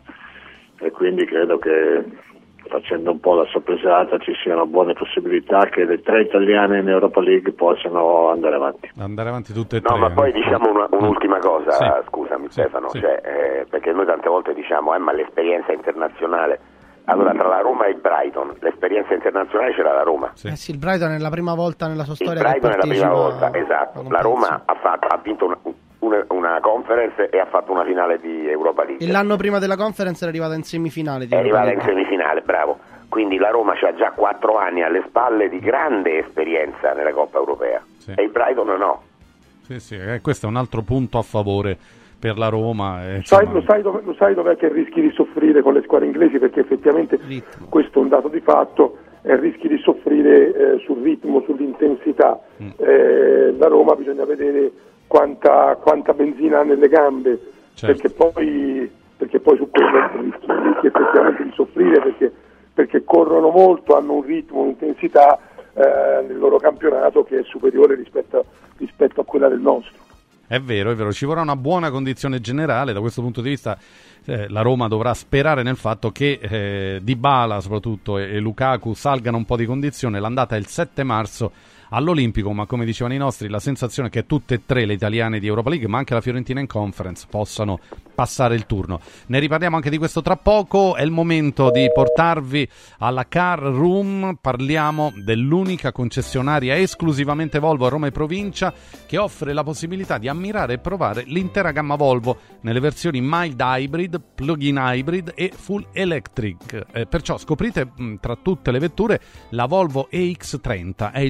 e quindi credo che facendo un po' la sorpresata ci siano buone possibilità che le tre italiane in Europa League possano andare avanti. Andare avanti tutte e no, tre. No, ma poi diciamo una, un'ultima cosa, sì. scusami sì, Stefano, sì. Cioè, eh, perché noi tante volte diciamo eh, ma l'esperienza internazionale. Allora, tra la Roma e il Brighton, l'esperienza internazionale c'era la Roma. Sì. Eh sì, il Brighton è la prima volta nella sua storia. Il Brighton che è la prima volta, a... esatto. La Roma ha, fatto, ha vinto una, una, una conference e ha fatto una finale di Europa League. E l'anno prima della conference era arrivata in semifinale. Di è arrivata in semifinale, bravo. Quindi la Roma ha già quattro anni alle spalle di grande esperienza nella Coppa Europea. Sì. E il Brighton no. Sì, sì, eh, questo è un altro punto a favore per la Roma. Eh, sai, lo, sai dove, lo sai dov'è che rischi di soffrire con le squadre inglesi, perché effettivamente ritmo. Questo è un dato di fatto, eh, rischi di soffrire eh, sul ritmo, sull'intensità. Mm. Eh, la Roma bisogna vedere quanta, quanta benzina ha nelle gambe, certo. perché, poi, perché poi su quello rischi, rischi effettivamente di soffrire, perché, perché corrono molto, hanno un ritmo, un'intensità eh, nel loro campionato che è superiore rispetto a, rispetto a quella del nostro. È vero, è vero, ci vorrà una buona condizione generale, da questo punto di vista eh, la Roma dovrà sperare nel fatto che eh, Dybala soprattutto e, e Lukaku salgano un po' di condizione. L'andata è il sette marzo all'Olimpico, ma come dicevano i nostri la sensazione è che tutte e tre le italiane di Europa League, ma anche la Fiorentina in Conference, possano passare il turno. Ne riparliamo anche di questo tra poco, è il momento di portarvi alla Car Room, parliamo dell'unica concessionaria esclusivamente Volvo a Roma e provincia che offre la possibilità di ammirare e provare l'intera gamma Volvo nelle versioni mild hybrid, plug-in hybrid e full electric. Eh, perciò scoprite mh, tra tutte le vetture la Volvo E X trenta, è il S U V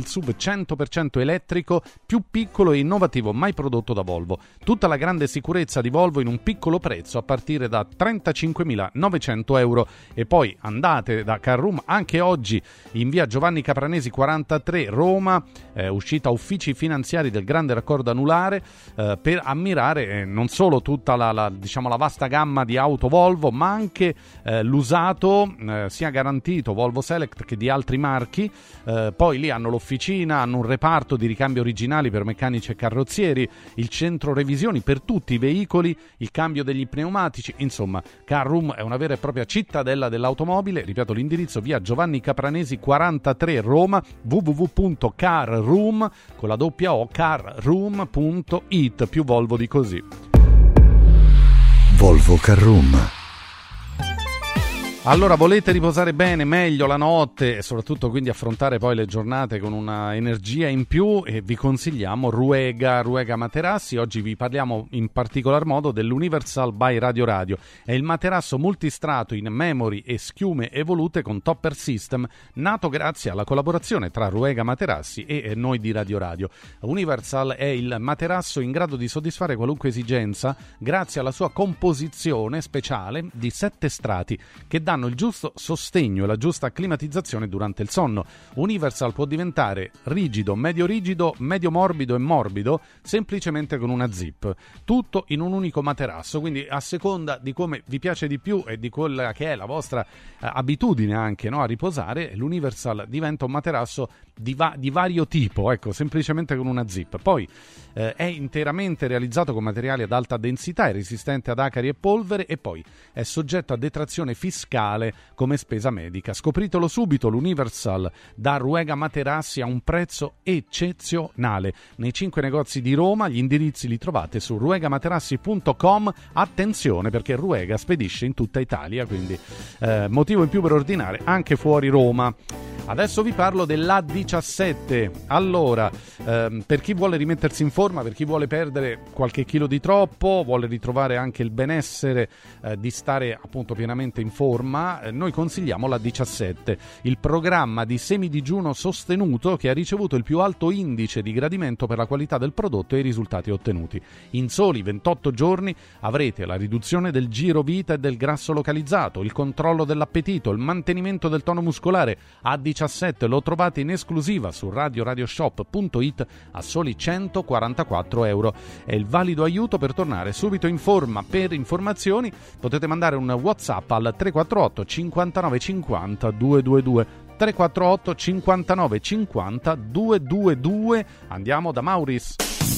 cento per cento elettrico, più piccolo e innovativo mai prodotto da Volvo. Tutta la grande sicurezza di Volvo in un piccolo prezzo a partire da trentacinquemilanovecento euro. E poi andate da Carroom anche oggi in via Giovanni Capranesi quarantatré, Roma, eh, uscita uffici finanziari del grande raccordo anulare, eh, per ammirare eh, non solo tutta la, la, diciamo, la vasta gamma di auto Volvo, ma anche eh, l'usato, eh, sia garantito Volvo Select che di altri marchi. Eh, poi lì hanno l'officina, hanno un reparto di ricambi originali per meccanici e carrozzieri, il centro revisioni per tutti i veicoli, il cambio degli pneumatici. Insomma, Carroom è una vera e propria cittadella dell'automobile. Ripeto l'indirizzo: via Giovanni Capranesi quarantatré, Roma, w w w punto carroom con la doppia o carroom punto it, più Volvo di così. Volvo Carroom. Allora, volete riposare bene, meglio la notte e soprattutto quindi affrontare poi le giornate con una energia in più, e vi consigliamo Ruega, Ruega Materassi. Oggi vi parliamo in particolar modo dell'Universal by Radio Radio. È il materasso multistrato in memory e schiume evolute con Topper System, nato grazie alla collaborazione tra Ruega Materassi e noi di Radio Radio. Universal è il materasso in grado di soddisfare qualunque esigenza grazie alla sua composizione speciale di sette strati che danno il giusto sostegno e la giusta climatizzazione durante il sonno. Universal può diventare rigido, medio rigido, medio morbido e morbido semplicemente con una zip. Tutto in un unico materasso, quindi a seconda di come vi piace di più e di quella che è la vostra eh, abitudine anche, no, a riposare, l'Universal diventa un materasso di, va- di vario tipo, ecco, semplicemente con una zip. Poi eh, è interamente realizzato con materiali ad alta densità, è resistente ad acari e polvere e poi è soggetto a detrazione fiscale come spesa medica. Scopritelo subito, l'Universal da Ruega Materassi a un prezzo eccezionale nei cinque negozi di Roma. Gli indirizzi li trovate su ruegamaterassi punto com. Attenzione, perché Ruega spedisce in tutta Italia, quindi eh, motivo in più per ordinare anche fuori Roma. Adesso vi parlo dell'A diciassette. Allora, ehm, per chi vuole rimettersi in forma, per chi vuole perdere qualche chilo di troppo, vuole ritrovare anche il benessere eh, di stare appunto pienamente in forma, eh, noi consigliamo l'A diciassette, il programma di semidigiuno sostenuto che ha ricevuto il più alto indice di gradimento per la qualità del prodotto e i risultati ottenuti. In soli ventotto giorni avrete la riduzione del giro vita e del grasso localizzato, il controllo dell'appetito, il mantenimento del tono muscolare. A diciassette lo trovate in esclusiva su radio radio shop punto it a soli centoquarantaquattro euro. È il valido aiuto per tornare subito in forma. Per informazioni potete mandare un WhatsApp al tre quattro otto cinquantanove cinquanta duecentoventidue. tre quattro otto cinquantanove cinquanta duecentoventidue. Andiamo da Mauris.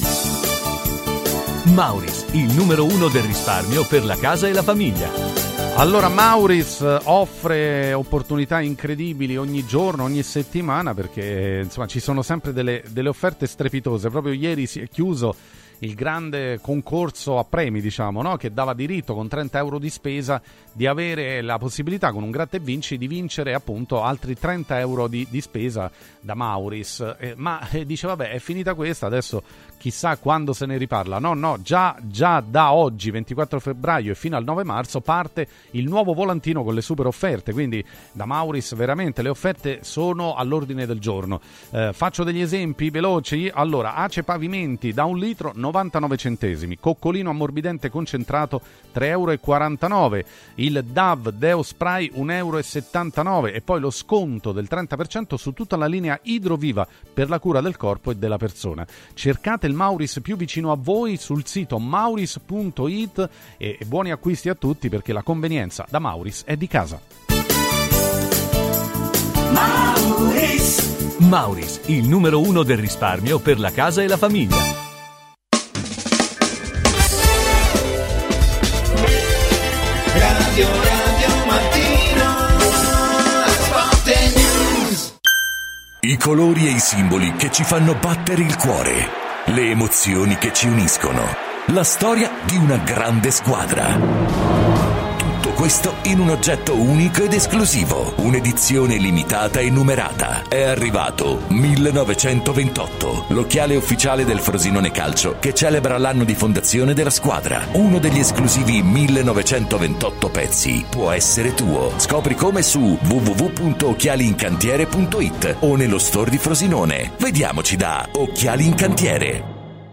Mauris, il numero uno del risparmio per la casa e la famiglia. Allora, Mauris offre opportunità incredibili ogni giorno, ogni settimana, perché insomma ci sono sempre delle, delle offerte strepitose. Proprio ieri si è chiuso il grande concorso a premi, diciamo, no? Che dava diritto con trenta euro di spesa di avere la possibilità con un gratta e vinci di vincere appunto altri trenta euro di, di spesa da Mauris. Eh, ma eh, dice vabbè, è finita questa, adesso chissà quando se ne riparla. No, no, già, già da oggi ventiquattro febbraio e fino al nove marzo parte il nuovo volantino con le super offerte, quindi da Mauris veramente le offerte sono all'ordine del giorno. Eh, faccio degli esempi veloci. Allora, Ace Pavimenti da un litro novantanove centesimi, coccolino ammorbidente concentrato tre euro e quarantanove, il Dove Deo Spray un euro e settantanove e poi lo sconto del trenta per cento su tutta la linea Idroviva per la cura del corpo e della persona. Cercate il Mauris più vicino a voi sul sito mauris punto it e, e buoni acquisti a tutti, perché la convenienza da Mauris è di casa. Mauris, Mauris, il numero uno del risparmio per la casa e la famiglia. Radio Radio Mattino, Sport News. I colori e i simboli che ci fanno battere il cuore, le emozioni che ci uniscono, la storia di una grande squadra. Tutto questo in un oggetto unico ed esclusivo, un'edizione limitata e numerata. È arrivato millenovecentoventotto, l'occhiale ufficiale del Frosinone Calcio che celebra l'anno di fondazione della squadra. Uno degli esclusivi millenovecentoventotto pezzi può essere tuo. Scopri come su w w w punto occhiali in cantiere punto i t o nello store di Frosinone. Vediamoci da Occhiali in Cantiere.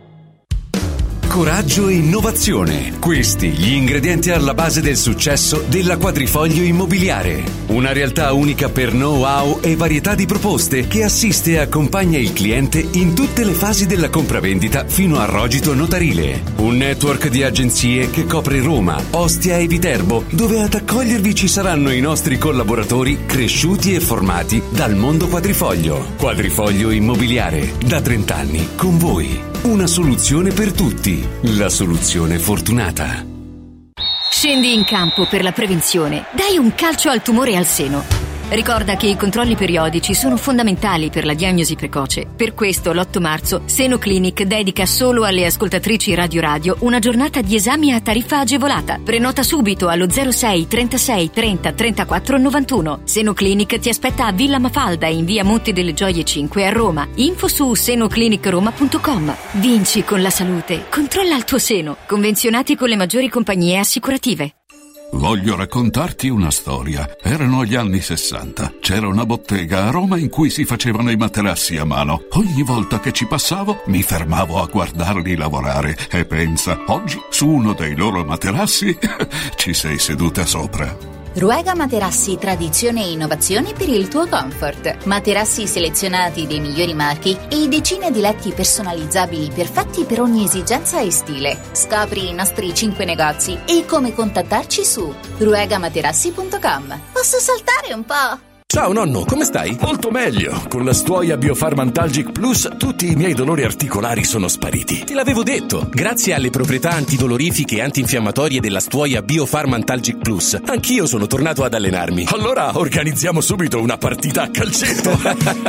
Coraggio e innovazione. Questi gli ingredienti alla base del successo della Quadrifoglio Immobiliare. Una realtà unica per know-how e varietà di proposte che assiste e accompagna il cliente in tutte le fasi della compravendita fino a rogito notarile. Un network di agenzie che copre Roma, Ostia e Viterbo, dove ad accogliervi ci saranno i nostri collaboratori cresciuti e formati dal mondo Quadrifoglio. Quadrifoglio Immobiliare, da trenta anni con voi. Una soluzione per tutti, la soluzione fortunata. Scendi in campo per la prevenzione. Dai un calcio al tumore al seno. Ricorda che i controlli periodici sono fondamentali per la diagnosi precoce. Per questo l'otto marzo Seno Clinic dedica solo alle ascoltatrici Radio Radio una giornata di esami a tariffa agevolata. Prenota subito allo zero sei trentasei trenta trentaquattro novantuno. Seno Clinic ti aspetta a Villa Mafalda in via Monte delle Gioie cinque a Roma. Info su senoclinicroma punto com. Vinci con la salute. Controlla il tuo seno. Convenzionati con le maggiori compagnie assicurative. Voglio raccontarti una storia. Erano gli anni sessanta. C'era una bottega a Roma in cui si facevano i materassi a mano. Ogni volta che ci passavo mi fermavo a guardarli lavorare e pensa, oggi su uno dei loro materassi ci sei seduta sopra. Ruega Materassi, tradizione e innovazione per il tuo comfort. Materassi selezionati dei migliori marchi e decine di letti personalizzabili perfetti per ogni esigenza e stile. Scopri i nostri cinque negozi e come contattarci su ruega materassi punto com. Posso saltare un po'? Ciao nonno, come stai? Molto meglio. Con la Stuoia Biofarmantalgic Plus tutti i miei dolori articolari sono spariti. Te l'avevo detto. Grazie alle proprietà antidolorifiche e antinfiammatorie della Stuoia Biofarmantalgic Plus, anch'io sono tornato ad allenarmi. Allora organizziamo subito una partita a calcetto.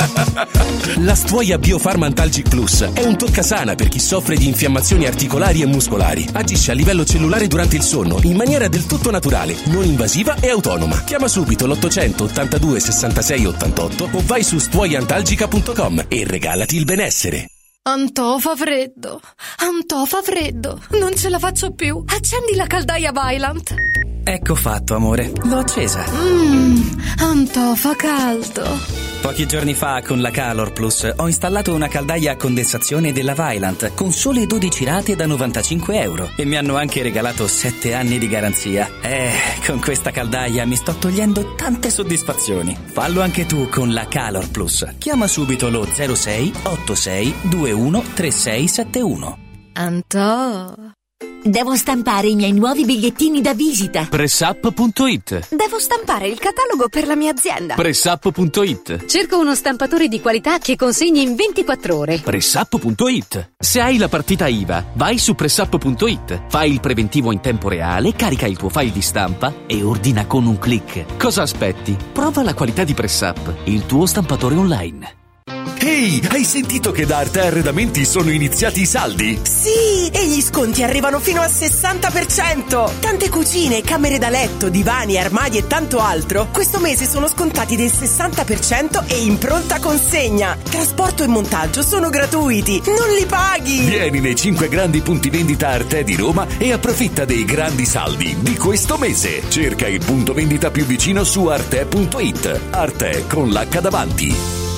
La Stuoia Biofarmantalgic Plus è un toccasana per chi soffre di infiammazioni articolari e muscolari. Agisce a livello cellulare durante il sonno in maniera del tutto naturale, non invasiva e autonoma. Chiama subito l'ottocento ottantadue sessantasei ottantotto o vai su stuoiantalgica punto com e regalati il benessere. Antò fa freddo, Antò fa freddo, non ce la faccio più. Accendi la caldaia Vaillant. Ecco fatto, amore, l'ho accesa. Mmm, Antò fa caldo. Pochi giorni fa con la Calor Plus ho installato una caldaia a condensazione della Vaillant con sole dodici rate da novantacinque euro e mi hanno anche regalato sette anni di garanzia. Eh, con questa caldaia mi sto togliendo tante soddisfazioni. Fallo anche tu con la Calor Plus. Chiama subito lo zero sei ottantasei ventuno trentasei settantuno. Antò. Devo stampare i miei nuovi bigliettini da visita. Pressup punto it. Devo stampare il catalogo per la mia azienda. Pressup punto it. Cerco uno stampatore di qualità che consegni in ventiquattro ore. Pressup punto it. Se hai la partita I V A, vai su Pressup punto it, fai il preventivo in tempo reale, carica il tuo file di stampa e ordina con un click. Cosa aspetti? Prova la qualità di Pressup, il tuo stampatore online. Ehi, hai sentito che da Arte Arredamenti sono iniziati i saldi? Sì, e gli sconti arrivano fino al sessanta per cento. Tante cucine, camere da letto, divani, armadi e tanto altro questo mese sono scontati del sessanta per cento e in pronta consegna. Trasporto e montaggio sono gratuiti, non li paghi. Vieni nei cinque grandi punti vendita Arte di Roma e approfitta dei grandi saldi di questo mese. Cerca il punto vendita più vicino su arte punto it. Arte con l'H davanti.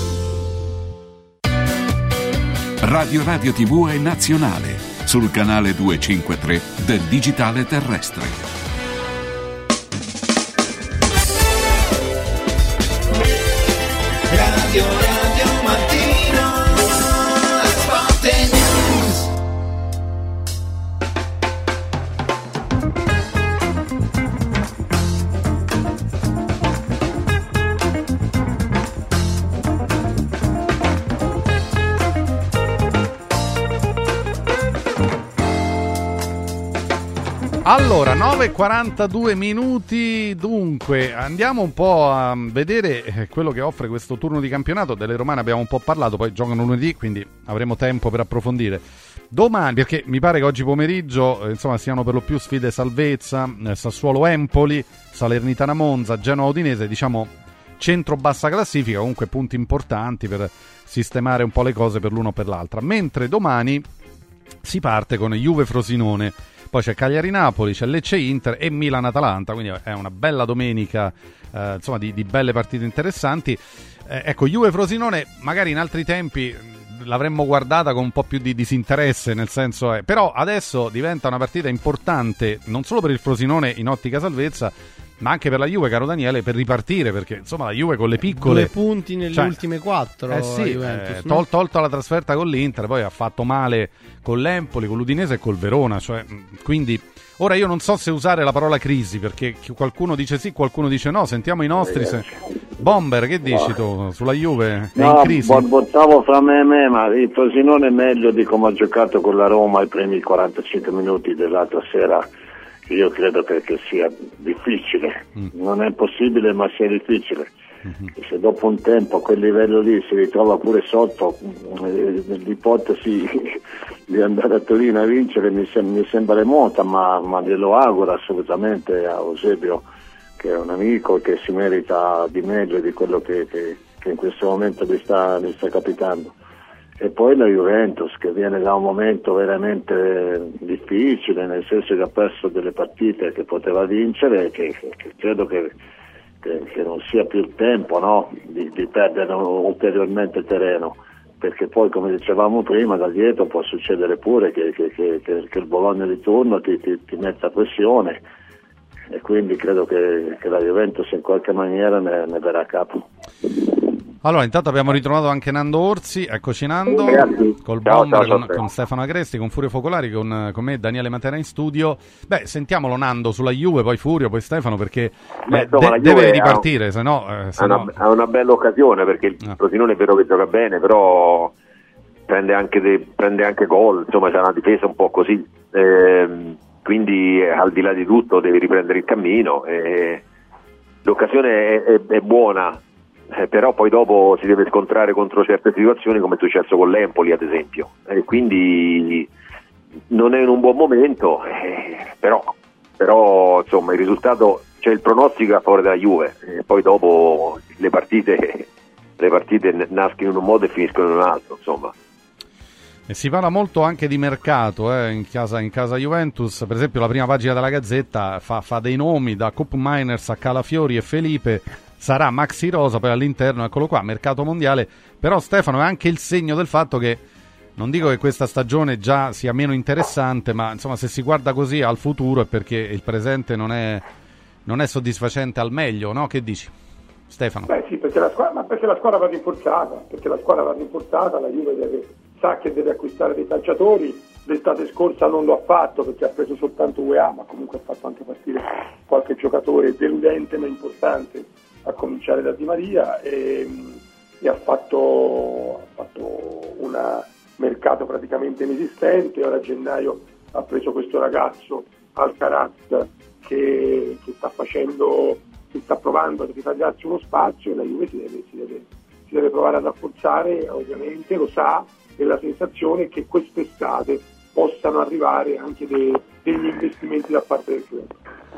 Radio Radio tivù è nazionale, sul canale duecentocinquantatré del digitale terrestre. Radio Radio Mattino, Sport e News. Allora, nove e quarantadue minuti, dunque andiamo un po' a vedere quello che offre questo turno di campionato. Delle romane abbiamo un po' parlato, poi giocano lunedì, quindi avremo tempo per approfondire. Domani, perché mi pare che oggi pomeriggio eh, insomma siano per lo più sfide salvezza, eh, Sassuolo-Empoli, Salernitana-Monza, Genoa-Udinese, diciamo centro-bassa classifica, comunque punti importanti per sistemare un po' le cose per l'uno o per l'altra. Mentre domani si parte con Juve-Frosinone, poi c'è Cagliari-Napoli, c'è Lecce-Inter e Milan-Atalanta, quindi è una bella domenica eh, insomma di, di belle partite interessanti. Eh, ecco, Juve-Frosinone magari in altri tempi l'avremmo guardata con un po' più di disinteresse, nel senso è, però adesso diventa una partita importante non solo per il Frosinone in ottica salvezza, ma anche per la Juve, caro Daniele, per ripartire, perché insomma la Juve con le piccole due punti nelle cioè, ultime quattro eh sì, Juventus, eh, no? tol- tolto la trasferta con l'Inter, poi ha fatto male con l'Empoli, con l'Udinese e col Verona, cioè, quindi ora io non so se usare la parola crisi, perché qualcuno dice sì, qualcuno dice no, sentiamo i nostri. Se... Bomber, che dici tu sulla Juve? È no, in crisi? Bottavo fra me e me, ma il Frosinone è meglio di come ha giocato con la Roma i primi quarantacinque minuti dell'altra sera. Io credo che, che sia difficile, mm. non è possibile, ma sia difficile. Mm-hmm. Se dopo un tempo a quel livello lì si ritrova pure sotto, eh, l'ipotesi di andare a Torino a vincere mi, sem- mi sembra remota, ma, ma glielo auguro assolutamente a Eusebio, che è un amico e che si merita di meglio di quello che, che, che in questo momento gli sta, gli sta capitando. E poi la Juventus, che viene da un momento veramente difficile, nel senso che ha perso delle partite che poteva vincere, che, che credo che, che, che non sia più il tempo, no? di, di perdere ulteriormente terreno, perché poi, come dicevamo prima, da dietro può succedere pure che, che, che, che, che il Bologna di turno ti, ti, ti metta pressione, e quindi credo che, che la Juventus in qualche maniera ne, ne verrà a capo. Allora, intanto abbiamo ritrovato anche Nando Orsi, eccoci Nando, Grazie. col Ciao, Bomber, ciao, con, ciao. con Stefano Agresti, con Furio Focolari, con, con me Daniele Matera in studio. Beh, sentiamolo Nando sulla Juve, poi Furio, poi Stefano, perché Beh, eh, insomma, de- deve ha- ripartire, se no... Eh, se Ha una, no... ha una bella occasione, perché il Ah. Frosinone è vero che gioca bene, però prende anche, de- prende anche gol, insomma c'è una difesa un po' così, ehm, quindi eh, al di là di tutto deve riprendere il cammino, e l'occasione è, è, è buona, eh, però poi dopo si deve scontrare contro certe situazioni, come è successo con l'Empoli ad esempio, e quindi non è in un buon momento, eh, però, però insomma il risultato, c'è il pronostico a favore della Juve, e poi dopo le partite le partite nascono in un modo e finiscono in un altro, insomma. E si parla molto anche di mercato eh, in, casa, in casa Juventus, per esempio la prima pagina della Gazzetta fa, fa dei nomi da Cup Miners a Calafiori e Felipe, sarà Maxi Rosa, poi all'interno, eccolo qua, mercato mondiale, però Stefano è anche il segno del fatto che, non dico che questa stagione già sia meno interessante, ma insomma se si guarda così al futuro è perché il presente non è, non è soddisfacente al meglio, no? Che dici? Stefano? Beh sì, perché la squadra, ma perché la squadra va rinforzata, perché la squadra va rinforzata, la Juve deve, sa che deve acquistare dei calciatori, l'estate scorsa non lo ha fatto perché ha preso soltanto U E A, ma comunque ha fatto anche partire qualche giocatore deludente ma importante, a cominciare da Di Maria, e, e ha fatto, ha fatto un mercato praticamente inesistente. Ora a gennaio ha preso questo ragazzo Alcaraz che, che sta facendo, che sta provando a ritagliarsi uno spazio, e la Juve si deve, si deve, si deve provare a rafforzare, ovviamente lo sa, e la sensazione è che quest'estate possano arrivare anche dei, degli investimenti da parte del club.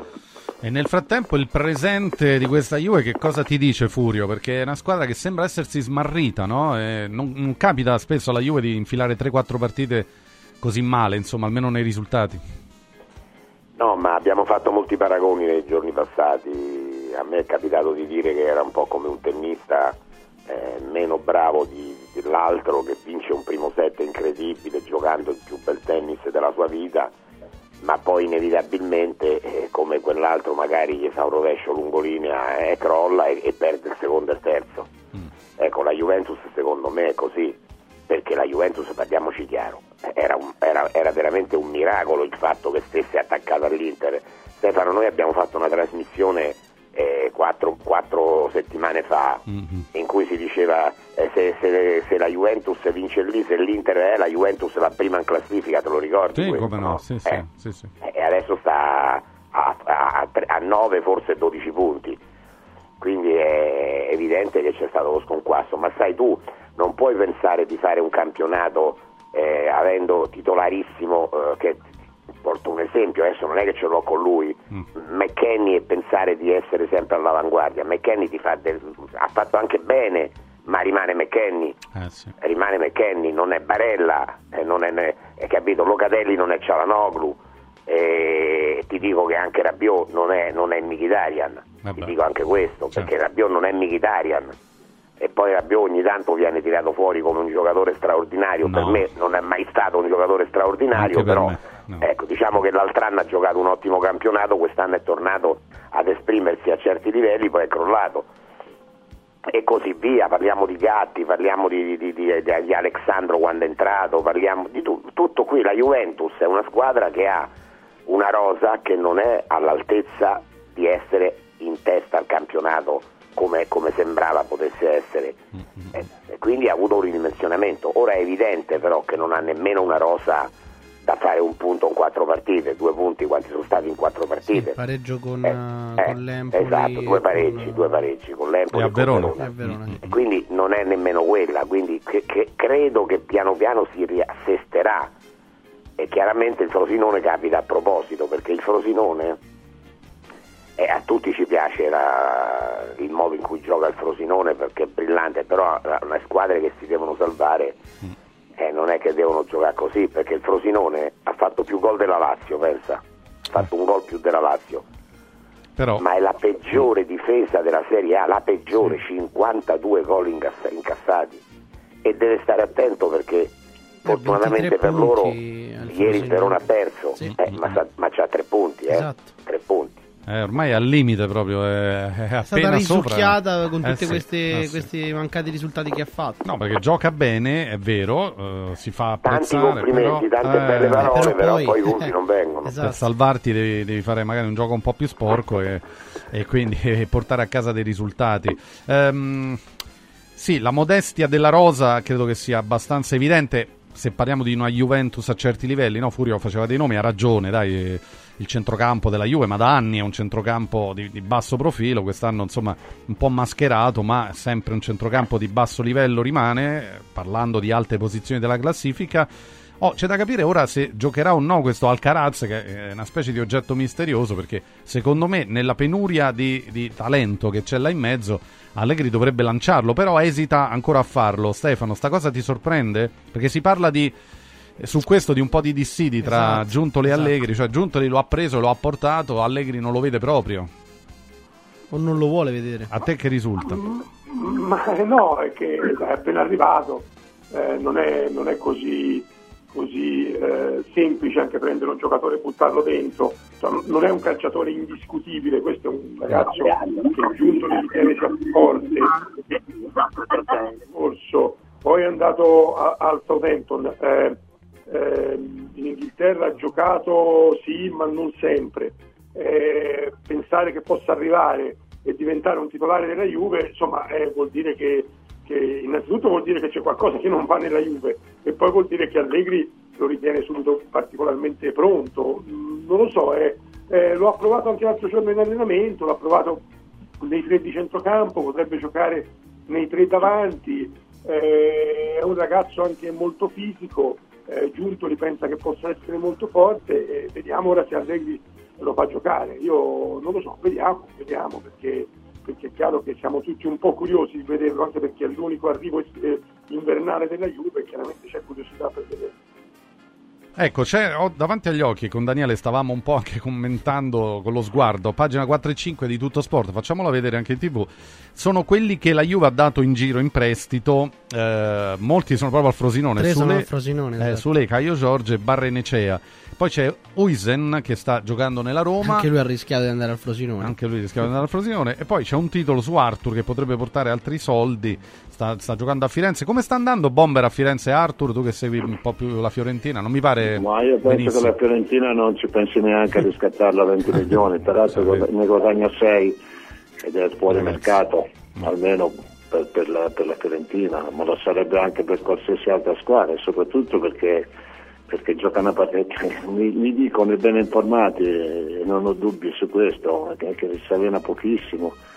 E nel frattempo il presente di questa Juve che cosa ti dice, Furio? Perché è una squadra che sembra essersi smarrita, no? E non, non capita spesso alla Juve di infilare tre quattro partite così male, insomma, almeno nei risultati. No, ma abbiamo fatto molti paragoni nei giorni passati. A me è capitato di dire che era un po' come un tennista eh, meno bravo di, dell'altro, che vince un primo set incredibile giocando il più bel tennis della sua vita, ma poi inevitabilmente eh, come quell'altro magari gli fa un rovescio lungolinea e eh, crolla e, e perde il secondo e il terzo. Mm. Ecco, la Juventus secondo me è così, perché la Juventus, parliamoci chiaro, era, un, era, era veramente un miracolo il fatto che stesse attaccata all'Inter. Stefano, noi abbiamo fatto una trasmissione eh, quattro, quattro settimane fa, mm-hmm. in cui si diceva eh, se, se, se la Juventus vince lì, se l'Inter è la Juventus la prima in classifica, te lo ricordi? Sì, questo, come no, no? sì, eh, sì, sì, sì. E adesso sta a, a, a nove, forse dodici punti, quindi è evidente che c'è stato lo sconquasso, ma sai tu, non puoi pensare di fare un campionato eh, avendo titolarissimo, eh, che porto un esempio, adesso non è che ce l'ho con lui, mm. McKennie, e pensare di essere sempre all'avanguardia. McKennie ti fa del, ha fatto anche bene, ma rimane McKennie, eh sì. rimane McKennie, non è Barella, eh, non è, è capito, Locatelli non è Çalhanoğlu, eh, ti dico che anche Rabiot non è, non è Mkhitaryan, Vabbè. ti dico anche questo, certo. perché Rabiot non è Mkhitaryan, e poi Rabiot ogni tanto viene tirato fuori come un giocatore straordinario, no. per me non è mai stato un giocatore straordinario, anche però no. ecco, diciamo che l'altro anno ha giocato un ottimo campionato, quest'anno è tornato ad esprimersi a certi livelli, poi è crollato e così via. Parliamo di Gatti, parliamo di, di, di, di Alexandro quando è entrato, parliamo di tu, tutto qui. La Juventus è una squadra che ha una rosa che non è all'altezza di essere in testa al campionato come, come sembrava potesse essere, e, e quindi ha avuto un ridimensionamento. Ora è evidente però che non ha nemmeno una rosa da fare un punto in quattro partite, due punti quanti sono stati in quattro partite. Sì, pareggio con, eh, con l'Empoli. Esatto, due pareggi, con... due pareggi con l'Empoli e a Verona. Verona. E a Verona. E quindi non è nemmeno quella, quindi che, che credo che piano piano si riassesterà, e chiaramente il Frosinone capita a proposito, perché il Frosinone eh, a tutti ci piace la, il modo in cui gioca il Frosinone perché è brillante, però le squadre che si devono salvare Eh, non è che devono giocare così, perché il Frosinone ha fatto più gol della Lazio, pensa, ha fatto un gol più della Lazio, però... ma è la peggiore difesa della Serie A, la peggiore, sì. cinquantadue gol incass- incassati, e deve stare attento perché eh, fortunatamente per loro ieri il Verona ha perso, sì. eh, ma, sa- ma c'ha tre punti, eh? esatto. tre punti. Eh, ormai è al limite proprio, è, è appena stata risucchiata sopra. con tutti eh, questi, sì, eh, questi sì. mancati risultati che ha fatto. No, perché gioca bene, è vero, uh, si fa tanti apprezzare, complimenti, però, tante eh, belle parole, però, però poi, poi i punti eh, non vengono. Esatto. Per salvarti devi, devi fare magari un gioco un po' più sporco e, e quindi e portare a casa dei risultati. Um, sì, la modestia della rosa credo che sia abbastanza evidente. Se parliamo di una Juventus a certi livelli, no? Furio faceva dei nomi, ha ragione, dai, il centrocampo della Juve, ma da anni è un centrocampo di, di basso profilo, quest'anno insomma un po' mascherato, ma sempre un centrocampo di basso livello rimane, parlando di alte posizioni della classifica. Oh, c'è da capire ora se giocherà o no questo Alcaraz, che è una specie di oggetto misterioso, perché secondo me nella penuria di, di talento che c'è là in mezzo Allegri dovrebbe lanciarlo, però esita ancora a farlo. Stefano, sta cosa ti sorprende? Perché si parla di su questo di un po' di dissidi tra esatto, Giuntoli esatto. e Allegri, cioè Giuntoli lo ha preso, lo ha portato, Allegri non lo vede proprio. O non lo vuole vedere. A te che risulta? Ma no, è che è appena arrivato, eh, non, è, non è così, così eh, semplice anche prendere un giocatore e buttarlo dentro, cioè, non è un calciatore indiscutibile, questo è un ragazzo che Giuntoli ritiene sia forte, corso, poi è andato a, al Southampton, eh, eh, in Inghilterra ha giocato sì ma non sempre, eh, pensare che possa arrivare e diventare un titolare della Juve, insomma eh, vuol dire che, che innanzitutto vuol dire che c'è qualcosa che non va nella Juve, e poi vuol dire che Allegri lo ritiene subito particolarmente pronto, non lo so, eh, eh, lo ha provato anche l'altro giorno in allenamento, l'ha provato nei tre di centrocampo, potrebbe giocare nei tre davanti, eh, è un ragazzo anche molto fisico, eh, Giuntoli pensa che possa essere molto forte, e vediamo ora se Allegri lo fa giocare. Io non lo so, vediamo, vediamo perché, perché è chiaro che siamo tutti un po' curiosi di vederlo, anche perché è l'unico arrivo invernale della Juve e chiaramente c'è curiosità per vederlo. Ecco, c'è, ho davanti agli occhi, con Daniele stavamo un po' anche commentando con lo sguardo, pagina quattro e cinque di Tutto Sport, facciamola vedere anche in tv, sono quelli che la Juve ha dato in giro in prestito, eh, molti sono proprio al Frosinone, Tre Sule, sono al Frosinone, eh, esatto. Sule, Caio Giorge e Barrenecea. Poi c'è Huijsen che sta giocando nella Roma. Anche lui ha rischiato di andare al Frosinone. Anche lui ha rischiato di andare al Frosinone. E poi c'è un titolo su Arthur che potrebbe portare altri soldi. Sta, sta giocando a Firenze. Come sta andando Bomber a Firenze, Arthur? Tu che segui un po' più la Fiorentina, non mi pare. Ma io penso benissimo. Che la Fiorentina non ci pensi neanche a riscattarla a venti milioni. Peraltro ne guadagna sei ed è fuori Ragazzi. mercato, no. almeno per, per, la, per la Fiorentina, ma lo sarebbe anche per qualsiasi altra squadra, e soprattutto perché. perché gioca una partita, mi, mi dicono i ben informati e non ho dubbi su questo, che, che si avviene pochissimo,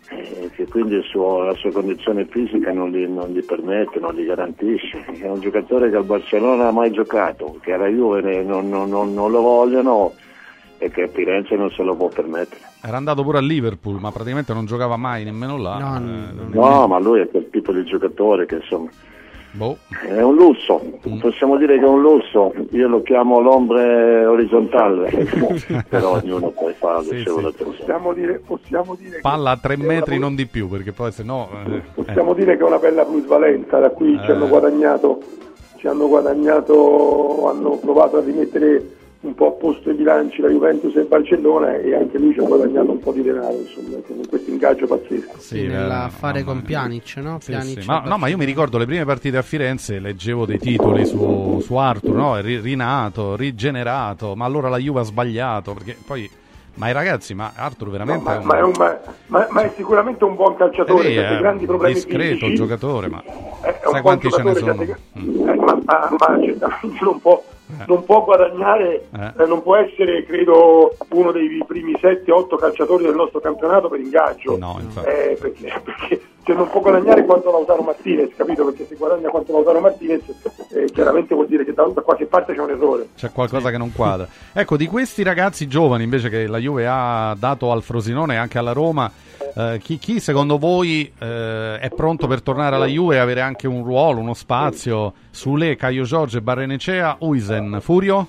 eh, che quindi il suo, la sua condizione fisica non gli, non gli permette, non gli garantisce. È un giocatore che al Barcellona non ha mai giocato, che alla Juve non, non, non, non lo vogliono e che a Firenze non se lo può permettere. Era andato pure a Liverpool, ma praticamente non giocava mai nemmeno là. No, eh, no ma lui è quel tipo di giocatore che insomma boh. È un lusso, possiamo dire che è un lusso. Io lo chiamo l'ombre orizzontale, però ognuno poi fa sì, sì. Possiamo dire, possiamo dire palla a tre che metri, una... non di più, perché poi se no eh, possiamo eh. dire che è una bella plusvalenza, da cui eh. ci hanno guadagnato, ci hanno guadagnato, hanno provato a rimettere un po' a posto i bilanci la Juventus e il Barcellona, e anche lui ci ha guadagnato un po' di denaro, insomma, con questo ingaggio pazzesco. Sì, sì, nell'affare no, con Pjanic, no? Sì, Pjanic sì. Ma, no, ma io mi ricordo le prime partite a Firenze, leggevo dei titoli su, su Arthur, no? Rinato, rigenerato, ma allora la Juve ha sbagliato, perché poi... Ma i ragazzi, ma Arthur veramente no, ma, è un... ma, è un, ma, ma, ma è sicuramente un buon calciatore, eh, ha grandi problemi discreto fisici, giocatore, ma è sai quanti ce ne sono? Che, mm. eh, ma, ma, ma certamente non può, eh. non può guadagnare, eh. Eh, non può essere, credo, uno dei primi sette otto calciatori del nostro campionato per ingaggio. No, infatti. Eh, perché, perché se non può guadagnare quanto Lautaro Martinez, capito? Perché se guadagna quanto Lautaro Martinez, eh, chiaramente vuol dire che da, da qualche parte c'è un errore. C'è qualcosa che non quadra. Ecco, di questi ragazzi giovani invece che la Juve ha dato al Frosinone e anche alla Roma, eh, chi, chi secondo voi eh, è pronto per tornare alla Juve e avere anche un ruolo, uno spazio? Sule, Caio Giorgio, Barrenechea, Huijsen, Furio?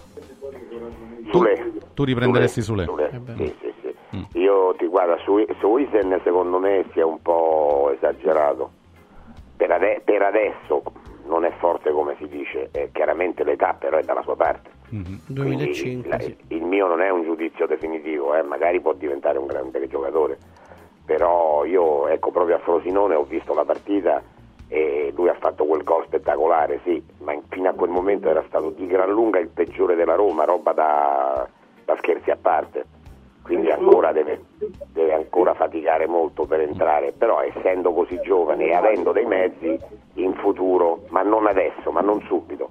Tu, tu riprenderesti Sule? Sule. Sì, sì, sì. Mm. Io ti guarda, su, su Huijsen secondo me sia un po' esagerato. Per, ade- per adesso non è forte come si dice, è chiaramente l'età però è dalla sua parte. Mm-hmm. duemilacinque la, sì. Il mio non è un giudizio definitivo, eh, magari può diventare un grande giocatore, però io ecco proprio a Frosinone ho visto la partita e lui ha fatto quel gol spettacolare, sì, ma in, fino a quel momento era stato di gran lunga il peggiore della Roma, roba da, da scherzi a parte, quindi ancora deve, deve ancora faticare molto per entrare, però essendo così giovane e avendo dei mezzi in futuro, ma non adesso, ma non subito,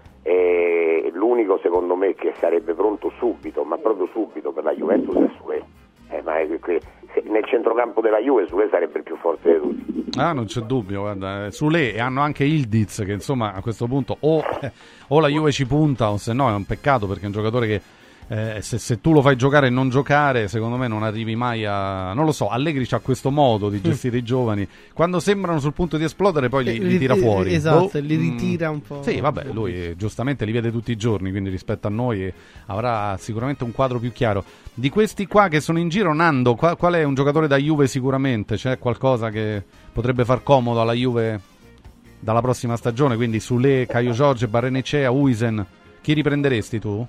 e l'unico secondo me che sarebbe pronto subito, ma proprio subito per la Juventus è Sule. Eh, ma è, nel centrocampo della Juve Sule sarebbe il più forte di tutti. Ah, non c'è dubbio, guarda, Sule, e hanno anche Ildiz che insomma a questo punto o, eh, o la Juve ci punta o se no è un peccato, perché è un giocatore che Eh, se, se tu lo fai giocare e non giocare, secondo me non arrivi mai a... Non lo so, Allegri c'ha questo modo di gestire i giovani. Quando sembrano sul punto di esplodere poi li, li tira fuori. Esatto, oh, li ritira un po'. Sì, vabbè, lui giustamente li vede tutti i giorni, quindi rispetto a noi avrà sicuramente un quadro più chiaro. Di questi qua che sono in giro, Nando, qual, qual è un giocatore da Juve sicuramente? C'è qualcosa che potrebbe far comodo alla Juve dalla prossima stagione? Quindi Sule, Caio Giorgio, Barrenechea, Huijsen, chi riprenderesti tu?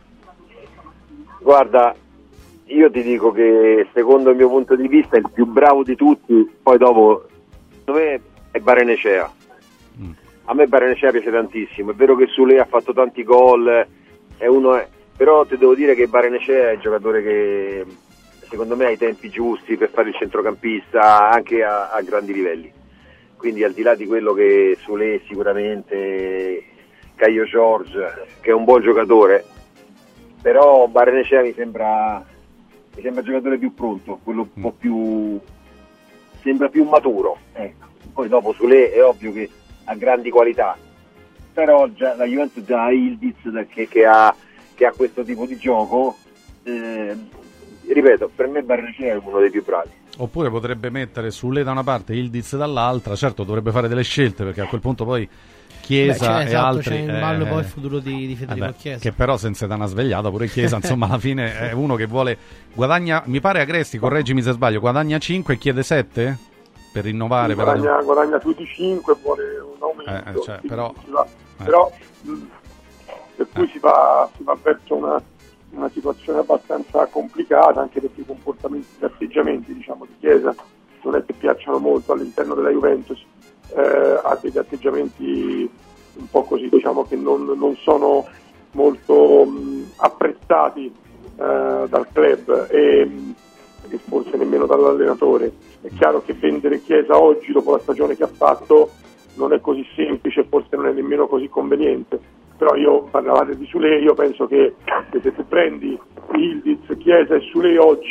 Guarda, io ti dico che secondo il mio punto di vista il più bravo di tutti, poi dopo, secondo me è Barrenechea. Mm. A me Barrenechea piace tantissimo, è vero che Sule ha fatto tanti gol, è uno, è, però ti devo dire che Barrenechea è il giocatore che secondo me ha i tempi giusti per fare il centrocampista anche a, a grandi livelli. Quindi al di là di quello che Sule sicuramente, Caio Giorgio, che è un buon giocatore, però Barrenechea mi sembra mi sembra il giocatore più pronto, quello un po' più sembra più maturo, ecco. Poi dopo Sule è ovvio che ha grandi qualità, però già, la Juventus già ha Ildiz che, che, ha, che ha questo tipo di gioco, eh, ripeto, per me Barrenechea è uno dei più bravi. Oppure potrebbe mettere Sule da una parte e Ildiz dall'altra, certo dovrebbe fare delle scelte perché a quel punto poi Chiesa Beh, e esatto, altri c'è in ballo eh, poi il futuro di, di Federico vabbè, Chiesa, che però senza dare una svegliata pure Chiesa insomma alla fine è uno che vuole guadagna, mi pare Agresti, correggimi se sbaglio, guadagna cinque e chiede sette per rinnovare, sì, guadagna, però... guadagna più di cinque, vuole un aumento, eh, cioè, però, va, eh. però mh, per cui eh. si, va, si va verso una, una situazione abbastanza complicata, anche perché i comportamenti, gli atteggiamenti diciamo di Chiesa non è che piacciono molto all'interno della Juventus, eh, ha degli atteggiamenti un po' così, diciamo, che non, non sono molto mh, apprezzati eh, dal club e, e forse nemmeno dall'allenatore. È chiaro che vendere Chiesa oggi, dopo la stagione che ha fatto, non è così semplice, forse non è nemmeno così conveniente, però io parlavate di Sule, io penso che, che se tu prendi Ildiz, Chiesa e Sule oggi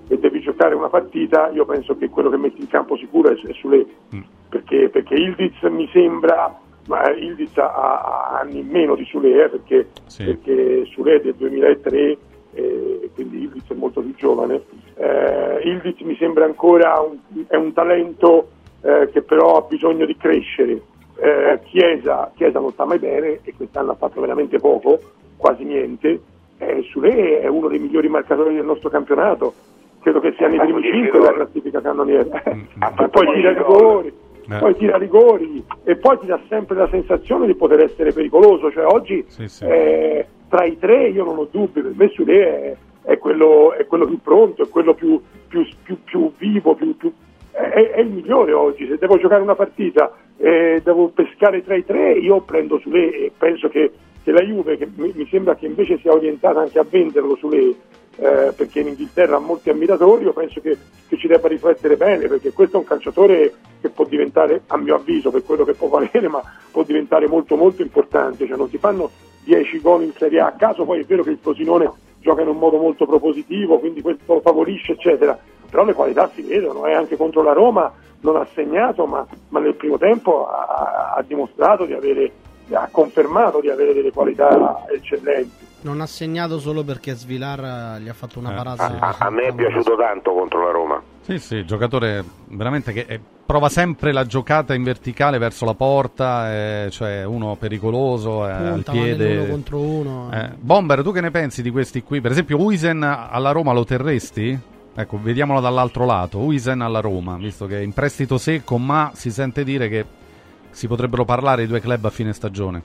e devi giocare una partita, io penso che quello che metti in campo sicuro è, è Sule, mm. perché, perché Ildiz mi sembra, ma Ildiz ha, ha anni in meno di Sule, eh, perché, sì. perché Sule è del duemilatré, eh, quindi Ildiz è molto più giovane. eh, Ildiz mi sembra ancora un, è un talento eh, che però ha bisogno di crescere. eh, Chiesa, Chiesa non sta mai bene e quest'anno ha fatto veramente poco, quasi niente. eh, Sule è uno dei migliori marcatori del nostro campionato, credo che sia nei primi cinque della classifica cannoniere. E poi tira rigori, eh. poi tira rigori e poi ti dà sempre la sensazione di poter essere pericoloso. Cioè oggi sì, sì. Eh, tra i tre io non ho dubbi, per me Sule è, è, quello, è quello più pronto, è quello più, più, più, più vivo, più, più, è, è il migliore oggi. Se devo giocare una partita e eh, devo pescare tra i tre, io prendo Sule e penso che, che la Juve, che mi, mi sembra che invece sia orientata anche a venderlo Sule, Eh, perché in Inghilterra ha molti ammiratori, io penso che, che ci debba riflettere bene, perché questo è un calciatore che può diventare, a mio avviso, per quello che può valere, ma può diventare molto molto importante. Cioè non si fanno dieci gol in Serie A a caso, poi è vero che il Frosinone gioca in un modo molto propositivo, quindi questo favorisce eccetera, però le qualità si vedono, e eh, anche contro la Roma non ha segnato, ma, ma nel primo tempo ha, ha dimostrato di avere, ha confermato di avere delle qualità eccellenti. Non ha segnato solo perché Svilar gli ha fatto una parata. A, a, a me è piaciuto tanto contro la Roma. Sì, sì, giocatore veramente che è, prova sempre la giocata in verticale verso la porta, eh, cioè uno pericoloso, eh, al piede. Uno contro uno. Eh. Bomber, tu che ne pensi di questi qui? Per esempio Huijsen alla Roma lo terresti? Ecco, vediamolo dall'altro lato. Huijsen alla Roma, visto che è in prestito secco, ma si sente dire che si potrebbero parlare i due club a fine stagione.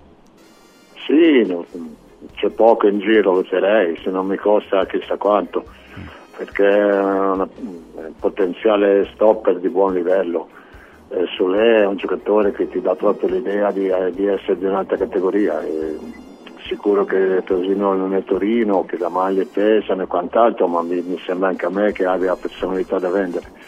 Sì, no, c'è poco in giro, lo sarei, se non mi costa chissà quanto, perché è un potenziale stopper di buon livello. eh, Sule è un giocatore che ti dà proprio l'idea di, di essere di un'altra categoria. E sicuro che Torino non è Torino, che la maglia pesano e quant'altro, ma mi, mi sembra anche a me che abbia la personalità da vendere.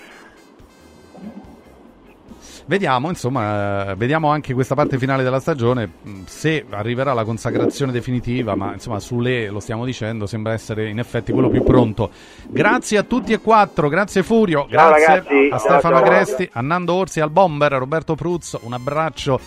Vediamo, insomma, vediamo anche questa parte finale della stagione, se arriverà la consacrazione definitiva, ma insomma Sule, lo stiamo dicendo, sembra essere in effetti quello più pronto. Grazie a tutti e quattro, grazie Furio, ciao, grazie ragazzi. a Ciao, Stefano ciao, Agresti, a Nando Orsi, al Bomber, a Roberto Pruzzo, un abbraccio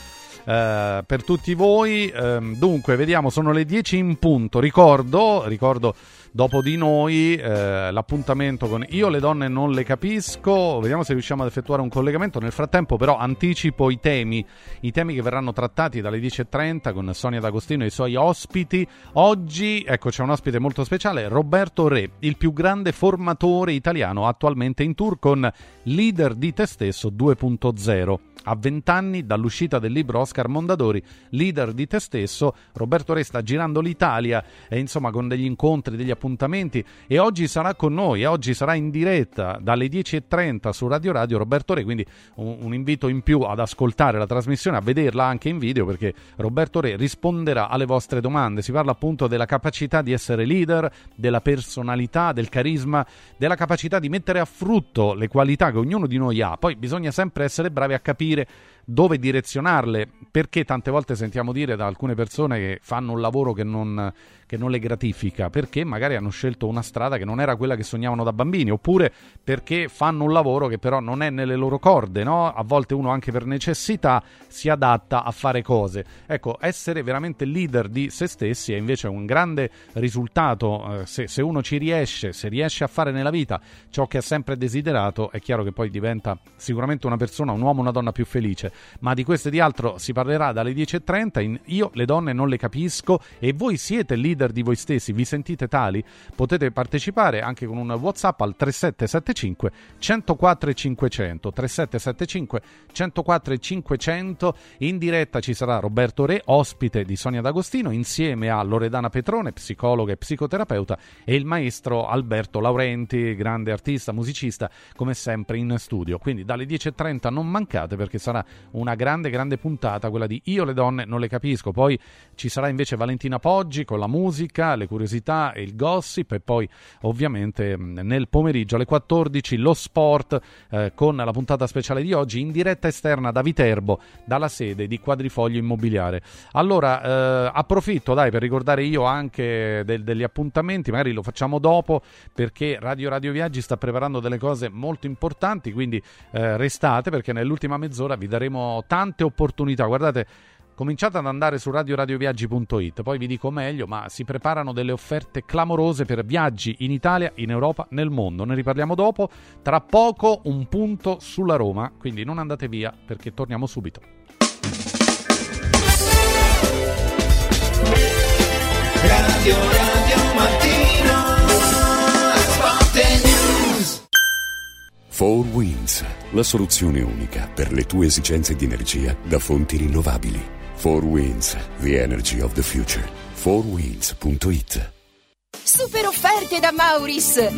eh, per tutti voi. Eh, dunque, vediamo, sono le dieci in punto, ricordo, ricordo dopo di noi eh, l'appuntamento con Io le donne non le capisco, vediamo se riusciamo ad effettuare un collegamento. Nel frattempo però anticipo i temi i temi che verranno trattati dalle dieci e trenta con Sonia D'Agostino e i suoi ospiti. Oggi, ecco, c'è un ospite molto speciale, Roberto Re, il più grande formatore italiano attualmente in tour con Leader di te stesso due punto zero. A vent'anni dall'uscita del libro Oscar Mondadori, Leader di te stesso, Roberto Re sta girando l'Italia e insomma con degli incontri, degli appuntamenti, e oggi sarà con noi, e oggi sarà in diretta dalle dieci e trenta su Radio Radio Roberto Re, quindi un, un invito in più ad ascoltare la trasmissione, a vederla anche in video, perché Roberto Re risponderà alle vostre domande. Si parla appunto della capacità di essere leader, della personalità, del carisma, della capacità di mettere a frutto le qualità che ognuno di noi ha. Poi bisogna sempre essere bravi a capire dove direzionarle, perché tante volte sentiamo dire da alcune persone che fanno un lavoro che non, che non le gratifica, perché magari hanno scelto una strada che non era quella che sognavano da bambini, oppure perché fanno un lavoro che però non è nelle loro corde, no? A volte uno anche per necessità si adatta a fare cose. Ecco, essere veramente leader di se stessi è invece un grande risultato. eh, se, se uno ci riesce, se riesce a fare nella vita ciò che ha sempre desiderato, è chiaro che poi diventa sicuramente una persona, un uomo, una donna più felice. Ma di questo e di altro si parlerà dalle dieci e trenta in Io le donne non le capisco. E voi siete leader di voi stessi, vi sentite tali? Potete partecipare anche con un WhatsApp al tre sette sette cinque uno zero quattro cinquecento, tre sette sette cinque uno zero quattro cinquecento. In diretta ci sarà Roberto Re, ospite di Sonia D'Agostino, insieme a Loredana Petrone, psicologa e psicoterapeuta, e il maestro Alberto Laurenti, grande artista, musicista, come sempre in studio. Quindi dalle dieci e trenta non mancate, perché sarà una grande grande puntata, quella di Io le donne non le capisco. Poi ci sarà invece Valentina Poggi con la musica, le curiosità e il gossip gossip e poi ovviamente nel pomeriggio alle quattordici lo sport eh, con la puntata speciale di oggi in diretta esterna da Viterbo, dalla sede di Quadrifoglio Immobiliare. Allora eh, approfitto dai per ricordare io anche del, degli appuntamenti, magari lo facciamo dopo perché Radio Radio Viaggi sta preparando delle cose molto importanti, quindi eh, restate perché nell'ultima mezz'ora vi daremo tante opportunità. Guardate, cominciate ad andare su radio radio viaggi punto it, poi vi dico meglio, ma si preparano delle offerte clamorose per viaggi in Italia, in Europa, nel mondo. Ne riparliamo dopo. Tra poco un punto sulla Roma, quindi non andate via perché torniamo subito. Radio Radio Mattino, Sport News. Four Winds, la soluzione unica per le tue esigenze di energia da fonti rinnovabili. Four Winds, the energy of the future. four winds punto it. Super offerte da Mauris!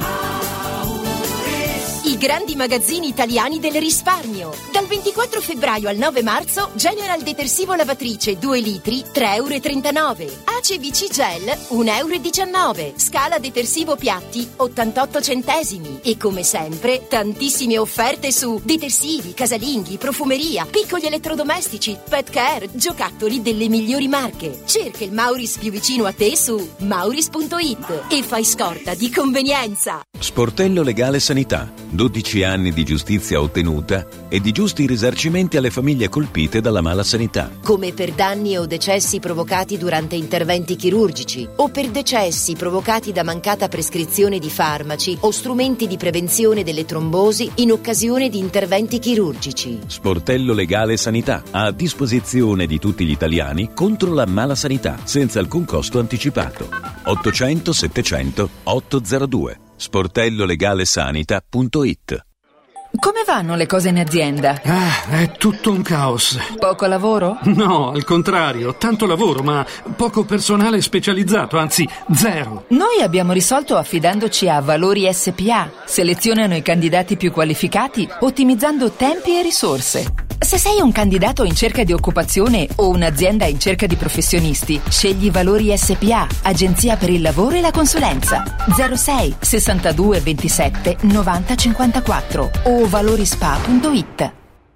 I grandi magazzini italiani del risparmio. Dal ventiquattro febbraio al nove marzo, General Detersivo lavatrice due litri tre e trentanove euro. A C V C Gel un euro e diciannove. Scala detersivo piatti ottantotto centesimi. E come sempre, tantissime offerte su detersivi, casalinghi, profumeria, piccoli elettrodomestici, pet care, giocattoli delle migliori marche. Cerca il Mauris più vicino a te su mauris punto it e fai scorta di convenienza. Sportello Legale Sanità. dodici anni di giustizia ottenuta e di giusti risarcimenti alle famiglie colpite dalla mala sanità. Come per danni o decessi provocati durante interventi chirurgici o per decessi provocati da mancata prescrizione di farmaci o strumenti di prevenzione delle trombosi in occasione di interventi chirurgici. Sportello Legale Sanità, a disposizione di tutti gli italiani contro la mala sanità, senza alcun costo anticipato. ottocento settecento ottocentodue. sportello legale sanita punto it. Come vanno le cose in azienda? Ah, è tutto un caos. Poco lavoro? No, al contrario, tanto lavoro, ma poco personale specializzato, anzi zero. Noi abbiamo risolto affidandoci a Valori S P A. Selezionano i candidati più qualificati, ottimizzando tempi e risorse. Se sei un candidato in cerca di occupazione o un'azienda in cerca di professionisti, scegli Valori S P A, agenzia per il lavoro e la consulenza. zero sei sessantadue ventisette novanta cinquantaquattro o valorispa punto it.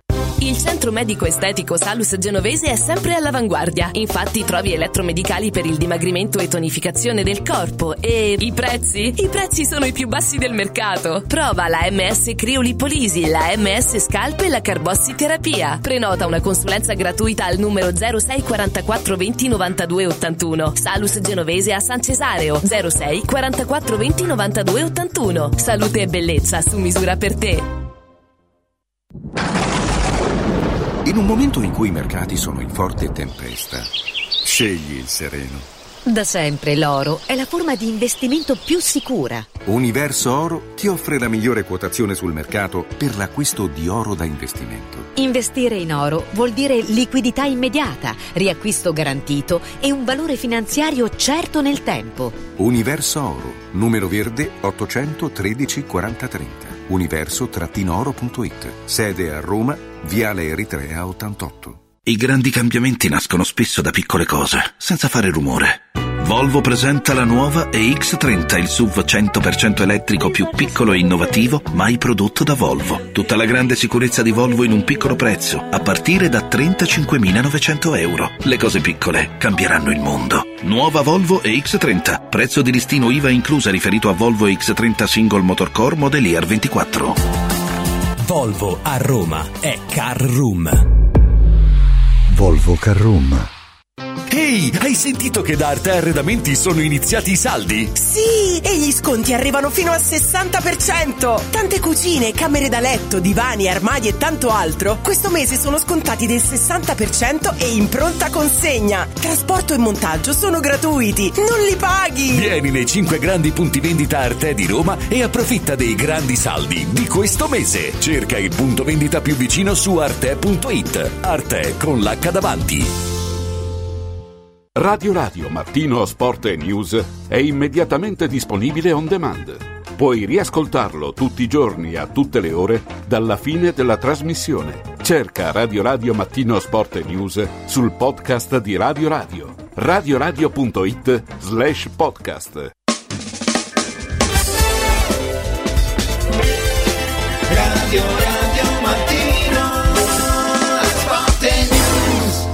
Il centro medico estetico Salus Genovese è sempre all'avanguardia. Infatti trovi elettromedicali per il dimagrimento e tonificazione del corpo. E i prezzi? I prezzi sono i più bassi del mercato. Prova la M S Criolipolisi, la M S Scalp e la Carbossiterapia. Prenota una consulenza gratuita al numero zero sei quarantaquattro venti novantadue ottantuno. Salus Genovese a San Cesareo zero sei quarantaquattro venti novantadue ottantuno. Salute e bellezza su misura per te. In un momento in cui i mercati sono in forte tempesta, scegli il sereno. Da sempre l'oro è la forma di investimento più sicura. Universo Oro ti offre la migliore quotazione sul mercato per l'acquisto di oro da investimento. Investire in oro vuol dire liquidità immediata, riacquisto garantito e un valore finanziario certo nel tempo. Universo Oro, numero verde ottocentotredici quaranta trenta. universo oro punto it. Sede a Roma, Viale Eritrea ottantotto. I grandi cambiamenti nascono spesso da piccole cose, senza fare rumore. Volvo presenta la nuova E X trenta, il S U V cento per cento elettrico più piccolo e innovativo mai prodotto da Volvo. Tutta la grande sicurezza di Volvo in un piccolo prezzo, a partire da trentacinquemilanovecento euro. Le cose piccole cambieranno il mondo. Nuova Volvo E X trenta, prezzo di listino I V A inclusa riferito a Volvo E X trenta Single Motor Core Model R ventiquattro. Volvo a Roma è Car Room. Volvo Car Room. Ehi, hai sentito che da Arte Arredamenti sono iniziati i saldi? Sì, e gli sconti arrivano fino al sessanta per cento. Tante cucine, camere da letto, divani, armadi e tanto altro questo mese sono scontati del sessanta per cento e in pronta consegna. Trasporto e montaggio sono gratuiti, non li paghi. Vieni nei cinque grandi punti vendita Arte di Roma e approfitta dei grandi saldi di questo mese. Cerca il punto vendita più vicino su arte punto it. Arte con l'H davanti. Radio Radio Mattino Sport e News è immediatamente disponibile on demand. Puoi riascoltarlo tutti i giorni a tutte le ore dalla fine della trasmissione. Cerca Radio Radio Mattino Sport e News sul podcast di Radio Radio. radioradio punto it slash podcast. Radio, Radio Mattino, Sport e News.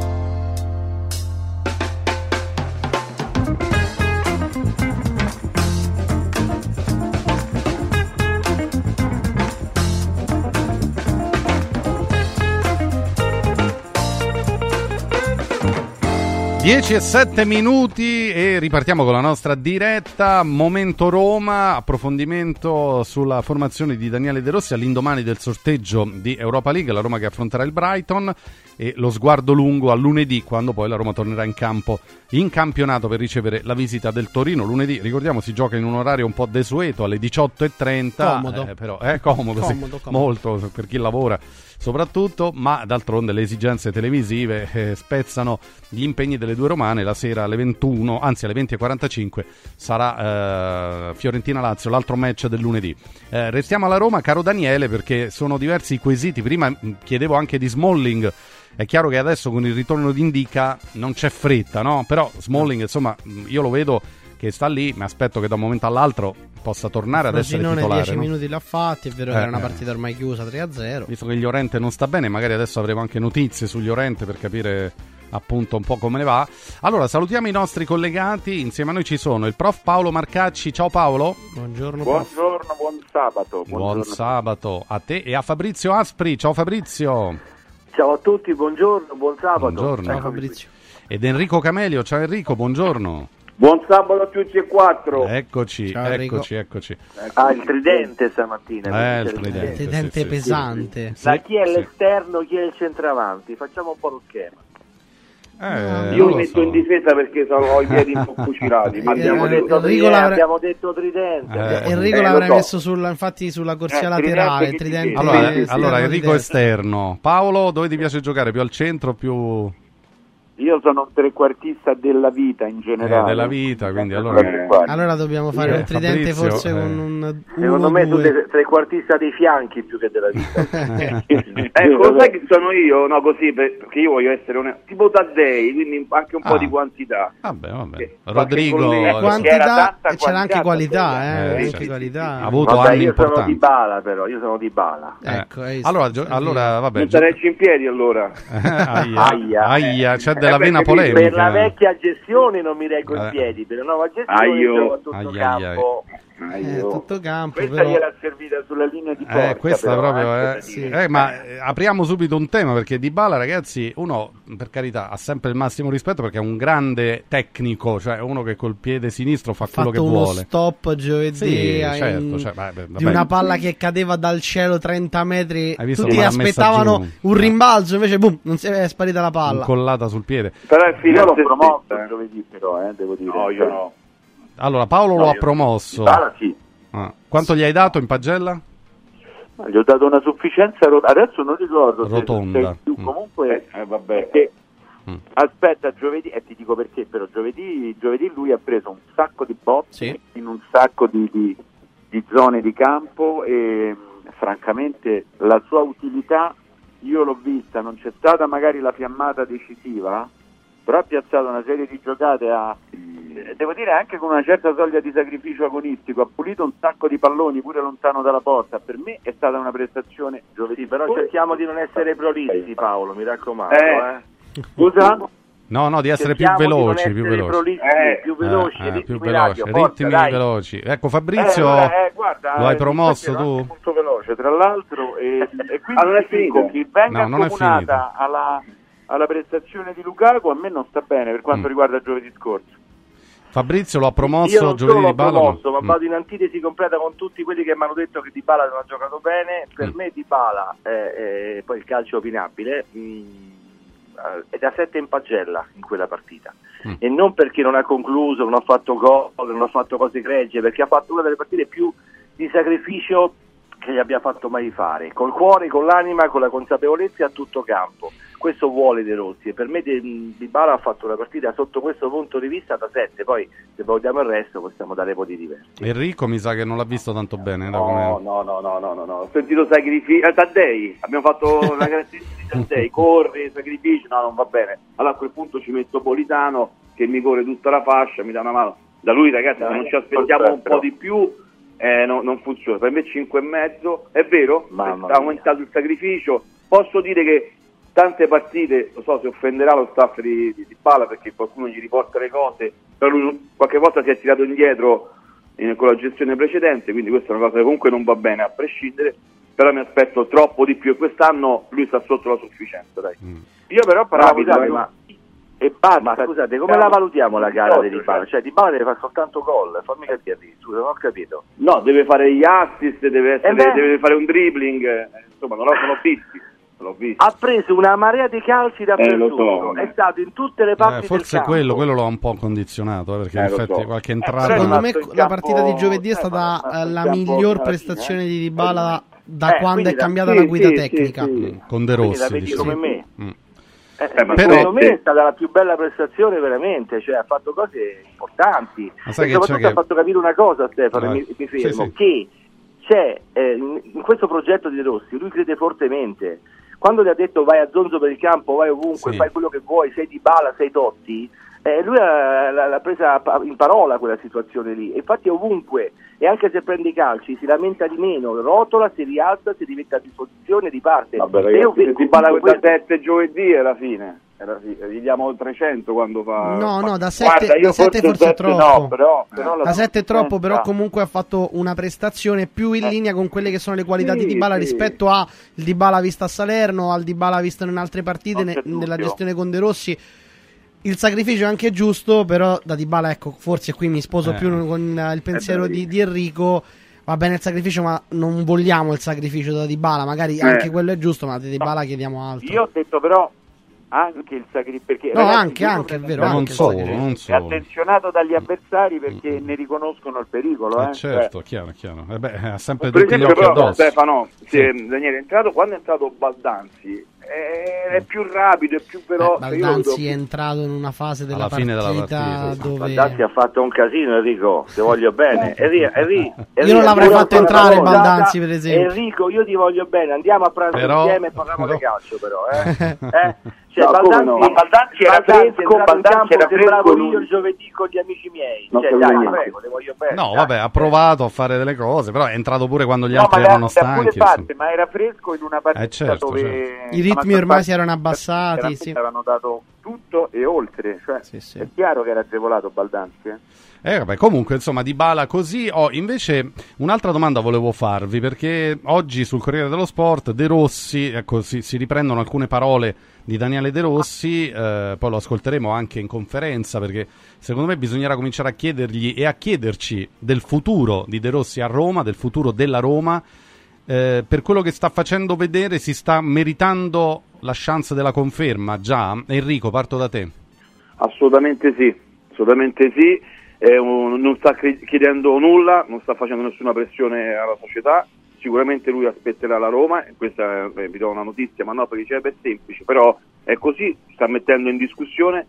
dieci e sette minuti e ripartiamo con la nostra diretta. Momento Roma, approfondimento sulla formazione di Daniele De Rossi all'indomani del sorteggio di Europa League, la Roma che affronterà il Brighton, e lo sguardo lungo a lunedì, quando poi la Roma tornerà in campo in campionato per ricevere la visita del Torino. Lunedì, ricordiamo, si gioca in un orario un po' desueto, alle diciotto e trenta, comodo, eh, però è comodo, comodo, sì, comodo. molto per chi lavora soprattutto, ma d'altronde le esigenze televisive eh, spezzano gli impegni delle due romane. La sera alle ventuno, anzi alle venti e quarantacinque sarà eh, Fiorentina-Lazio, l'altro match del lunedì. Eh, restiamo alla Roma, caro Daniele, perché sono diversi i quesiti. Prima mh, chiedevo anche di Smalling. È chiaro che adesso con il ritorno di Indica non c'è fretta, no? Però Smalling, insomma, io lo vedo che sta lì, mi aspetto che da un momento all'altro possa tornare ad essere Frosinone titolare, dieci no? minuti l'ha fatti, è vero Eh, che era una eh. partita ormai chiusa tre a zero. Visto che Llorente non sta bene, magari adesso avremo anche notizie su Llorente per capire appunto un po' come ne va. Allora salutiamo i nostri collegati, insieme a noi ci sono il prof Paolo Marcacci. Ciao Paolo. Buongiorno. Buongiorno, buon sabato. Buon Buongiorno. sabato a te e a Fabrizio Aspri. Ciao Fabrizio. Ciao a tutti, buongiorno, buon sabato. Buongiorno. Eccomi Fabrizio. Ed Enrico Camelio. Ciao Enrico, buongiorno. Buon sabato a tutti e quattro. Eccoci, Ciao, Enrico. eccoci, eccoci. Ah, il tridente stamattina. Eh, il quindi c'è tridente, Tridente sì, sì. pesante. Da Sì, chi è sì. l'esterno, chi è il centravanti? Facciamo un po' lo schema. Eh, Io non mi lo metto so. in difesa perché sono, ho i piedi un po' fucilati. Ma abbiamo, Eh, detto, Enrico tridente, l'avre- abbiamo detto tridente. Eh, Enrico Eh, l'avrai lo so. messo sulla, infatti sulla corsia Eh, laterale. tridente che Tridente, ti Allora, Sì, sì, sì, allora esterno di Enrico destra. esterno. Paolo, dove ti piace giocare? Più al centro, più Io sono un trequartista della vita in eh, generale. della vita, quindi allora Allora dobbiamo fare Eh, un tridente Fabrizio, forse eh. con un Secondo uno, me tu due. sei trequartista dei fianchi più che della vita. Ecco, lo sai che sono io? No, così, per- perché io voglio essere un... tipo Taddei, quindi anche un po' Ah. di quantità. Vabbè, vabbè. Che- Rodrigo qualche collega- eh, Quantità Era tanta e c'era anche qualità, qualità, eh, eh, anche certo. qualità. ha avuto Vabbè, anni io sono importanti. di Bala però, io sono di Bala. Eh. Ecco, hai visto? Allora, gio- allora vabbè, Non gio- stareci in piedi allora. aia, Aia. aia, c'è Eh, della beh, vena capito, polemica. per la vecchia gestione non mi reggo in Eh. piedi, per la nuova gestione Aio. gioco a tutto Aia, aia. campo. Eh, tutto campo, Questa però. gliela servita sulla linea di porta. Eh, questa però, proprio eh, eh. sì. Eh, ma eh, apriamo subito un tema, perché Dybala, ragazzi, uno per carità ha sempre il massimo rispetto perché è un grande tecnico, cioè uno che col piede sinistro fa Ha quello fatto che uno vuole. stop giovedì Sì, eh, certo, in- cioè, vabbè, di vabbè. una palla che cadeva dal cielo trenta metri. Hai visto Tutti come l'ha messa aspettavano giù? un rimbalzo, invece boom, non si è sparita la palla. Incollata sul piede. Però è fine Io l'ho a se promosso stessa, eh. giovedì però, eh, devo dire. No, io no. Allora, Paolo No, lo ha io- promosso. Bala sì. Ah. Quanto gli hai dato in pagella? Ma gli ho dato una sufficienza, ro- adesso non ricordo se- Rotonda. se più, Mm. comunque Eh, vabbè. perché- Mm. aspetta giovedì e ti dico perché, però giovedì, giovedì lui ha preso un sacco di botte Sì. in un sacco di, di- di zone di campo e mh, francamente la sua utilità io l'ho vista, non c'è stata magari la fiammata decisiva, però ha piazzato una serie di giocate a, eh, devo dire anche con una certa soglia di sacrificio agonistico, ha pulito un sacco di palloni pure lontano dalla porta. Per me è stata una prestazione giovedì, però cerchiamo di non essere prolissi, Paolo, mi raccomando. Eh. Scusa? No, no, di essere più Cerchiamo di non veloci, più essere veloci. prolissi, Eh, più veloci, Eh, eh, ritmi più radio, veloci, forza, ritmi dai. veloci. Ecco, Fabrizio, Eh, allora, eh, guarda, lo hai eh, promosso infatti era tu? anche molto veloce, tra l'altro, e, e quindi Ah, non è ti dico, finito? chi venga No, non è accomunata alla, alla prestazione di Lukaku a me non sta bene per quanto Mm. riguarda giovedì scorso. Fabrizio lo ha promosso Io non giovedì solo di l'ho Bala. promosso, ma Mm. vado in antitesi completa con tutti quelli che mi hanno detto che Dybala non ha giocato bene. Per Mm. me Dybala è, è poi il calcio opinabile, mh, è da sette in pagella in quella partita. Mm. E non perché non ha concluso, non ha fatto gol, non ha fatto cose egregie, perché ha fatto una delle partite più di sacrificio che gli abbia fatto mai fare, col cuore, con l'anima, con la consapevolezza a tutto campo. Questo vuole De Rossi e per me Di- Dybala ha fatto una partita sotto questo punto di vista da sette, poi se vogliamo il resto possiamo dare voti diversi. Enrico mi sa che non l'ha visto tanto bene. da No, come- no, no, no, no, no, no. Ho sentito sacrificio. Eh, Taddei, abbiamo fatto una caratteristica di Taddei, corre, sacrificio, no, non va bene. Allora a quel punto ci metto Politano che mi corre tutta la fascia, mi dà una mano. Da lui ragazzi, se non ci aspettiamo un po' di più, eh, no, non funziona. Per me cinque e mezzo, è vero, Mamma ha aumentato il sacrificio. Posso dire che tante partite, lo so, si offenderà lo staff di, di, di Bala perché qualcuno gli riporta le cose, però lui qualche volta si è tirato indietro in, con la gestione precedente, quindi questa è una cosa che comunque non va bene a prescindere, però mi aspetto troppo di più e quest'anno lui sta sotto la sufficienza, dai. Mm. Io però Rapido, scusate, eh, ma, e basta, ma scusate, come la valutiamo la gara di Dybala? Cioè Dybala deve fare soltanto gol, fammi capire, scusa, non ho capito. No, deve fare gli assist, deve, essere, Eh beh. deve fare un dribbling, eh, insomma, non lo sono visti. L'ho visto. Ha preso una marea di calci da Eh, lo so, so. è stato in tutte le parti Eh, forse del campo. quello, quello lo ha un po' condizionato, eh, perché Eh, in lo effetti so. qualche Eh, entrata... Secondo me in la campo- partita di giovedì è eh, stata ma- eh, la campo miglior fino alla prestazione fine, di Dybala da Eh, quando quindi è da- cambiata sì, la guida sì, tecnica. sì, sì. Mm, con De Quindi la Rossi, vedi diciamo. come me. Mm. Eh, Eh, ma secondo però- me è stata la più bella prestazione veramente, cioè ha fatto cose importanti Ma sai e che soprattutto c'è che- ha fatto capire una cosa, Stefano, Vai. mi, mi fermo, Sì, sì. che c'è eh, in in questo progetto di De Rossi, lui crede fortemente. Quando gli ha detto vai a zonzo per il campo, vai ovunque, Sì. fai quello che vuoi, sei Dybala, sei Totti, eh, lui l'ha, l'ha- l'ha presa in parola quella situazione lì, e infatti ovunque, e anche se prende i calci si lamenta di meno, rotola, si rialza, si rimette a disposizione di parte. Vabbè, E io ragazzi, vedo si parla comunque da sette giovedì alla fine. Era fi- gli diamo trecento quando fa... No, no, da Guarda, sette io da sette forse è sette troppo. no, però, però la Da sette è troppo, però consistenza- comunque ha fatto una prestazione più in linea con quelle che sono le qualità Sì, di Dybala sì. rispetto a il Dybala visto a Salerno, al Dybala visto in altre partite, Non ne- c'è nella dubbio. gestione con De Rossi. Il sacrificio è anche giusto, però da Dybala, ecco, forse qui mi sposo Eh. più con eh, il pensiero Eh, di, di Enrico. Va bene il sacrificio, ma non vogliamo il sacrificio da Dybala. Magari Eh. anche quello è giusto, ma da Dybala chiediamo altro. Io ho detto però anche il sacrificio, perché No, ragazzi, anche, uno anche, è prende- vero. Ma non anche il solo, sacrificio. non è solo. attenzionato dagli avversari perché ne riconoscono il pericolo. Eh, Eh. certo, chiaro, chiaro. Eh beh, ha sempre Per tutti gli esempio, occhi però, addosso. Stefano, Sì. se, Daniele, è entrato, quando è entrato Baldanzi, è, è più rapido, è più Eh, veloce. io lo Baldanzi vedo- è entrato in una fase della Alla fine della partita, partita, sì. dove Baldanzi ha fatto un casino, Enrico, se voglio bene. Enri- Enri- Io Enri- non l'avrei Enrico, fatto entrare guarda, Baldanzi, per esempio. Enrico, io ti voglio bene, andiamo a pranzo Però- insieme e parliamo però- di calcio però, eh? eh? Cioè, No, come Baldanzi, no? ma Baldanzi era Baldanzi fresco, è entrato in Baldanzi campo, era sembravo fresco, io lui. il giovedì con gli amici miei. Non Cioè, capito dai, niente. prego, ti voglio bene. No, dai. vabbè, ha provato a fare delle cose, però è entrato pure quando gli No, altri ma da, erano da pure stanchi. parte, ma era fresco in una partita Eh, certo, dove certo. I ritmi la ormai maggior si erano parte abbassati, veramente sì. avevano dato tutto e oltre, cioè, Sì, sì. è chiaro che era agevolato Baldanzi. Eh? Eh, vabbè, comunque, insomma, Dybala così. Oh, invece, un'altra domanda volevo farvi, perché oggi sul Corriere dello Sport De Rossi, ecco, si, si riprendono alcune parole di Daniele De Rossi, eh, poi lo ascolteremo anche in conferenza, perché secondo me bisognerà cominciare a chiedergli e a chiederci del futuro di De Rossi a Roma, del futuro della Roma. Eh, per quello che sta facendo vedere, si sta meritando la chance della conferma già? Enrico, parto da te. Assolutamente sì, assolutamente sì. È un- non sta cre- chiedendo nulla, non sta facendo nessuna pressione alla società. Sicuramente lui aspetterà la Roma, e questa eh, vi do una notizia, ma no, perché dice, "Eh, beh, è semplice", però è così, sta mettendo in discussione.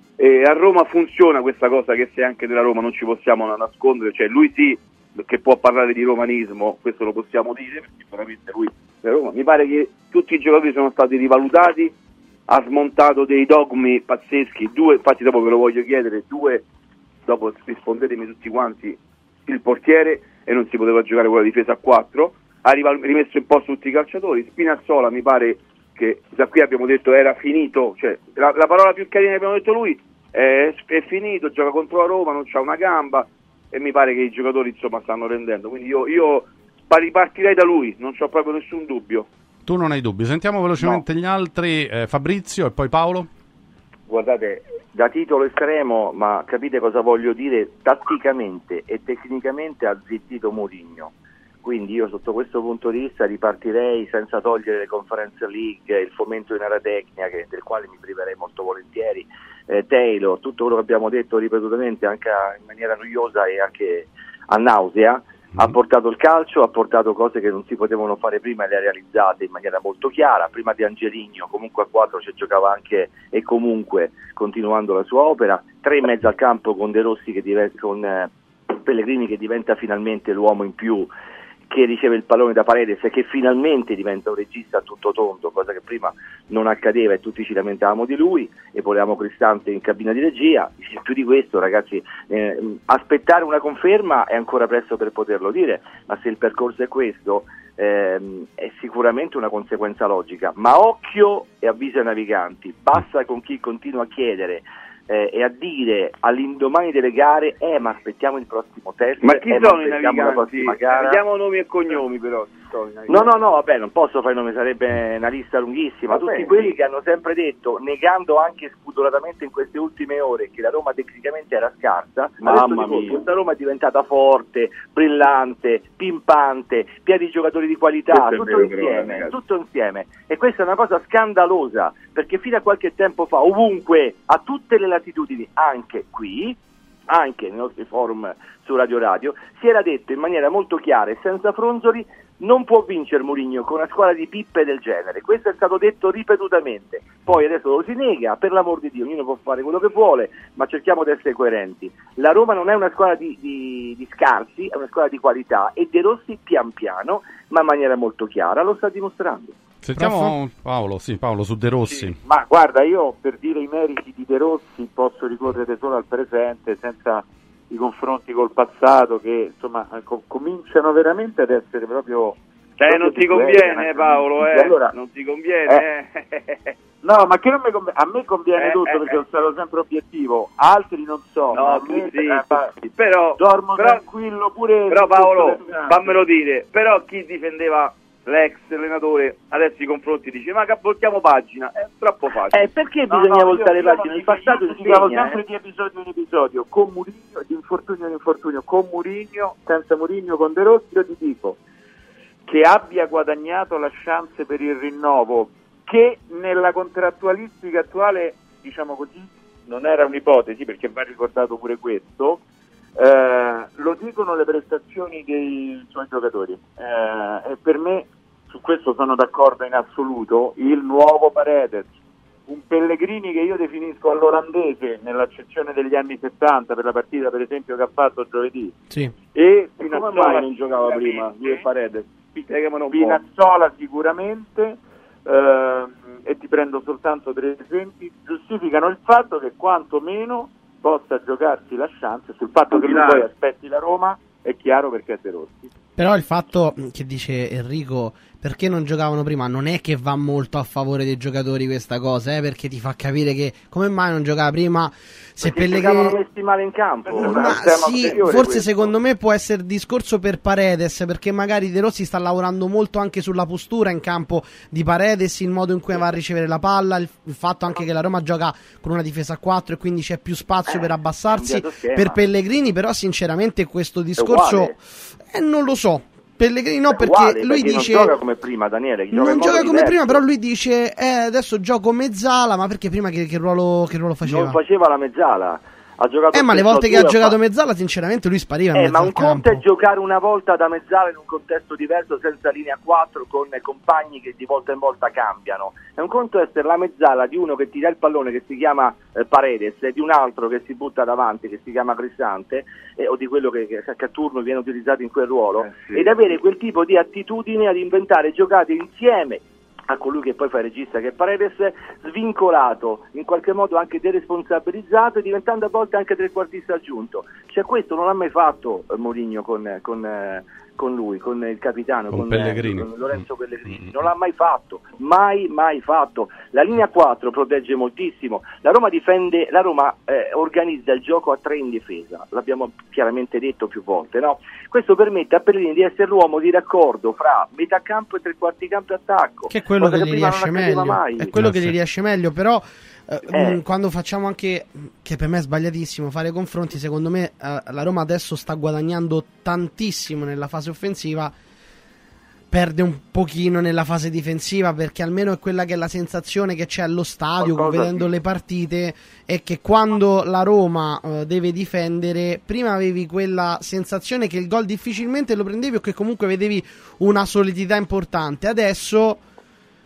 E a Roma funziona questa cosa, che se anche della Roma non ci possiamo nascondere, cioè lui sì che può parlare di romanismo, questo lo possiamo dire, perché veramente lui della Roma. Mi pare che tutti i giocatori sono stati rivalutati, ha smontato dei dogmi pazzeschi, due, infatti dopo ve lo voglio chiedere, due, dopo rispondetemi tutti quanti, il portiere, e non si poteva giocare con la difesa a quattro, ha rival- rimesso in posto tutti i calciatori. Spinazzola mi pare che da qui abbiamo detto era finito, cioè la, la parola più carina che abbiamo detto lui è, è finito, gioca contro la Roma, non c'ha una gamba, e mi pare che i giocatori insomma stanno rendendo, quindi io, io ripartirei da lui, non c'ho proprio nessun dubbio. Tu non hai dubbi. Sentiamo velocemente gli altri, eh, Fabrizio e poi Paolo. Guardate, da titolo estremo, ma capite cosa voglio dire, tatticamente e tecnicamente ha zittito Mourinho. Quindi io sotto questo punto di vista ripartirei senza togliere le Conference League, il fomento in area tecnica, che, del quale mi priverei molto volentieri, eh, Taylor, tutto quello che abbiamo detto ripetutamente anche a, in maniera noiosa e anche a nausea. Ha portato il calcio, ha portato cose che non si potevano fare prima e le ha realizzate in maniera molto chiara. Prima di Angelino, comunque a quattro ci giocava anche e comunque continuando la sua opera. Tre in mezzo al campo con De Rossi che diventa, con eh, Pellegrini che diventa finalmente l'uomo in più che riceve il pallone da Paredes e che finalmente diventa un regista a tutto tondo, cosa che prima non accadeva e tutti ci lamentavamo di lui, e volevamo Cristante in cabina di regia. Più di questo, ragazzi, eh, aspettare una conferma è ancora presto per poterlo dire, ma se il percorso è questo ehm, è sicuramente una conseguenza logica, ma occhio e avviso ai naviganti, basta con chi continua a chiedere Eh, e a dire all'indomani delle gare eh ma aspettiamo il prossimo test, ma chi eh, sono i aspettiamo la naviganti? prossima gara. Vediamo nomi e cognomi però. No, no, no, vabbè, non posso fare nome, sarebbe una lista lunghissima. Vabbè, Tutti quelli sì. che hanno sempre detto, negando anche spudoratamente in queste ultime ore, che la Roma tecnicamente era scarsa, Mamma adesso dico, mia. questa Roma è diventata forte, brillante, pimpante, piena di giocatori di qualità, Questo è tutto vero, però, insieme, ragazzi. tutto insieme. E questa è una cosa scandalosa, perché fino a qualche tempo fa, ovunque, a tutte le latitudini, anche qui, anche nei nostri forum su Radio Radio, si era detto in maniera molto chiara e senza fronzoli: non può vincere Mourinho con una squadra di pippe del genere. Questo è stato detto ripetutamente. Poi adesso lo si nega, per l'amor di Dio, ognuno può fare quello che vuole, ma cerchiamo di essere coerenti. La Roma non è una squadra di, di, di scarsi, è una squadra di qualità, e De Rossi pian piano, ma in maniera molto chiara, lo sta dimostrando. Sentiamo Paolo, sì, Paolo su De Rossi. Sì, ma guarda, io per dire i meriti di De Rossi posso ricorrere solo al presente, senza i confronti col passato, che insomma co- cominciano veramente ad essere proprio... Eh, non ti conviene, Paolo, eh. Allora, non ti conviene, eh. eh. No, ma che non mi conviene, a me conviene Eh, tutto eh, perché eh. sono stato sempre obiettivo, altri non so, No, ma a tu me, sì, eh, ma- sì, però, dormo però- tranquillo pure... Però Paolo, tutto le- fammelo dire, però chi difendeva l'ex allenatore adesso i confronti dice ma che voltiamo pagina, è troppo facile. Eh, perché No, bisogna no, voltare io- io pagina? non Il passato io giudicavo insegna, sempre eh. di episodio in episodio, con Mourinho, di infortunio in infortunio, con Mourinho, senza Mourinho, con De Rossi. Io ti dico che abbia guadagnato la chance per il rinnovo, che nella contrattualistica attuale, diciamo così, non era un'ipotesi, perché va ricordato pure questo. Eh, lo dicono le prestazioni dei suoi giocatori, eh, e per me su questo sono d'accordo in assoluto. Il nuovo Paredes, un Pellegrini che io definisco all'olandese nell'accezione degli anni settanta, per la partita per esempio che ha fatto giovedì, Sì. e Come Spinazzola mai non giocava prima, sicuramente, lui e Paredes? Spiegamelo un po'. Spinazzola sicuramente, ehm, e ti prendo soltanto tre esempi, giustificano il fatto che quantomeno possa giocarsi la chance. Sul fatto che lui poi aspetti la Roma è chiaro, perché è De Rossi. Però il fatto che dice Enrico, perché non giocavano prima, non è che va molto a favore dei giocatori questa cosa, eh, perché ti fa capire che come mai non giocava prima, se Perché Pellegrini... giocavano messi male in campo. Ma sì, forse secondo me può essere discorso per Paredes, perché magari De Rossi sta lavorando molto anche sulla postura in campo di Paredes, il modo in cui va a ricevere la palla, il, il fatto anche che la Roma gioca con una difesa a quattro e quindi c'è più spazio per abbassarsi. Per Pellegrini però sinceramente questo discorso eh, non lo so. Pellegrini no, perché Uguale, lui perché dice non gioca come prima, Daniele, gioca non in gioca modo come diverso. prima, però lui dice eh, adesso gioco mezzala, ma perché prima che, che, ruolo, che ruolo faceva? Non faceva la mezzala, ha giocato Eh, ma le spesso volte a che ha due, giocato fa- mezzala, sinceramente lui spariva in Eh, mezzo ma al un campo. conto è giocare una volta da mezzala in un contesto diverso, senza linea quattro, con compagni che di volta in volta cambiano. È un conto essere la mezzala di uno che ti dà il pallone, che si chiama eh, Paredes, e di un altro che si butta davanti, che si chiama Cristante, eh, o di quello che, che, che a turno viene utilizzato in quel ruolo, Eh, sì. ed avere quel tipo di attitudine ad inventare giocate insieme a colui che poi fa il regista, che è Paredes, svincolato, in qualche modo anche deresponsabilizzato, e diventando a volte anche trequartista aggiunto. Cioè questo non l'ha mai fatto eh, Mourinho con, con, eh, con lui, con il capitano, Con con, Pellegrini. eh, con Lorenzo Pellegrini. Non l'ha mai fatto, mai mai fatto. La linea quattro protegge moltissimo. La Roma difende, la Roma eh, organizza il gioco a tre in difesa, l'abbiamo chiaramente detto più volte, no? Questo permette a Pellegrini di essere l'uomo di raccordo fra metà campo e tre quarti campo e attacco. Che è quello cosa che gli prima non riesce accadeva meglio. mai. È quello Eh, che sì. gli riesce meglio, però eh, Eh. mh, quando facciamo anche, che per me è sbagliatissimo, fare confronti, secondo me eh, la Roma adesso sta guadagnando tantissimo nella fase offensiva, perde un pochino nella fase difensiva, perché almeno è quella che è la sensazione che c'è allo stadio, Qualcosa vedendo sì. le partite, è che quando la Roma eh, deve difendere, prima avevi quella sensazione che il gol difficilmente lo prendevi o che comunque vedevi una solidità importante. Adesso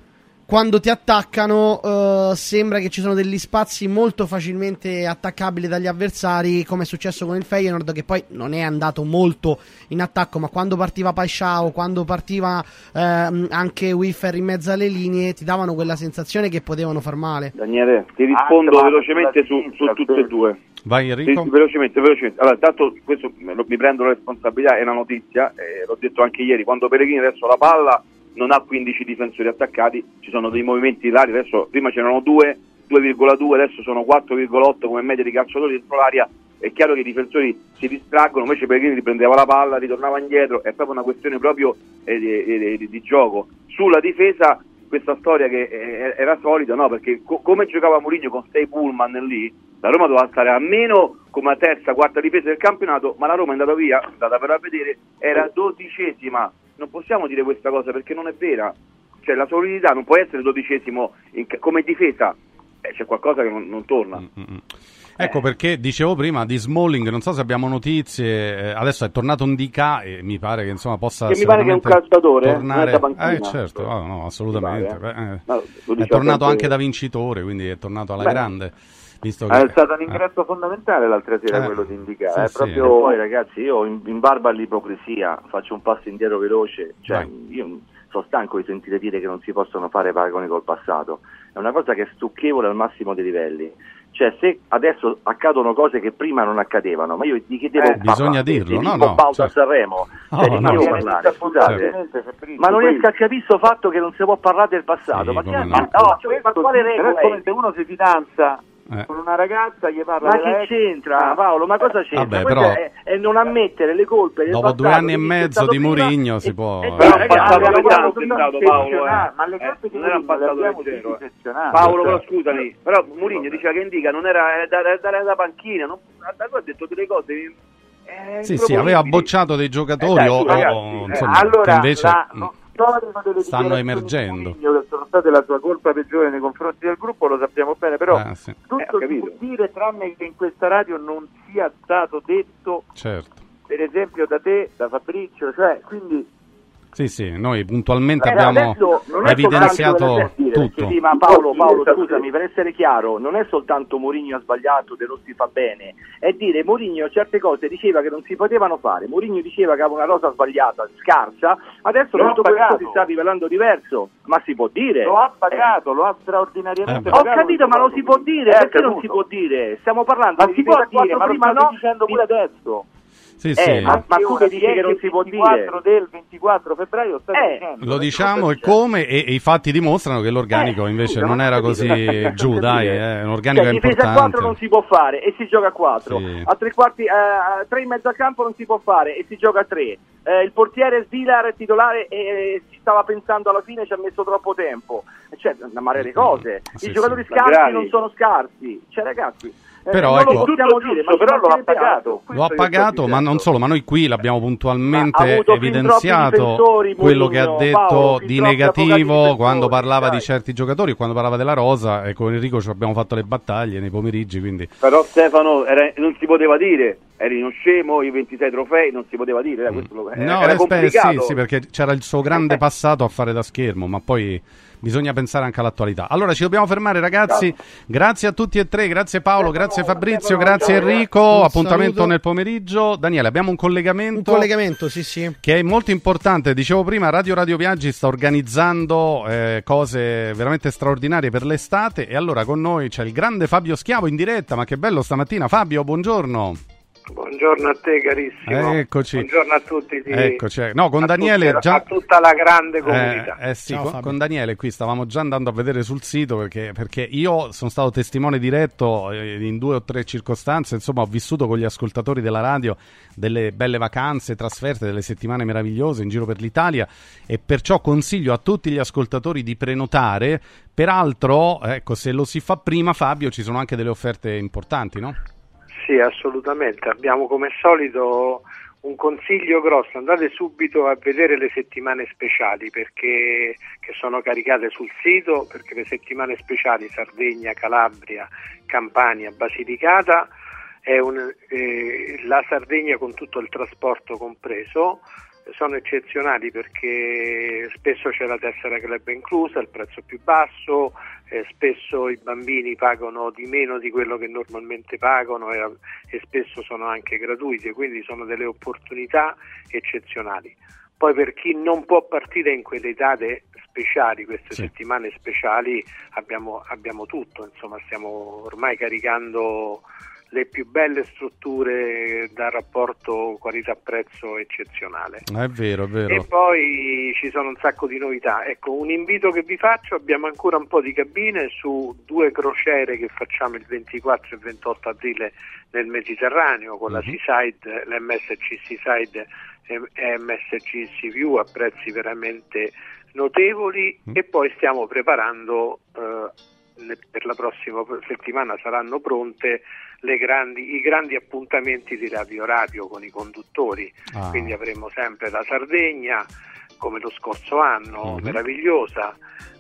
quando ti attaccano uh, sembra che ci sono degli spazi molto facilmente attaccabili dagli avversari, come è successo con il Feyenoord, che poi non è andato molto in attacco, ma quando partiva Paixão, quando partiva uh, anche Wiffer in mezzo alle linee, ti davano quella sensazione che potevano far male. Daniele, ti rispondo velocemente su, su tutte e due. Vai Enrico. Sì, velocemente, velocemente. Allora, tanto questo mi prendo la responsabilità, è una notizia, eh, l'ho detto anche ieri, quando Pellegrini adesso la palla non ha quindici difensori attaccati, ci sono dei movimenti rari, adesso prima c'erano due, due virgola due, adesso sono quattro virgola otto come media di calciatori dentro l'area. È chiaro che i difensori si distraggono, invece Pellegrini riprendeva la palla, ritornava indietro, è proprio una questione proprio eh, di, di, di gioco. Sulla difesa questa storia che eh, era solida, no, perché co- come giocava Mourinho con Stay Pullman lì, la Roma doveva stare almeno come la terza, quarta difesa del campionato, ma la Roma è andata via, è andata per a vedere, era dodicesima. Non possiamo dire questa cosa perché non è vera, cioè la solidità non può essere dodicesimo in, come difesa, eh, c'è qualcosa che non, non torna. Mm-hmm. Ecco perché dicevo prima di Smalling, non so se abbiamo notizie, eh, adesso è tornato un D K e mi pare che insomma possa che mi pare che è un calciatore, tornare... eh, panchina, eh certo, no, no, assolutamente, pare, eh. eh. No, è tornato sempre... anche da vincitore, quindi è tornato alla Beh. grande. Visto che... È stato un ingresso eh. fondamentale l'altra sera eh. quello di indicare, sì, è proprio... sì. Poi ragazzi, io in, in barba all'ipocrisia faccio un passo indietro veloce, cioè Vai. io sono stanco di sentire dire che non si possono fare paragoni col passato, è una cosa che è stucchevole al massimo dei livelli. Cioè, se adesso accadono cose che prima non accadevano, ma io di che devo eh, bisogna dirlo, no, no, Bauta certo. a Sanremo, oh, cioè, no, devo no, parlare, scusate, certo. ma non riesco a capire questo fatto che non si può parlare del passato, sì, ma, che, no. ma, no, cioè, ma quale regola è? Come se uno si fidanza Eh. con una ragazza, gli parla Ma della che ex... c'entra Paolo? Ma cosa c'entra? Vabbè, però, è, è non ammettere le colpe del dopo passato, due anni e che mezzo di Mourinho si può e, eh. Però eh, è passato ragazzi, leggero, abbiamo Paolo, eh. ma le colpe di non era Mourinho le passato abbiamo leggero. disezionate. Paolo, però scusami, però Mourinho diceva che indica non era da, da, da, da panchina, non, da lui ha detto delle cose eh, sì sì, aveva bocciato dei giocatori eh, dai, o, ragazzi, o eh, insomma, allora, che invece la, mh, no, stanno emergendo, di Mourinho, che sono state la sua colpa peggiore nei confronti del gruppo, lo sappiamo bene, però ah, sì. tutto eh, si può dire tranne che in questa radio non sia stato detto, certo. per esempio da te, da Fabrizio, cioè quindi Sì, sì, noi puntualmente Eh, abbiamo adesso non è evidenziato soltanto dire, tutto. Sì, ma Paolo, Paolo, scusami, per essere chiaro, non è soltanto Mourinho ha sbagliato, De Rossi fa bene, è dire Mourinho certe cose diceva che non si potevano fare, Mourinho diceva che aveva una rosa sbagliata, scarsa, adesso Lo tutto ha questo pagato. si sta rivelando diverso, ma si può dire. lo ha pagato, lo ha straordinariamente Eh, Ho pagato. capito, ma lo si può dire, Eh, perché non appunto. si può dire? Stiamo parlando Ma di si può difesa dire, ma lo prima state no, dicendo pure adesso. Sì, Eh, sì. ma, ma tu che dici che non si può dire? ventiquattro del ventiquattro febbraio stai Eh, dicendo. Lo diciamo e come, e, e i fatti dimostrano che l'organico Eh, invece scusa, non non era capito. così giù, dai, è un organico Cioè, difesa a importante. quattro non si può fare e si gioca a quattro, Sì. a tre quarti, eh, a tre in mezzo al campo non si può fare e si gioca a tre. Eh, il portiere Svilar è titolare e eh, si stava pensando alla fine, ci ha messo troppo tempo. Cioè, una marea di cose. Sì, I giocatori sì. scarsi Magari. non sono scarsi. Cioè, ragazzi, eh, Però, non ecco- lo possiamo dire, ma però lo ha pagato. Lo ha pagato, ma non solo, ma noi qui l'abbiamo Ma ha puntualmente avuto fin evidenziato troppi difensori, quello che ha Mourinho, detto Paolo, fin di troppi negativo avvocati quando difensori, parlava dai. di certi giocatori, quando parlava della rosa, e con Enrico ci abbiamo fatto le battaglie nei pomeriggi, quindi Però Stefano era, non si poteva dire, eri uno scemo, i ventisei trofei, non si poteva dire, eh, questo lo- no, era eh, spe- sì, complicato. sì, perché c'era il suo grande passato a fare da schermo, ma poi bisogna pensare anche all'attualità. Allora ci dobbiamo fermare, ragazzi. Grazie a tutti e tre, grazie Paolo, grazie Fabrizio, grazie Enrico. Un Appuntamento saluto. nel pomeriggio. Daniele, abbiamo un collegamento. Un collegamento, sì, sì. Che è molto importante. Dicevo prima, Radio Radio Viaggi sta organizzando eh, cose veramente straordinarie per l'estate, e allora con noi c'è il grande Fabio Schiavo in diretta. Ma che bello stamattina, Fabio, buongiorno. Buongiorno a te carissimo. Eccoci. Buongiorno a tutti. Sì. Eccoci. No, con a Daniele tutti, già a tutta la grande comunità. Eh, eh sì, Ciao, con, Fabio. con Daniele qui stavamo già andando a vedere sul sito, perché, perché io sono stato testimone diretto eh, in due o tre circostanze, insomma ho vissuto con gli ascoltatori della radio delle belle vacanze, trasferte, delle settimane meravigliose in giro per l'Italia, e perciò consiglio a tutti gli ascoltatori di prenotare. Peraltro, ecco, se lo si fa prima, Fabio, ci sono anche delle offerte importanti, no? Sì, assolutamente. Abbiamo come solito un consiglio grosso: andate subito a vedere le settimane speciali, perché che sono caricate sul sito, perché le settimane speciali Sardegna, Calabria, Campania, Basilicata è un, eh, la Sardegna con tutto il trasporto compreso, sono eccezionali perché spesso c'è la tessera club inclusa, il prezzo più basso, eh, spesso i bambini pagano di meno di quello che normalmente pagano e, e spesso sono anche gratuiti, quindi sono delle opportunità eccezionali. Poi per chi non può partire in quelle date speciali, queste sì. settimane speciali, abbiamo, abbiamo tutto, insomma stiamo ormai caricando le più belle strutture dal rapporto qualità-prezzo eccezionale. È vero, è vero. E poi ci sono un sacco di novità. Ecco, un invito che vi faccio: abbiamo ancora un po' di cabine su due crociere che facciamo il ventiquattro e ventotto aprile nel Mediterraneo con uh-huh. la Seaside, l'M S C Seaside e M S C Seaview a prezzi veramente notevoli uh-huh. e poi stiamo preparando eh, le, per la prossima settimana saranno pronte le grandi, i grandi appuntamenti di Radio Radio con i conduttori, ah. quindi avremo sempre la Sardegna come lo scorso anno, uh-huh. meravigliosa,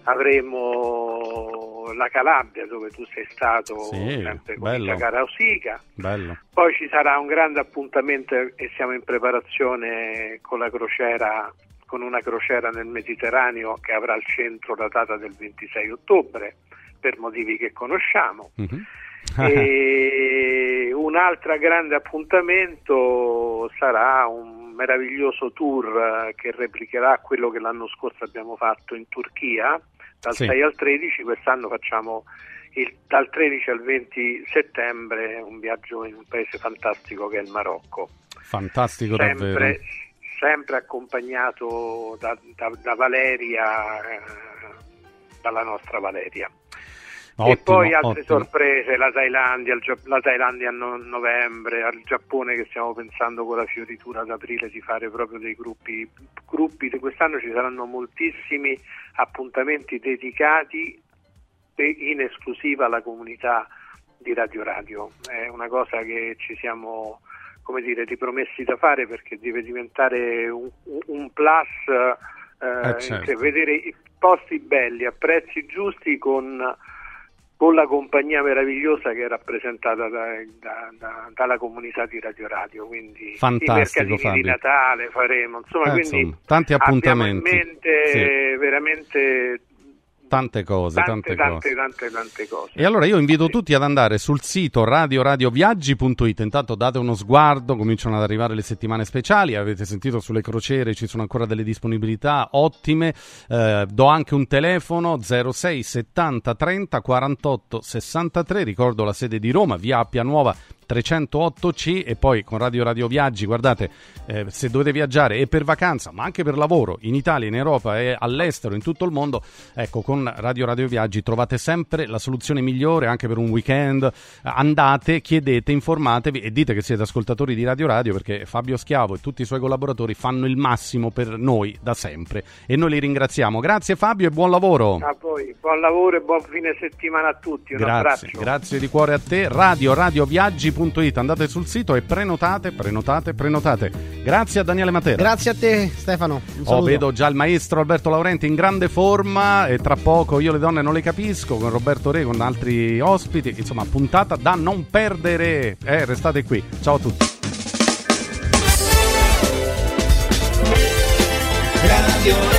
avremo la Calabria dove tu sei stato sì, sempre con il Carausica, poi ci sarà un grande appuntamento e siamo in preparazione con la crociera, con una crociera nel Mediterraneo che avrà al centro la data del ventisei ottobre per motivi che conosciamo. Uh-huh. E un altro grande appuntamento sarà un meraviglioso tour che replicherà quello che l'anno scorso abbiamo fatto in Turchia dal sì. sei al tredici. Quest'anno facciamo il, dal tredici al venti settembre un viaggio in un paese fantastico che è il Marocco, fantastico sempre, davvero, sempre accompagnato da, da, da Valeria, eh, dalla nostra Valeria. Ottimo, e poi altre ottimo. sorprese, la Thailandia, la Thailandia a no- novembre, al Giappone che stiamo pensando con la fioritura ad aprile di fare proprio dei gruppi, gruppi di quest'anno ci saranno moltissimi appuntamenti dedicati in esclusiva alla comunità di Radio Radio. È una cosa che ci siamo, come dire, ripromessi da fare perché deve diventare un, un plus, eh, eh, certo. vedere i posti belli a prezzi giusti con con la compagnia meravigliosa che è rappresentata da, da, da, dalla comunità di Radio Radio, quindi fantastico, i mercatini Fabio. di Natale faremo, insomma, eh, quindi insomma, tanti appuntamenti, abbiamo in mente sì. veramente tante cose, tante, tante, tante, cose. tante, tante cose. E allora io invito sì. tutti ad andare sul sito radio radio viaggi punto it, intanto date uno sguardo, cominciano ad arrivare le settimane speciali, avete sentito sulle crociere ci sono ancora delle disponibilità ottime, eh, do anche un telefono zero sei settanta trenta quarantotto sessantatré, ricordo la sede di Roma, via Appia Nuova trecentootto C, e poi con Radio Radio Viaggi, guardate, eh, se dovete viaggiare e per vacanza ma anche per lavoro in Italia, in Europa e all'estero, in tutto il mondo, ecco, con Radio Radio Viaggi trovate sempre la soluzione migliore anche per un weekend. Andate, chiedete, informatevi e dite che siete ascoltatori di Radio Radio, perché Fabio Schiavo e tutti i suoi collaboratori fanno il massimo per noi da sempre e noi li ringraziamo. Grazie Fabio e buon lavoro. A voi, buon lavoro e buon fine settimana a tutti. Un grazie, abbraccio. Grazie di cuore a te. Radio Radio Viaggi punto it, andate sul sito e prenotate, prenotate, prenotate. Grazie a Daniele Matera. Grazie a te Stefano. Oh, vedo già il maestro Alberto Laurenti in grande forma e tra poco Io le donne non le capisco con Roberto Re, con altri ospiti, insomma puntata da non perdere. Eh, restate qui. Ciao a tutti. Radio